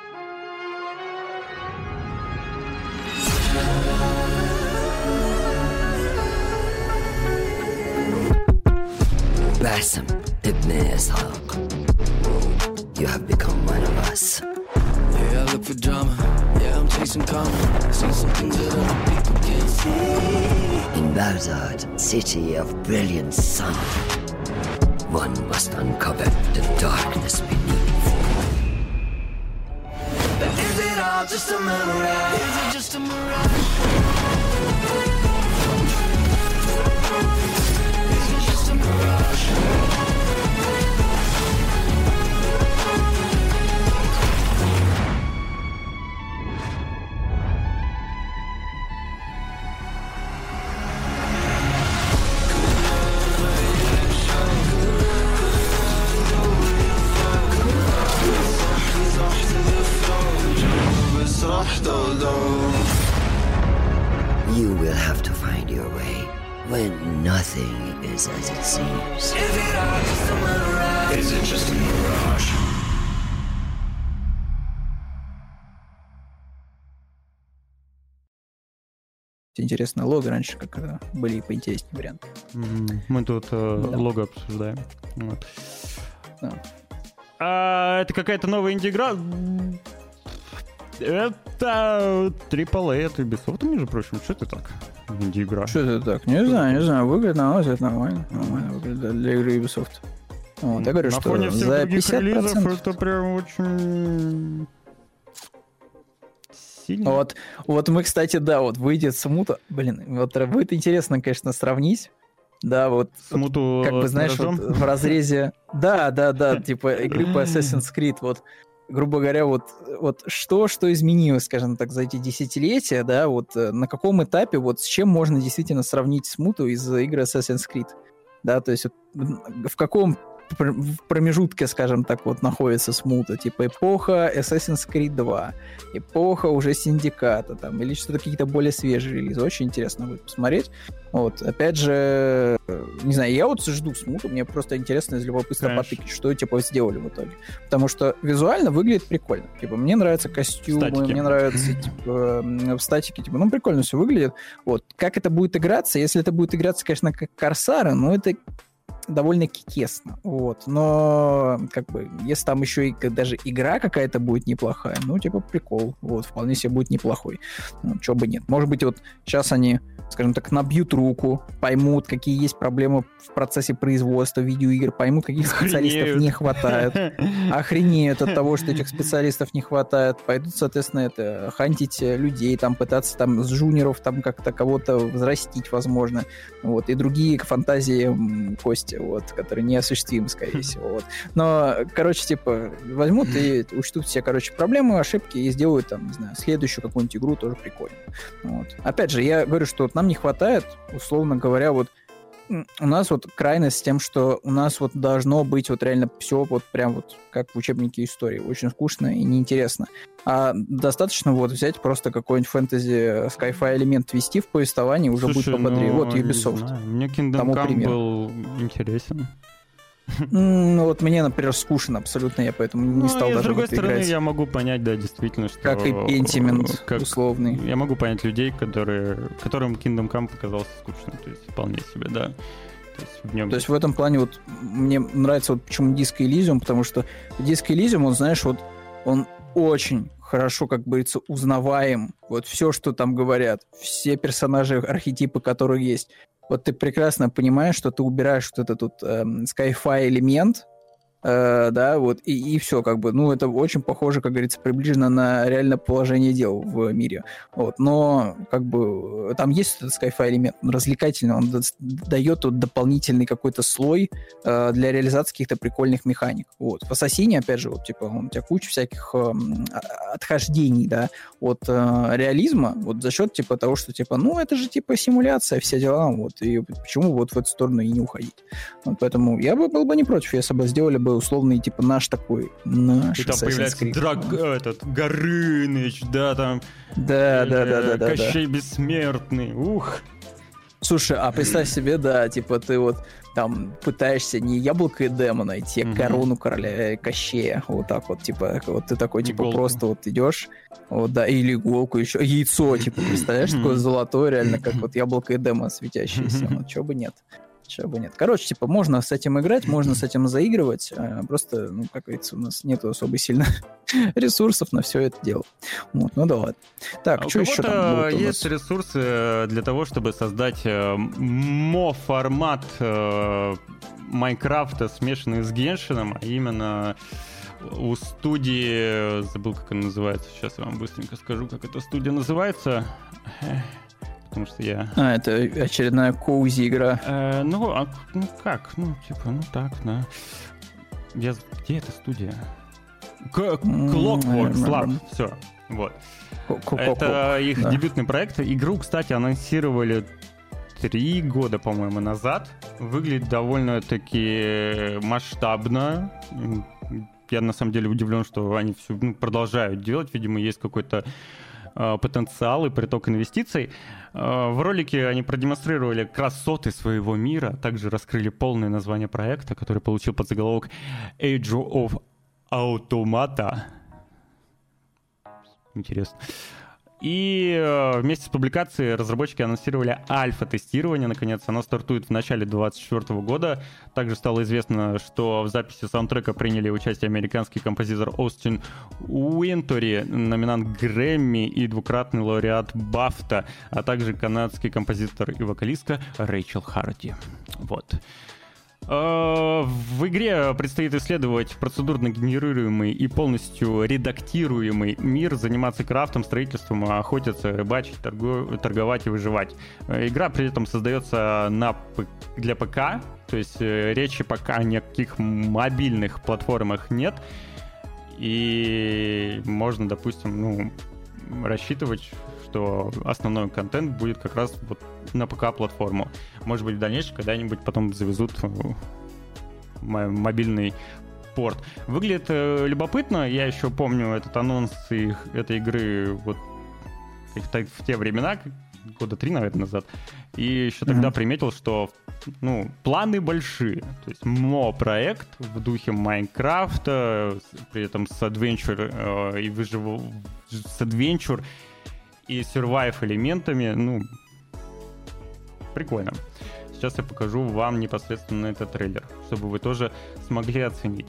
Bassem Ibn Ishaq, you have become one of us. Yeah, I look for drama. Yeah, I'm chasing karma. See some things that other people can't see. In Baghdad, city of brilliant sun, one must uncover the darkness beneath. Is it all just a mirage? Is it just a mirage? Is it just a mirage? You will have to find your way when nothing is as it seems. Is it all just a mirage? Is it just a mirage? интересное лого. Раньше как были поинтереснее варианты. Mm-hmm. Мы тут э, да. лого обсуждаем. Вот. Да. А, это какая-то новая интеграция? Это трипл эй от Ubisoft, между прочим. Что это так? Инди-игра. Что это так? Не знаю, не знаю. Выглядит на мой взгляд нормально. Нормально выглядит для игры Ubisoft. Вот, я говорю, на что фоне всех за других пятьдесят процентов... релизов это прям очень сильно. Вот, вот мы, кстати, да, вот выйдет смута. Блин, вот будет интересно, конечно, сравнить. Да, вот. Смуту как бы, знаешь, вот в разрезе... Да, да, да, типа игры по Assassin's Creed, вот. Грубо говоря, вот, вот что, что изменилось, скажем так, за эти десятилетия, да, вот на каком этапе, вот с чем можно действительно сравнить смуту из игры Assassin's Creed, да, то есть вот, в каком в промежутке, скажем так, вот находится смута, типа эпоха Assassin's Creed два, эпоха уже Синдиката, там, или что-то какие-то более свежие релизы. Очень интересно будет посмотреть. Вот, опять же, не знаю, я вот жду смуту, мне просто интересно из любопытства потыкать, что, типа, сделали в итоге. Потому что визуально выглядит прикольно. Типа, мне нравятся костюмы, статики. Мне нравятся, типа, статики, типа, ну, прикольно все выглядит. Вот, как это будет играться? Если это будет играться, конечно, как Корсары, ну, это довольно кекесно, вот, но как бы, если там еще и даже игра какая-то будет неплохая, ну, типа, прикол, вот, вполне себе будет неплохой, ну, чего бы нет. Может быть, вот сейчас они, скажем так, набьют руку, поймут, какие есть проблемы в процессе производства видеоигр, поймут, каких специалистов Охренеют. не хватает, охренеют от того, что этих специалистов не хватает, пойдут, соответственно, это, хантить людей, там, пытаться там с джуниоров там как-то кого-то взрастить, возможно, вот, и другие фантазии Кости, вот, которые неосуществимы, скорее всего, вот. Но, короче, типа, возьмут и учтут все, короче, проблемы, ошибки и сделают, там, не знаю, следующую какую-нибудь игру тоже прикольно. Вот. Опять же, я говорю, что вот нам не хватает, условно говоря, вот у нас вот крайность с тем, что у нас вот должно быть вот реально все вот прям вот как в учебнике истории. Очень скучно и неинтересно. А достаточно вот взять просто какой-нибудь фэнтези sci-fi элемент ввести в повествование, уже Слушай, будет пободрее. Ну, вот Ubisoft. Мне Kingdom Come был интересен. Ну вот мне, например, скучно абсолютно, я поэтому не ну, стал и даже с другой вот стороны, играть. я могу понять, да, действительно, что... Как и Pentiment как... условный. Я могу понять людей, которые... которым Kingdom Come показался скучным, то есть вполне себе, да. То есть в нем... То есть в этом плане вот мне нравится вот почему Disco Elysium, потому что Disco Elysium, он, знаешь, вот он очень хорошо, как говорится, узнаваем. Вот все, что там говорят, все персонажи, архетипы, которые есть. Вот ты прекрасно понимаешь, что ты убираешь вот этот вот э, sci-fi элемент, э, да, вот, и, и все, как бы, ну, это очень похоже, как говорится, приближено на реальное положение дел в мире, вот, но, как бы, там есть этот sci-fi элемент, он развлекательный, он дает вот дополнительный какой-то слой э, для реализации каких-то прикольных механик, вот. В Ассасине, опять же, вот, типа, он, у тебя куча всяких э, отхождений, да, от э, реализма, вот, за счет, типа, того, что, типа, ну, это же, типа, симуляция, все дела, вот, и почему вот в эту сторону и не уходить, вот, поэтому я бы был бы не против, если бы сделали бы условный, типа, наш такой, наш и там появляется Драг... этот, Горыныч, да, там... Да, да, да, да, да. Кощей да. Бессмертный, ух. Слушай, а представь себе, да, типа, ты вот там пытаешься не яблоко Эдема найти, а угу. корону короля Кощея, вот так вот, типа, вот ты такой, типа, иголку. Просто вот идешь, вот, да, или иголку еще, яйцо, типа, представляешь, такое золотое, реально, как вот яблоко Эдема светящееся, ну, чего бы нет. Чего бы нет. Короче, типа, можно с этим играть, можно с этим заигрывать, а просто, ну, как говорится, у нас нету особо сильно ресурсов на все это дело. Вот, ну да ладно. Так, а что еще там? Есть ресурсы для того, чтобы создать мо-формат Майнкрафта, смешанный с Геншином, а именно у студии, забыл, как она называется, сейчас я вам быстренько скажу, как эта студия называется. Потому что я... А, это очередная коузи игра. Э, ну, а, ну как? Ну, типа, ну так, да. Я... Где эта студия? Clockworks Lab. Все, вот. Это их да. дебютный проект. Игру, кстати, анонсировали три года, по-моему, назад. Выглядит довольно-таки масштабно. Я, на самом деле, удивлен, что они все ну, продолжают делать. Видимо, есть какой-то потенциал и приток инвестиций. В ролике они продемонстрировали красоты своего мира, также раскрыли полное название проекта, который получил подзаголовок Age of Automata. Интересно. И вместе с публикацией разработчики анонсировали альфа-тестирование, наконец, оно стартует в начале двадцать четвёртого года. Также стало известно, что в записи саундтрека приняли участие американский композитор Остин Уинтори, номинант Грэмми и двукратный лауреат Бафта, а также канадский композитор и вокалистка Рэйчел Харди. Вот. В игре предстоит исследовать процедурно генерируемый и полностью редактируемый мир, заниматься крафтом, строительством, охотиться, рыбачить, торгу... торговать и выживать. Игра при этом создается на... для ПК, то есть речи пока о никаких мобильных платформах нет. И можно, допустим, ну, рассчитывать, что основной контент будет как раз вот на ПК-платформу. Может быть, в дальнейшем когда-нибудь потом завезут мобильный порт. Выглядит э, любопытно. Я еще помню этот анонс их, этой игры вот в те времена, года три, наверное, назад. И еще тогда mm-hmm. приметил, что ну, планы большие. То есть мо-проект в духе Майнкрафта, при этом с adventure э, и выжив... с adventure и survive элементами, ну, прикольно. Сейчас я покажу вам непосредственно этот трейлер, чтобы вы тоже смогли оценить.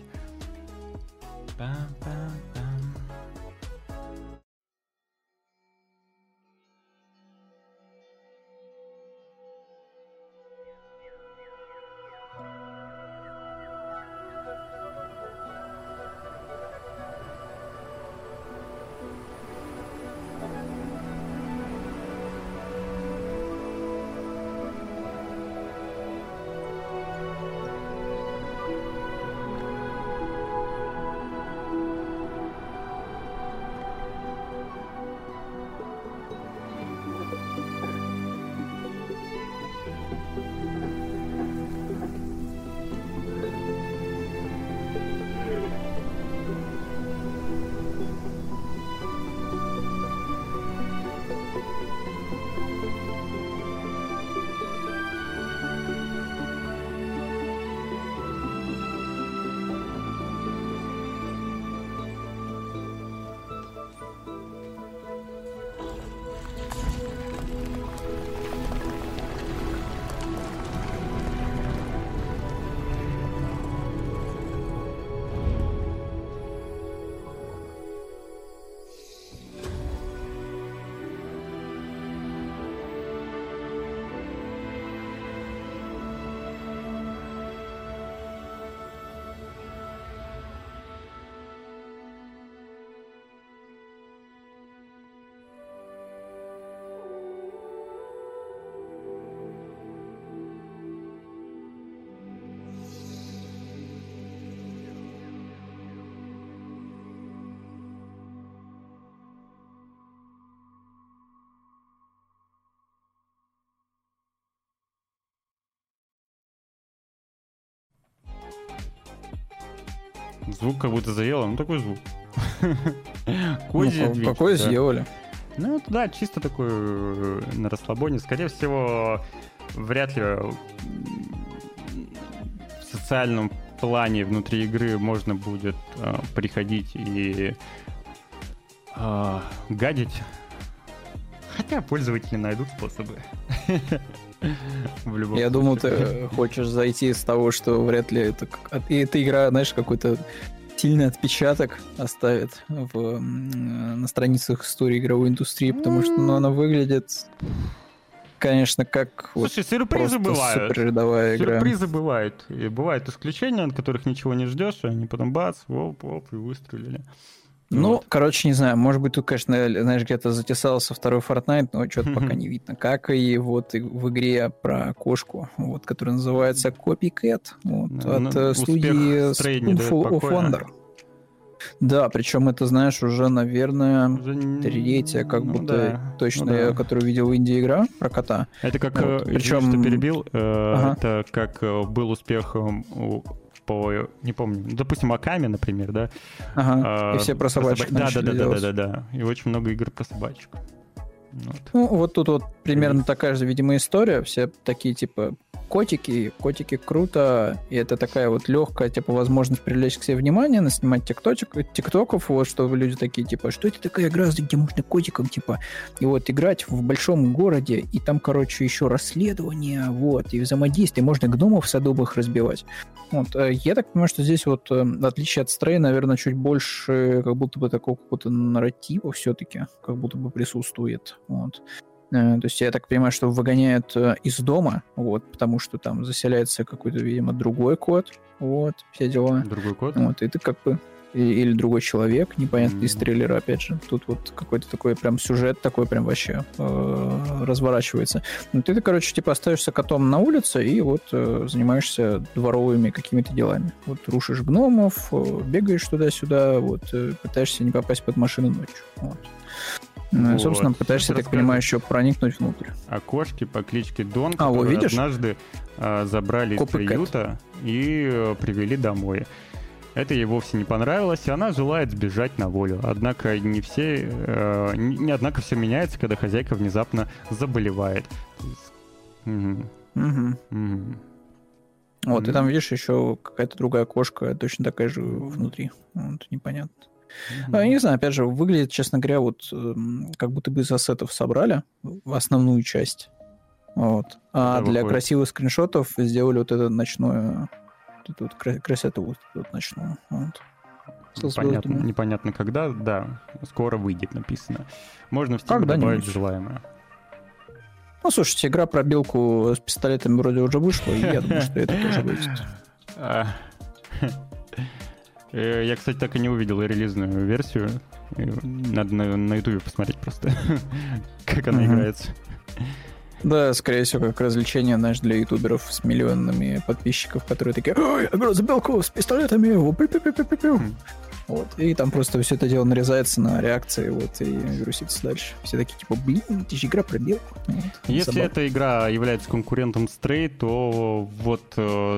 Звук как будто заело, ну такой звук. Кози, ну, какой да. Сделали? Ну да, чисто такой на расслабоне. Скорее всего, вряд ли в социальном плане внутри игры можно будет э, приходить и э, гадить. Хотя пользователи найдут способы. Я думал, ты хочешь зайти с того, что вряд ли это, эта игра, знаешь, какой-то сильный отпечаток оставит в, на страницах истории игровой индустрии, потому что ну, она выглядит, конечно, как Слушай, вот сюрпризы бывают. Суперрядовая игра. Сюрпризы бывают. И бывают исключения, от которых ничего не ждешь, и они потом бац, оп-оп, и выстрелили. Ну, вот. Короче, не знаю, может быть, тут, конечно, знаешь, где-то затесался второй Fortnite, но что-то пока не видно. Как и вот в игре про кошку, вот, которая называется Copycat, вот, ну, от ну, студии Spoonful of Wonder. Да, причем это, знаешь, уже, наверное, уже... третья, как ну, будто да. точно, ну, да. которую видел инди-игра про кота. Это как, вот, причем... что перебил, ага. это как был успех у... по, не помню, допустим, Аками, например, да? Ага, а, и все про собачек про собач... да, да, да, да, да, да, и очень много игр про собачек. Вот. Ну, вот тут вот примерно такая же, видимо, история. Все такие, типа, котики, котики круто, и это такая вот легкая, типа, возможность привлечь к себе внимание, наснимать тикточек, тиктоков, вот, чтобы люди такие, типа, что это такая игра, где можно котиком, типа, и вот играть в большом городе, и там, короче, еще расследование, вот, и взаимодействие, можно гномов в садовых разбивать. Вот, я так понимаю, что здесь вот, в отличие от Stray, наверное, чуть больше, как будто бы такого какого-то нарратива все-таки, как будто бы присутствует, вот. То есть я так понимаю, что выгоняют из дома, вот, потому что там заселяется какой-то, видимо, другой кот, вот, все дела. Другой кот? Вот, и ты как бы... Или, или другой человек, непонятно, mm-hmm. из трейлера, опять же. Тут вот какой-то такой прям сюжет такой прям вообще э, разворачивается. Ну, ты, короче, типа остаешься котом на улице и вот э, занимаешься дворовыми какими-то делами. Вот рушишь гномов, э, бегаешь туда-сюда, вот, э, пытаешься не попасть под машину ночью. Вот. Ну, вот. Собственно, пытаешься, так понимаю, еще проникнуть внутрь. О кошке по кличке Дон, а, которую видишь? однажды э, забрали из приюта и э, привели домой. Это ей вовсе не понравилось, и она желает сбежать на волю. Однако не все, э, не, однако все меняется, когда хозяйка внезапно заболевает. Угу. Угу. Угу. Вот, mm-hmm. и там, видишь, еще какая-то другая кошка, точно такая же внутри. Вот, непонятно. Mm-hmm. А, я не знаю, опять же, выглядит, честно говоря, вот как будто бы из ассетов собрали в основную часть. Вот. А это для выходит. красивых скриншотов сделали вот это ночное... Тут вот красоту вот, вот ночную. Вот. Непонятно, непонятно когда, да. Скоро выйдет, написано. Можно в Steam добавить желаемое. Ну, слушайте, игра про белку с пистолетами вроде уже вышла, и я думаю, что это тоже выйдет. Я, кстати, так и не увидел релизную версию. Надо на Ютубе посмотреть просто, как она играется. Да, скорее всего, как развлечение, знаешь, для ютуберов с миллионами подписчиков, которые такие: «Ой, я беру за белку с пистолетами!» Вот, и там просто все это дело нарезается на реакции, вот, и вирусится дальше. Все такие, типа, блин, это же игра про белку. Вот, если забавно. Эта игра является конкурентом Stray, то вот э,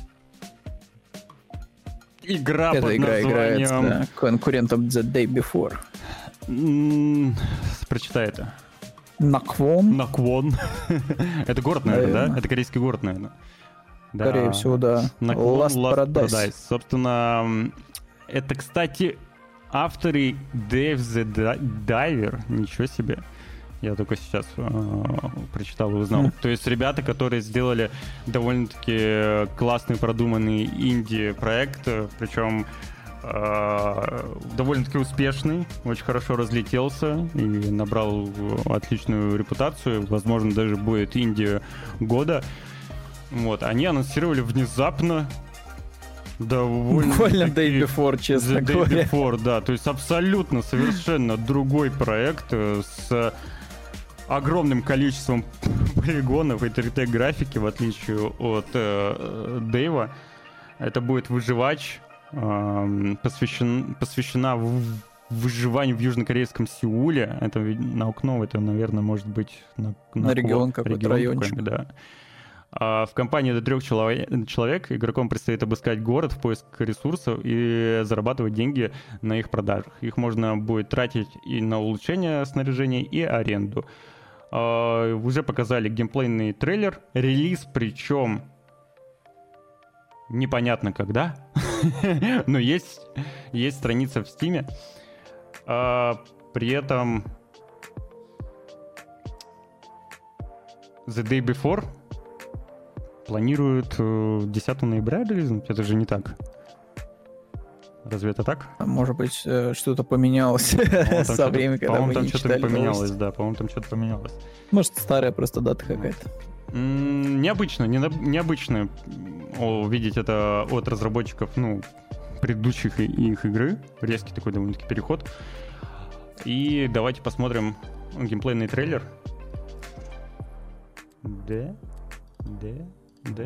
игра эта под игра названием... играет, да, конкурентом The Day Before. М-м, прочитай это. Наквон. Наквон. Это город, наверное, да? Это корейский город, наверное. Скорее да. всего, да. Наквон, Last, Last Paradise. Paradise. Собственно, это, кстати, авторы Dave the Diver. Ничего себе. Я только сейчас э, прочитал и узнал. Mm. То есть ребята, которые сделали довольно-таки классный, продуманный инди-проект, причем э, довольно-таки успешный, очень хорошо разлетелся и набрал отличную репутацию. Возможно, даже будет инди года. Вот. Они анонсировали внезапно довольно... Буквально Day Before, честно Day говоря. Before, да. То есть абсолютно, совершенно другой проект с огромным количеством полигонов и три дэ-графики, в отличие от э, Дэйва. Это будет выживач, э, посвящен, посвящена в, выживанию в южнокорейском Сеуле. Это на окно, это, наверное, может быть... На, на, на регион какой-то, райончик. Да. В компании до трех человек игрокам предстоит обыскать город в поиск ресурсов и зарабатывать деньги на их продажах. Их можно будет тратить и на улучшение снаряжения, и аренду. Уже показали геймплейный трейлер. Релиз, причем непонятно когда, но есть, есть страница в Steam. При этом The Day Before планируют десятого ноября релизнуть. Это же не так. Разве это так? Может быть, что-то поменялось со временем, когда мы не читали. По-моему, там что-то поменялось, да. По-моему, там что-то поменялось. Может, старая просто дата какая-то. Необычно, необычно увидеть это от разработчиков, ну, предыдущих их игры. Резкий такой довольно-таки переход. И давайте посмотрим геймплейный трейлер. Да, да. Да.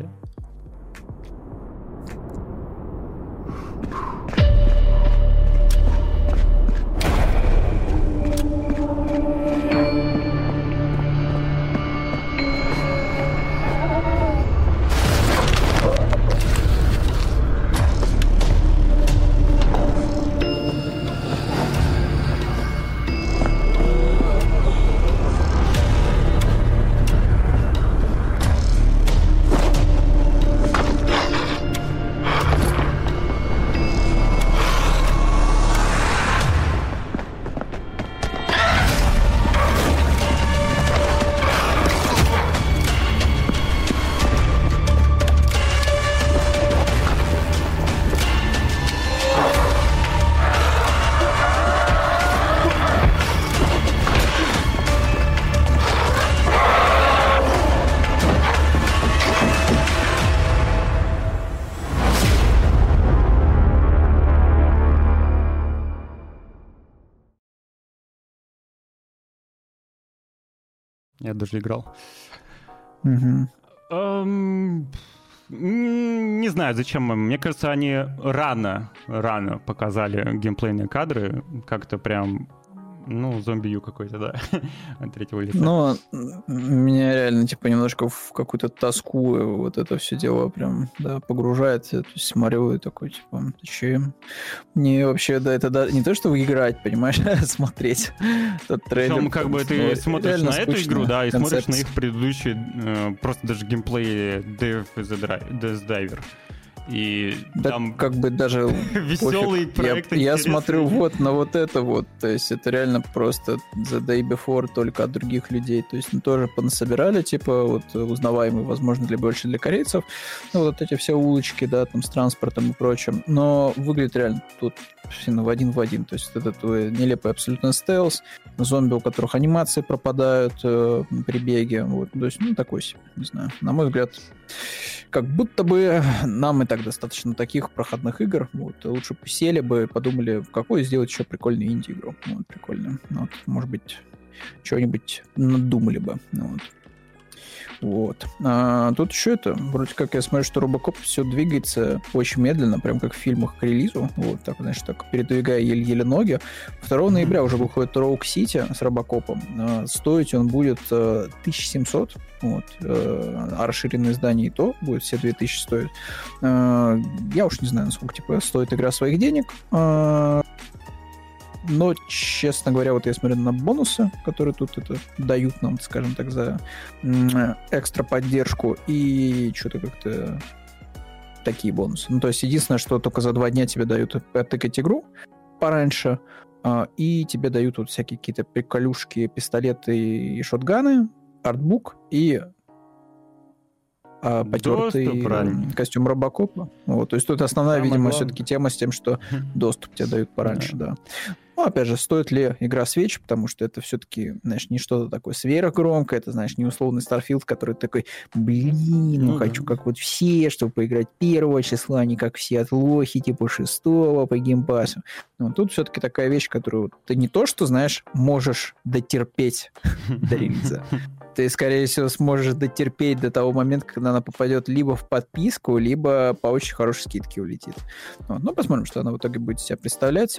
Я даже играл. Угу. Эм, не знаю, зачем им. Мне кажется, они рано, рано показали геймплейные кадры. Как-то прям... Ну, зомби-ю какой-то, да, от третьего лица. Но меня реально, типа, немножко в какую-то тоску вот это все дело прям, да, погружает. То есть смотрю и такой, типа, зачем? Мне вообще, да, это да, не то, чтобы играть, понимаешь, а смотреть этот трейлер. Причем, как бы ты смотришь на эту игру, да, и концепция. смотришь на их предыдущие, э, просто даже геймплей Death Diver. И да, там как бы даже веселый проект. Я, я смотрю вот на вот это вот, то есть это реально просто The Day Before только от других людей, то есть мы тоже понасобирали, типа вот узнаваемый, возможно, для больше для корейцев, ну вот эти все улочки, да, там с транспортом и прочим, но выглядит реально тут в один в один, то есть этот нелепый абсолютно стелс, зомби, у которых анимации пропадают э, при беге, вот, то есть, ну, такой себе, не знаю, на мой взгляд, как будто бы нам и так достаточно таких проходных игр, вот, лучше бы сели бы, подумали, в какую сделать еще прикольную инди-игру, вот, прикольно, вот, может быть, что-нибудь надумали бы, вот. Вот. А тут еще это, вроде как я смотрю, что Робокоп все двигается очень медленно, прям как в фильмах к релизу. Вот так, значит, так передвигая еле-еле ноги. второго ноября уже выходит Роук Сити с Робокопом. А, стоить он будет а, тысяча семьсот. Вот. А расширенное издание и то будет все две тысячи стоить. А, я уж не знаю, насколько типа стоит игра своих денег. А, но, честно говоря, вот я смотрю на бонусы, которые тут это дают нам, скажем так, за экстра поддержку, и что-то как-то такие бонусы. Ну, то есть единственное, что только за два дня тебе дают оттыкать игру пораньше, и тебе дают вот всякие какие-то приколюшки, пистолеты и шотганы, артбук и потертый доступ, костюм Робокопа. Вот, то есть тут основная, Самое видимо, главное. все-таки тема с тем, что доступ тебе дают пораньше, да. Ну, опять же, стоит ли игра свеч, потому что это все-таки, знаешь, не что-то такое сверхгромкое, это, знаешь, не условный Starfield, который такой, блин, ну, Ну, хочу да. как вот все, чтобы поиграть первого числа, а не как все от лохи, типа шестого по геймпасу. Но тут все-таки такая вещь, которую ты не то, что, знаешь, можешь дотерпеть до релиза, ты, скорее всего, сможешь дотерпеть до того момента, когда она попадет либо в подписку, либо по очень хорошей скидке улетит. Вот. Ну, посмотрим, что она в итоге будет себя представлять.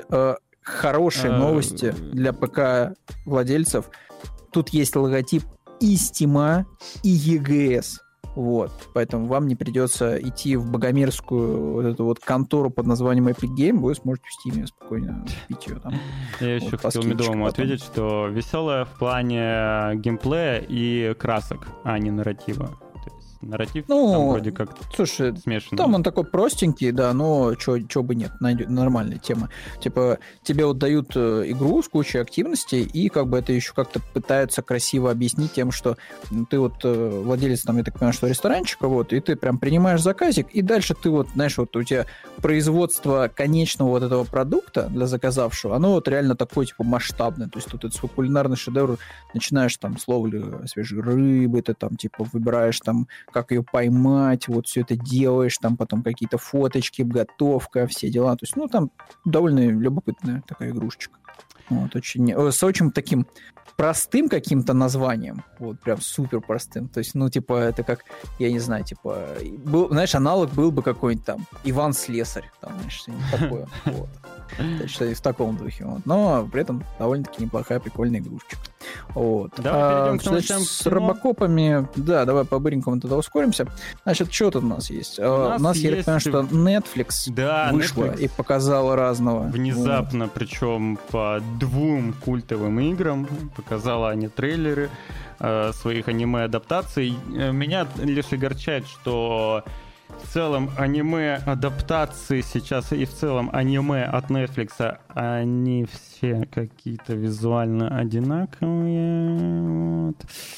Хорошие новости для ПК-владельцев. Тут есть логотип и Steam, и и джи эс. Вот. Поэтому вам не придется идти в богомерзкую вот эту вот контору под названием Epic Game, вы сможете в Steam спокойно купить ее там. Я вот, еще по хотел скидочке Медовому потом. ответить, что веселая в плане геймплея и красок, а не нарратива. То есть нарратив Ну, там вроде как Слушай, смешанный. там он такой простенький, да, но чё бы нет, найдет, нормальная тема. Типа, тебе вот дают э, игру с кучей активностей, и как бы это еще как-то пытаются красиво объяснить тем, что ну, ты вот э, владелец, там, я так понимаю, что ресторанчика, вот, и ты прям принимаешь заказик, и дальше ты вот, знаешь, вот у тебя производство конечного вот этого продукта для заказавшего, оно вот реально такое, типа, масштабное. То есть тут это свой кулинарный шедевр, начинаешь там с ловли свежей рыбы, ты там, типа, выбираешь там, как ее поймать, вот все это делаешь, там потом какие-то фоточки, готовка, все дела. То есть, ну, там довольно любопытная такая игрушечка. Вот, очень, э, с очень таким простым каким-то названием, вот, прям супер простым. То есть, ну, типа, это как, я не знаю, типа, был, знаешь, аналог был бы какой-нибудь там Иван Слесарь, там, знаешь, что-нибудь такое. Вот. То есть, что-то в таком духе. Вот. Но при этом довольно-таки неплохая, прикольная игрушечка. Вот. Давай А, перейдем к значит, новостям с кино. Робокопами, да, давай по-быренькому тогда ускоримся. Значит, что тут у нас есть? У нас нас, я так есть- понимаю, что Netflix Да, вышла Netflix. и показала разного. Внезапно, причем по двум культовым играм, показала они трейлеры э, своих аниме-адаптаций. Э, Меня лишь огорчает, что в целом аниме-адаптации сейчас и в целом аниме от Netflix, они все какие-то визуально одинаковые. Вот.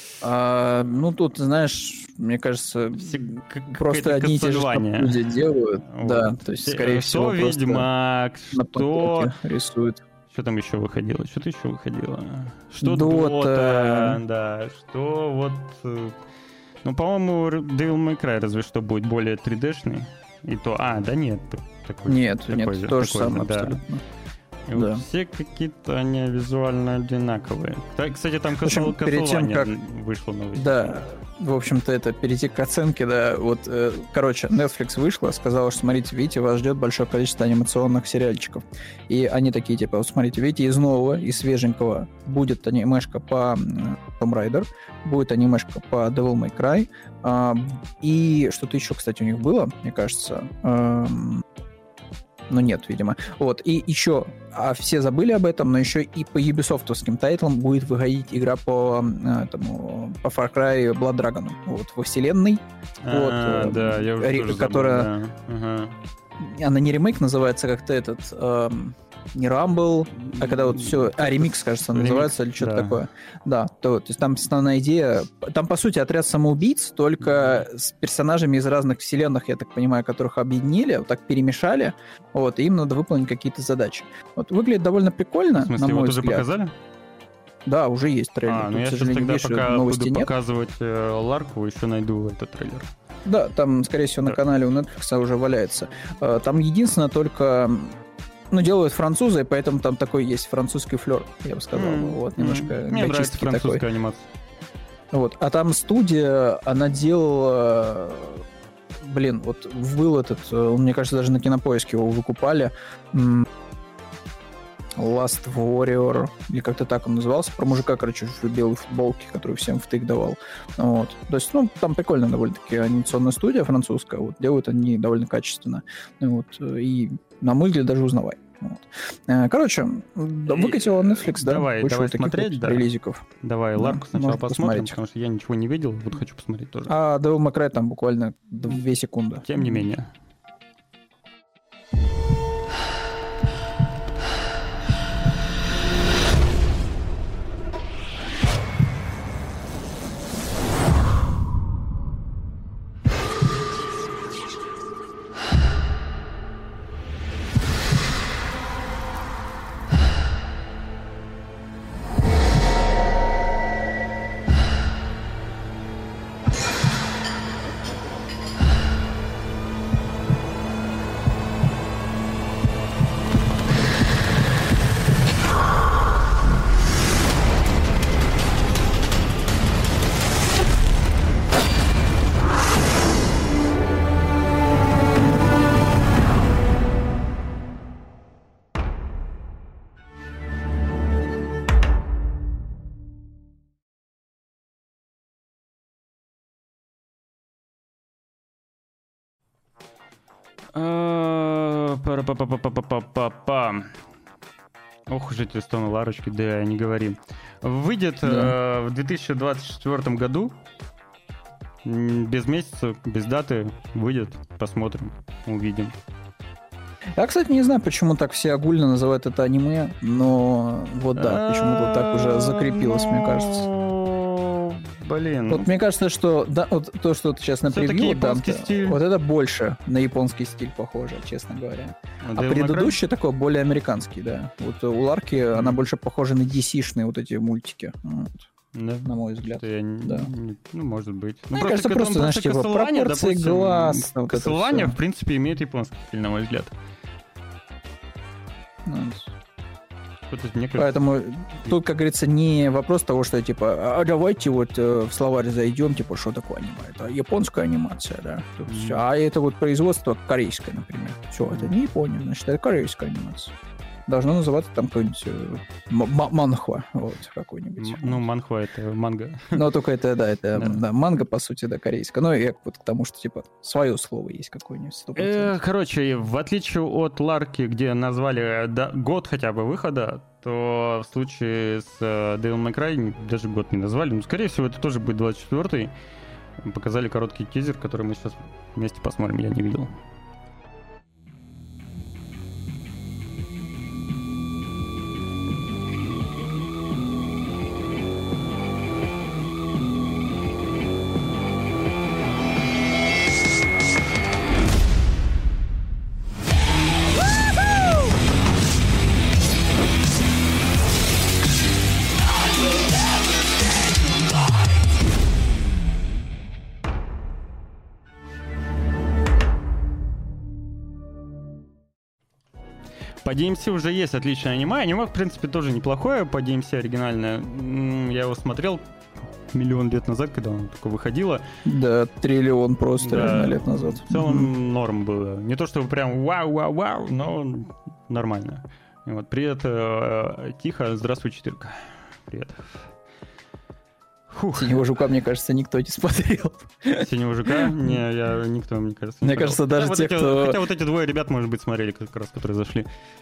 А, ну, тут, знаешь, мне кажется, Все к- просто какое-то одни и те же Castlevania. люди делают. Вот. Да, то есть, скорее Что всего, просто Ведьмак, на что... подборке рисуют. Что там еще выходило? Что-то еще выходило. Что Дота. Дота, да. Что вот... э, Ну, по-моему, Devil May Cry разве что будет более три дэ-шный. И то... А, да нет. Такой, Нет, такой нет, же, то же такой самое да. абсолютно. И Да. вот все какие-то они визуально одинаковые. Так, кстати, там В общем, Castle- перед тем, Castlevania как- вышла новость. Да, в общем-то, это перейти к оценке, да, вот, э, короче, Netflix вышла, сказала, что, смотрите, видите, вас ждет большое количество анимационных сериальчиков. И они такие, типа, вот смотрите, видите, из нового, из свеженького будет анимешка по м, Tomb Raider, будет анимешка по Devil May Cry, а, и что-то еще, кстати, у них было, мне кажется, эм, но нет, видимо. Вот, и еще, а все забыли об этом, но еще и по юбисофтовским тайтлам будет выходить игра по, э, этому, по Far Cry Blood Dragon, вот, во вселенной. Вот, А, э, да, я уже ре- тоже забыл, которая- да. Ага. Она не ремейк называется, как-то этот... эм, не Rumble, а когда вот все... А, ремикс, кажется, Ремикс, называется, или что-то да. такое. Да, то, то есть там основная идея... Там, по сути, отряд самоубийц, только с персонажами из разных вселенных, я так понимаю, которых объединили, вот так перемешали, вот, и им надо выполнить какие-то задачи. Вот выглядит довольно прикольно, В смысле, на мой вот уже взгляд. показали? Да, уже есть трейлер. А, Тут, ну я к сейчас сожалению, тогда, видишь, пока новости буду нет. показывать э, Ларку, еще найду этот трейлер. Да, там, скорее всего, на Да. канале у Netflix уже валяется. Э, Там единственное только... Ну, делают французы, поэтому там такой есть французский флер, я бы сказал. М, Вот, м. немножко Мне нравится гачистский французская такой. анимация. Вот. А там студия, она делала... Блин, вот был этот... э, Мне кажется, даже на Кинопоиске его выкупали. М, Last Warrior, или как-то так он назывался, про мужика, короче, в белой футболке, который всем втык давал. Вот. То есть, ну, там прикольно довольно-таки анимационная студия французская, вот, делают они довольно качественно. Вот. И, на мой взгляд, даже узнавай. Вот. Э, Короче, да, выкатила Netflix, да, Давай, кучу давай таких смотреть, вот да. релизиков. Давай Да, Ларку сначала можно посмотрим, посмотреть. потому что я ничего не видел, вот хочу посмотреть тоже. А Devil May Cry там буквально две секунды. Тем не менее. А, пара-па-па-па-па-па-па. Ох уж эти стоны Ларочки, да, не говори. Выйдет Да. э, в две тысячи двадцать четвёртом году. М, Без месяца, без даты выйдет. Посмотрим, увидим. Я, кстати, не знаю, почему так все огульно называют это аниме, но вот да, почему-то так уже закрепилось, мне кажется. Ну, Блин. Вот мне кажется, что да, вот то, что ты сейчас на Всё-таки превью, японский Данте, стиль. вот это больше на японский стиль похоже, честно говоря. А Devil May Cry? предыдущий такой более американский, да. Вот у Ларки она больше похожа на ди си-шные вот эти мультики, вот, Да. на мой взгляд. Это я не- Да. не- ну, может быть. Мне кажется, к- просто, ну, знаешь, типа, Castlevania, пропорции допустим, глаз, вот это Castlevania, всё. в принципе, имеет японский стиль, на мой взгляд. Ну, Что-то, мне кажется, Поэтому тут, как говорится, не вопрос того, что типа, а давайте вот э, в словарь зайдем, типа, что такое аниме? Это японская анимация, да. Тут Мгм. всё. А это вот производство корейское, например. Все, это не Япония, значит, это корейская анимация. Должно называться там какой-нибудь э, м- м- манхва, вот, какой-нибудь. м- ну, манхва — это манга. Но только это, да, это Да. да, манга, по сути, да, корейская. Ну, и вот к тому, что, типа, свое слово есть какое-нибудь. сто процентов. Э, Короче, в отличие от Ларки, где назвали да, год хотя бы выхода, то в случае с э, Devil May Cry даже год не назвали. Ну, скорее всего, это тоже будет двадцать четвёртый. Показали короткий тизер, который мы сейчас вместе посмотрим, я не видел. По ди эм си уже есть отличное аниме. Аниме, в принципе, тоже неплохое. По ди эм си оригинальное. Я его смотрел миллион лет назад, когда оно только выходило. Да, триллион просто Да. реально лет назад. В целом норм было. Не то, чтобы прям вау-вау-вау, но нормально. И вот, привет, э, Тихо, здравствуй, четырка. Привет. Фух. Синего жука, мне кажется, никто не смотрел. Синего жука? Не, я никто, мне кажется, не Мне смотрел. кажется, даже Хотя вот те, эти- кто- Хотя вот эти двое ребят, может быть, смотрели как раз, которые зашли.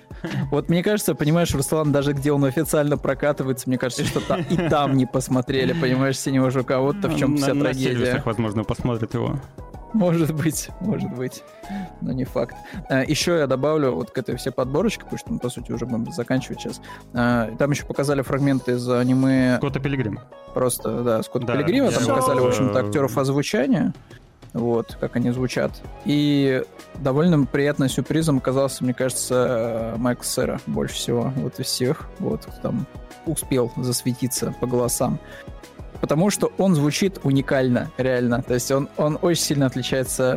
Вот мне кажется, понимаешь, Руслан, даже где он официально прокатывается, мне кажется, что та- и там не посмотрели, понимаешь, Синего жука. Вот-то в чем На- вся на трагедия. сервисах, возможно, посмотрят его. Может быть, может быть, но не факт. А, еще я добавлю вот к этой всей подборочке, потому что, ну, по сути, уже будем заканчивать сейчас. А, там еще показали фрагменты из аниме Скотта Пилигрим. просто, да, Скотта Да, Пилигрима. Там я показали, в вот, общем-то, э, актеров озвучания, вот, как они звучат. И довольно приятным сюрпризом оказался, мне кажется, Майкл Сера больше всего, вот из всех, вот, кто там успел засветиться по голосам. Потому что он звучит уникально, реально. То есть он, он очень сильно отличается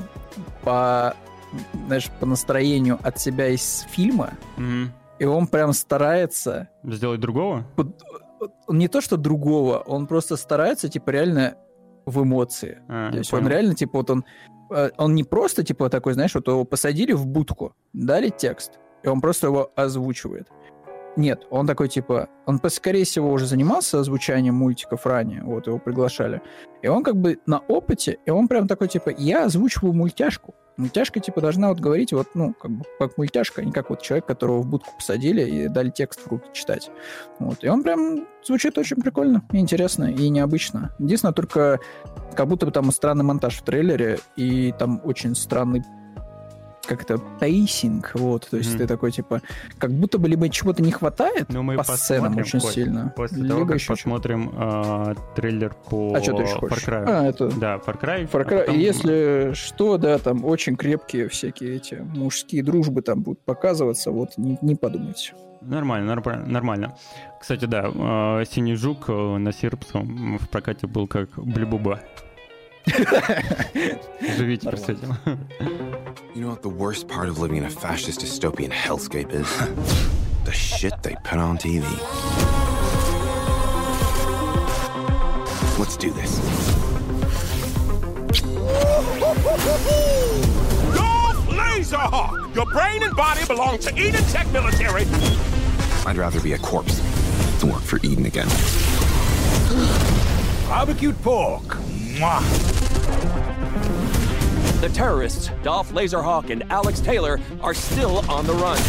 по, знаешь, по настроению от себя из фильма. Мгм. И он прям старается... Сделать другого? под- Он не то, что другого, он просто старается, типа, реально в эмоции. А, То я есть он понял. реально, типа, вот он... э, Он не просто, типа, такой, знаешь, вот его посадили в будку, дали текст, и он просто его озвучивает. Нет, он такой, типа... Он, по- скорее всего, уже занимался озвучанием мультиков ранее, вот, его приглашали. И он как бы на опыте, и он прям такой, типа, я озвучиваю мультяшку. Мультяшка, типа, должна вот говорить вот, ну, как бы, как мультяшка, а не как вот человек, которого в будку посадили и дали текст в руки читать. Вот, и он прям звучит очень прикольно, и интересно, и необычно. Единственное, только как будто бы там странный монтаж в трейлере, и там очень странный как-то пейсинг, вот, то есть Мгм. ты такой, типа, как будто бы либо чего-то не хватает Ну, мы по сценам посмотрим, очень Коль, сильно, После либо того, как еще что-то. посмотрим а, трейлер по А что ты еще Far хочешь? Cry. А, это... Да, Far Cry. Far а Cry, потом- если что, да, там очень крепкие всякие эти мужские дружбы там будут показываться, вот, не, не подумайте. Нормально, нормально, нормально. Кстати, да, э, Синий жук э, на сербском в прокате был как Блюбуба. Живите с этим. You know what the worst part of living in a fascist dystopian hellscape is? The shit they put on T V. Let's do this. Golf Laserhawk! Your brain and body belong to Eden Tech Military. I'd rather be a corpse than work for Eden again. Barbecued pork. Mwah. The terrorists, Dolph Laserhawk and Alex Taylor, are still on the run.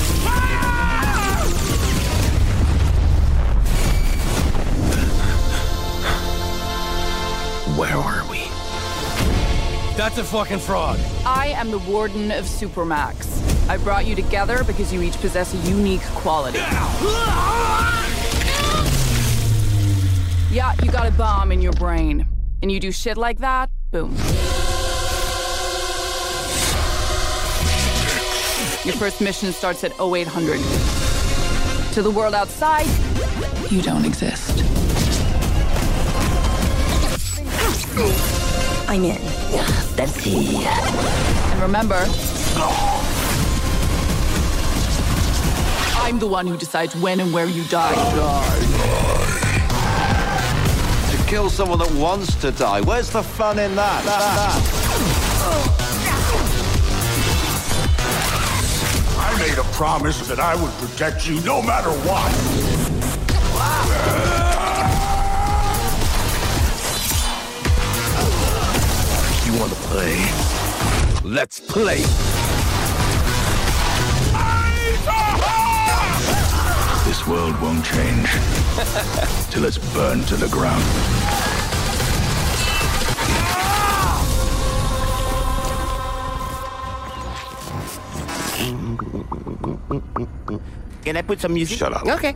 Where are we? That's a fucking fraud. I am the Warden of Supermax. I brought you together because you each possess a unique quality. Yeah, you got a bomb in your brain. And you do shit like that, boom. Your first mission starts at oh eight hundred. To the world outside, you don't exist. I'm in. Let's see. And remember, I'm the one who decides when and where you die. To kill someone that wants to die. Where's the fun in that? that, that? I made a promise that I would protect you no matter what. You want to play? Let's play. This world won't change till it's burned to the ground. Can I put some music? Shut up. Okay.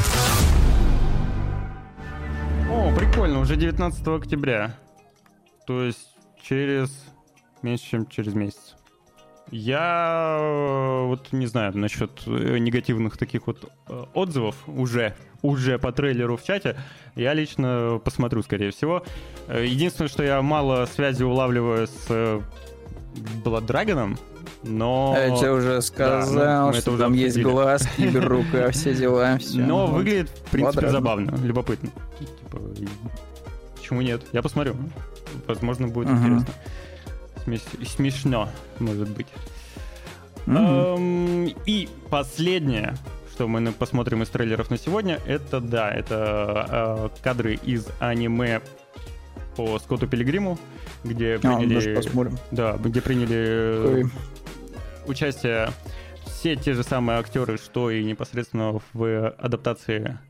О, прикольно, уже девятнадцатого октября. То есть через меньше, чем через месяц. Я э, вот не знаю насчет э, негативных таких вот э, отзывов уже, уже по трейлеру в чате. Я лично посмотрю, скорее всего. Э, Единственное, что я мало связи улавливаю с э, Blood Dragon, но... Я тебе уже сказал, да, ну, что там есть глазки, рука, все дела. Все. Но вот. Выглядит, в принципе, Blood забавно, Dragon. Любопытно. Типа, почему нет? Я посмотрю. Возможно, будет uh-huh. интересно. Смеш... Смешно, может быть. Uh-huh. Эм, и последнее, что мы посмотрим из трейлеров на сегодня, это, да, это э, кадры из аниме по Скотту Пилигриму, где приняли, а, да, где приняли Ой. участие все те же самые актеры, что и непосредственно в адаптации.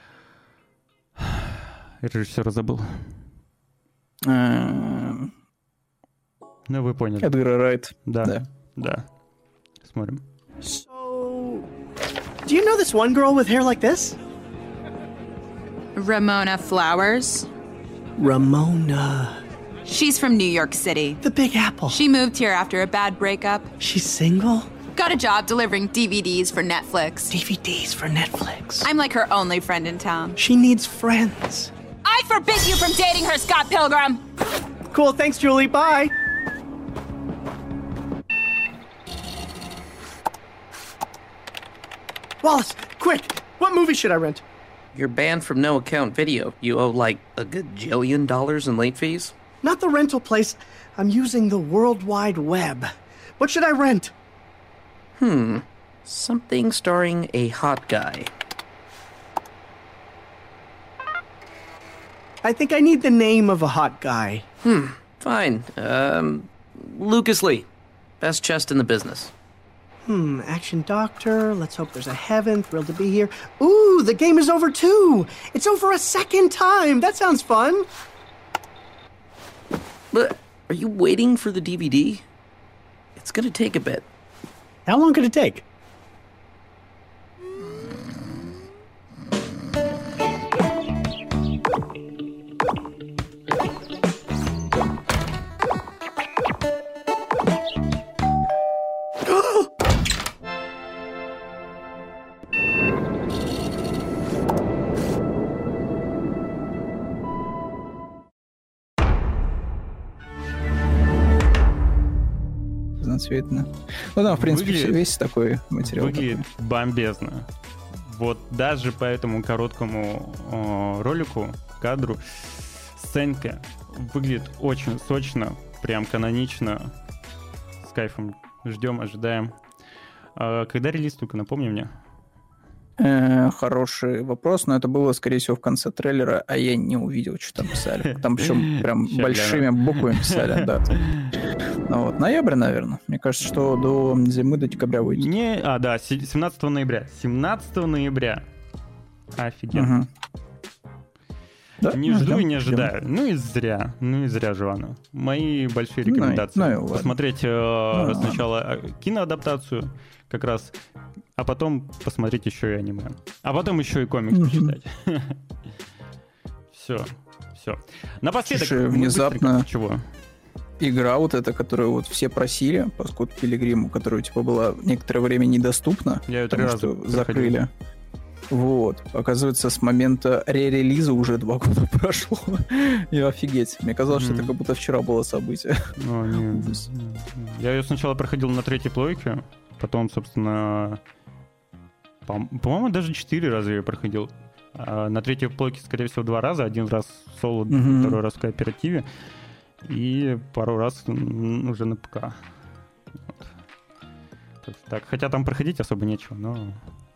Режиссера забыл. Uh... Ну, вы поняли. Эдгар Райт. Да, да, да. Смотрим. So, do you know this one girl with hair like this? Ramona Flowers. Ramona. She's from New York City. The Big Apple. She moved here after a bad breakup. She's single? Got a job delivering D V Ds for Netflix. D V Ds for Netflix? I'm like her only friend in town. She needs friends. I forbid you from dating her, Scott Pilgrim! Cool, thanks, Julie. Bye! Wallace, quick! What movie should I rent? You're banned from No Account Video. You owe, like, a gajillion dollars in late fees? Not the rental place. I'm using the World Wide Web. What should I rent? Hmm. Something starring a hot guy. I think I need the name of a hot guy. Hmm. Fine. Um, Lucas Lee. Best chest in the business. Hmm, Action Doctor, let's hope there's a heaven, thrilled to be here. Ooh, the game is over too! It's over a second time! That sounds fun! But are you waiting for the D V D? It's gonna take a bit. How long could it take? Цветно. Ну да, в принципе, выглядит, весь такой материал. Выглядит такой. Бомбезно. Вот даже по этому короткому о, ролику, кадру, сценка выглядит очень сочно, прям канонично. С кайфом ждем, ожидаем. А когда релиз, только напомни мне. Э, хороший вопрос, но это было, скорее всего, в конце трейлера, а я не увидел, что там писали. Там причем прям большими буквами писали, да. Ну вот, ноябрь, наверное. Мне кажется, что до зимы, до декабря выйдет. Не, а, да, семнадцатого ноября. семнадцатого ноября. Офигенно. Угу. Да? Не жду и не ожидаю. Ну и зря. Ну и зря, Жвана. Мои большие рекомендации. Ну, ну, посмотреть э, ну, сначала киноадаптацию, как раз, а потом посмотреть еще и аниме. А потом еще и комикс угу. почитать. Все, все. Напоследок. Слушай, внезапно... Чего? Игра вот эта, которую вот все просили по Скотту Пилигриму, которая типа была некоторое время недоступна, Я потому что закрыли. Вот. Оказывается, с момента ре-релиза уже два года прошло. И офигеть. Мне казалось, mm. что это как будто вчера было событие. О, не. Я ее сначала проходил на третьей плойке, потом, собственно, по- по-моему, даже четыре раза я ее проходил. А на третьей плойке, скорее всего, два раза. Один раз в соло, mm-hmm. второй раз в кооперативе. И пару раз уже на ПК. Вот. Так, хотя там проходить особо нечего, но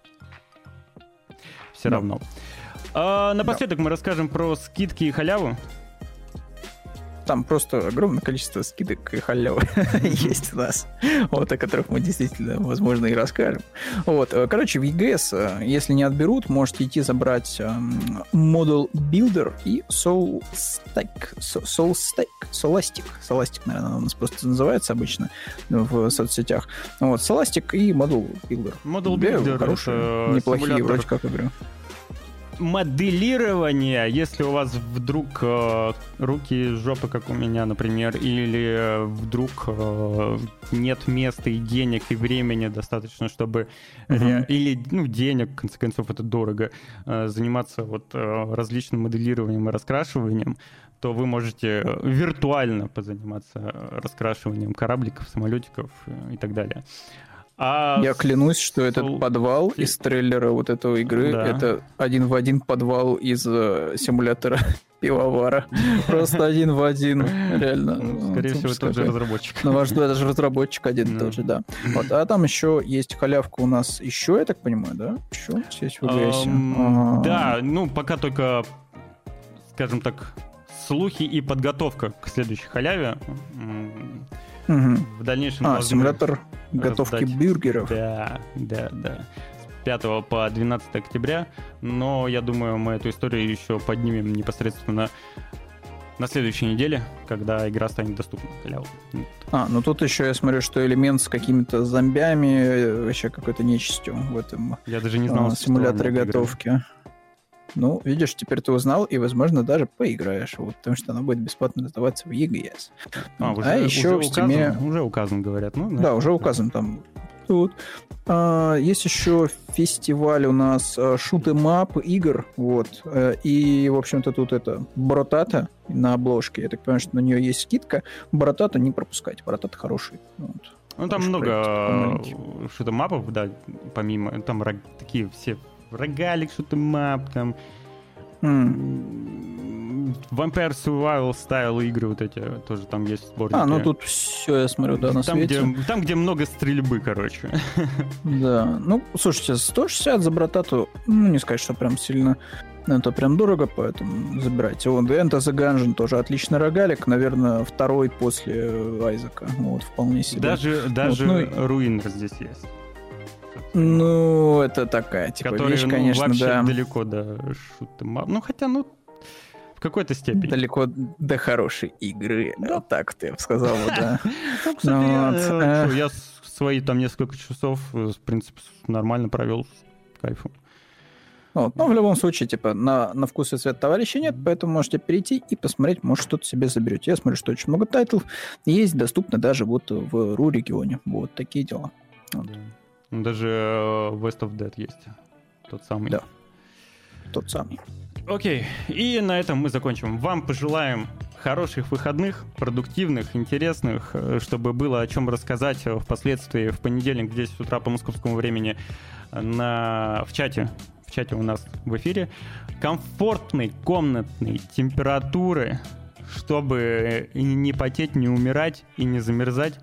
все да. равно. А, напоследок да. мы расскажем про скидки и халяву. Там просто огромное количество скидок и халявы есть у нас, вот, о которых мы действительно, возможно, и расскажем. Вот, короче, в и джи эс, если не отберут, можете идти забрать Model Builder и Soul Stack, Soul Stack, Solastic, Solastic, наверное, у нас просто называется обычно в соцсетях. Вот, Solastic и Model Builder. Model Builder хорошие, неплохие вроде как игры. Моделирование, если у вас вдруг э, руки жопы, как у меня, например, или вдруг э, нет места и денег, и времени достаточно, чтобы uh-huh. ре- или, ну, денег, в конце концов, это дорого, э, заниматься вот э, различным моделированием и раскрашиванием, то вы можете виртуально позаниматься раскрашиванием корабликов, самолетиков и так далее. А Я клянусь, что с... этот подвал из трейлера вот этой игры, да. это один в один подвал из э, симулятора пивовара. Просто один в один, реально. Ну, скорее всего, тот же разработчик. Ну, ваш даже разработчик один тот же, да. Вот, а там еще есть халявка у нас еще, я так понимаю, да? Еще есть в ВГСе. Да, ну, пока только, скажем так, слухи и подготовка к следующей халяве. В дальнейшем... А, симулятор готовки бюргеров. Да, да, да. С пятого по двенадцатое октября. Но я думаю, мы эту историю еще поднимем непосредственно на следующей неделе, когда игра станет доступна. А, ну тут еще я смотрю, что элемент с какими-то зомбями, вообще какой-то нечистью в этом я даже не знал, а, симуляторе готовки. Игры. Ну, видишь, теперь ты узнал, и, возможно, даже поиграешь, вот, потому что она будет бесплатно раздаваться в и джи эс. А, уже, а еще уже в Steam... указан, уже указан, говорят. Ну, да, уже указан там. Тут. А, есть еще фестиваль у нас shoot-em-up игр, вот, и, в общем-то, тут это Боротата на обложке, я так понимаю, что на нее есть скидка. Боротата не пропускайте, Боротата хороший. Вот. Ну, там много shoot-em-up'ов, да, помимо, там такие все... Рогалик, шутэмап, там mm. Vampire Survival Style игры вот эти тоже там есть сборники. А, ну тут все, я смотрю, да, на там, свете. Где, там, где много стрельбы, короче. Да, ну, слушайте, сто шестьдесят за Боротату, ну, не сказать, что прям сильно, это прям дорого, поэтому забирайте. Вот, Enter the Gungeon тоже отличный рогалик, наверное, второй после Айзека, вот, вполне себе. Даже, даже вот, ну, Ruiner здесь есть. Ну, это такая, типа, который, вещь, ну, конечно, вообще да. далеко до шутэмап. Ну, хотя, ну, в какой-то степени. Далеко до хорошей игры. Да. Вот так ты сказал, да. Ну, кстати, я свои там несколько часов, в принципе, нормально провел с кайфом. Вот. Но в любом случае, типа, на, на вкус и цвет товарища нет, поэтому можете перейти и посмотреть, может, что-то себе заберете. Я смотрю, что очень много тайтлов есть, доступно даже вот в РУ-регионе. Вот такие дела. Вот. Да. Даже West of Dead есть. Тот самый. Да, тот самый. Окей, и на этом мы закончим. Вам пожелаем хороших выходных, продуктивных, интересных, чтобы было о чем рассказать впоследствии в понедельник в десять утра по московскому времени на... в чате. В чате у нас в эфире. Комфортной комнатной температуры, чтобы не потеть, не умирать и не замерзать.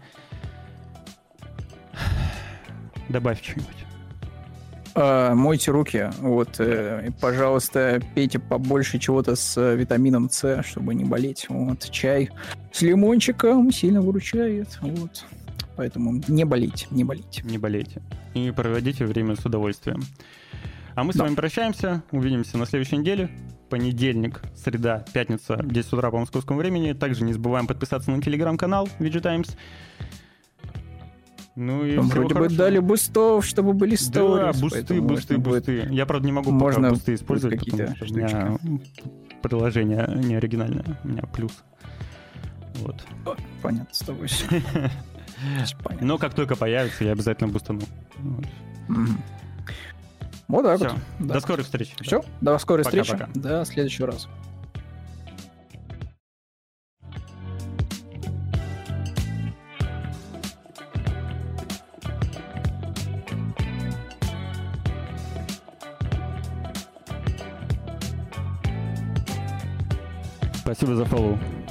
Добавь что-нибудь. А, мойте руки. Вот, э, пожалуйста, пейте побольше чего-то с витамином С, чтобы не болеть. Вот, чай с лимончиком сильно выручает. Вот. Поэтому не болейте, не болейте. Не болейте. И проводите время с удовольствием. А мы с да. вами прощаемся. Увидимся на следующей неделе. Понедельник, среда, пятница, десять утра по московскому времени. Также не забываем подписаться на телеграм-канал ви джи Times. Ну и вроде бы дали бустов, чтобы были сторис. Да, бусты, бусты, бусты. Я, правда, не могу можно пока бусты использовать, потому что у меня приложение не оригинальное. У меня плюс. Вот. Понятно, с тобой все. Но как только появится, я обязательно бустану. Вот, вот так все. вот. До скорых встреч. Все, до скорой пока, встречи. Пока. До следующего раза. Спасибо за фоллоу.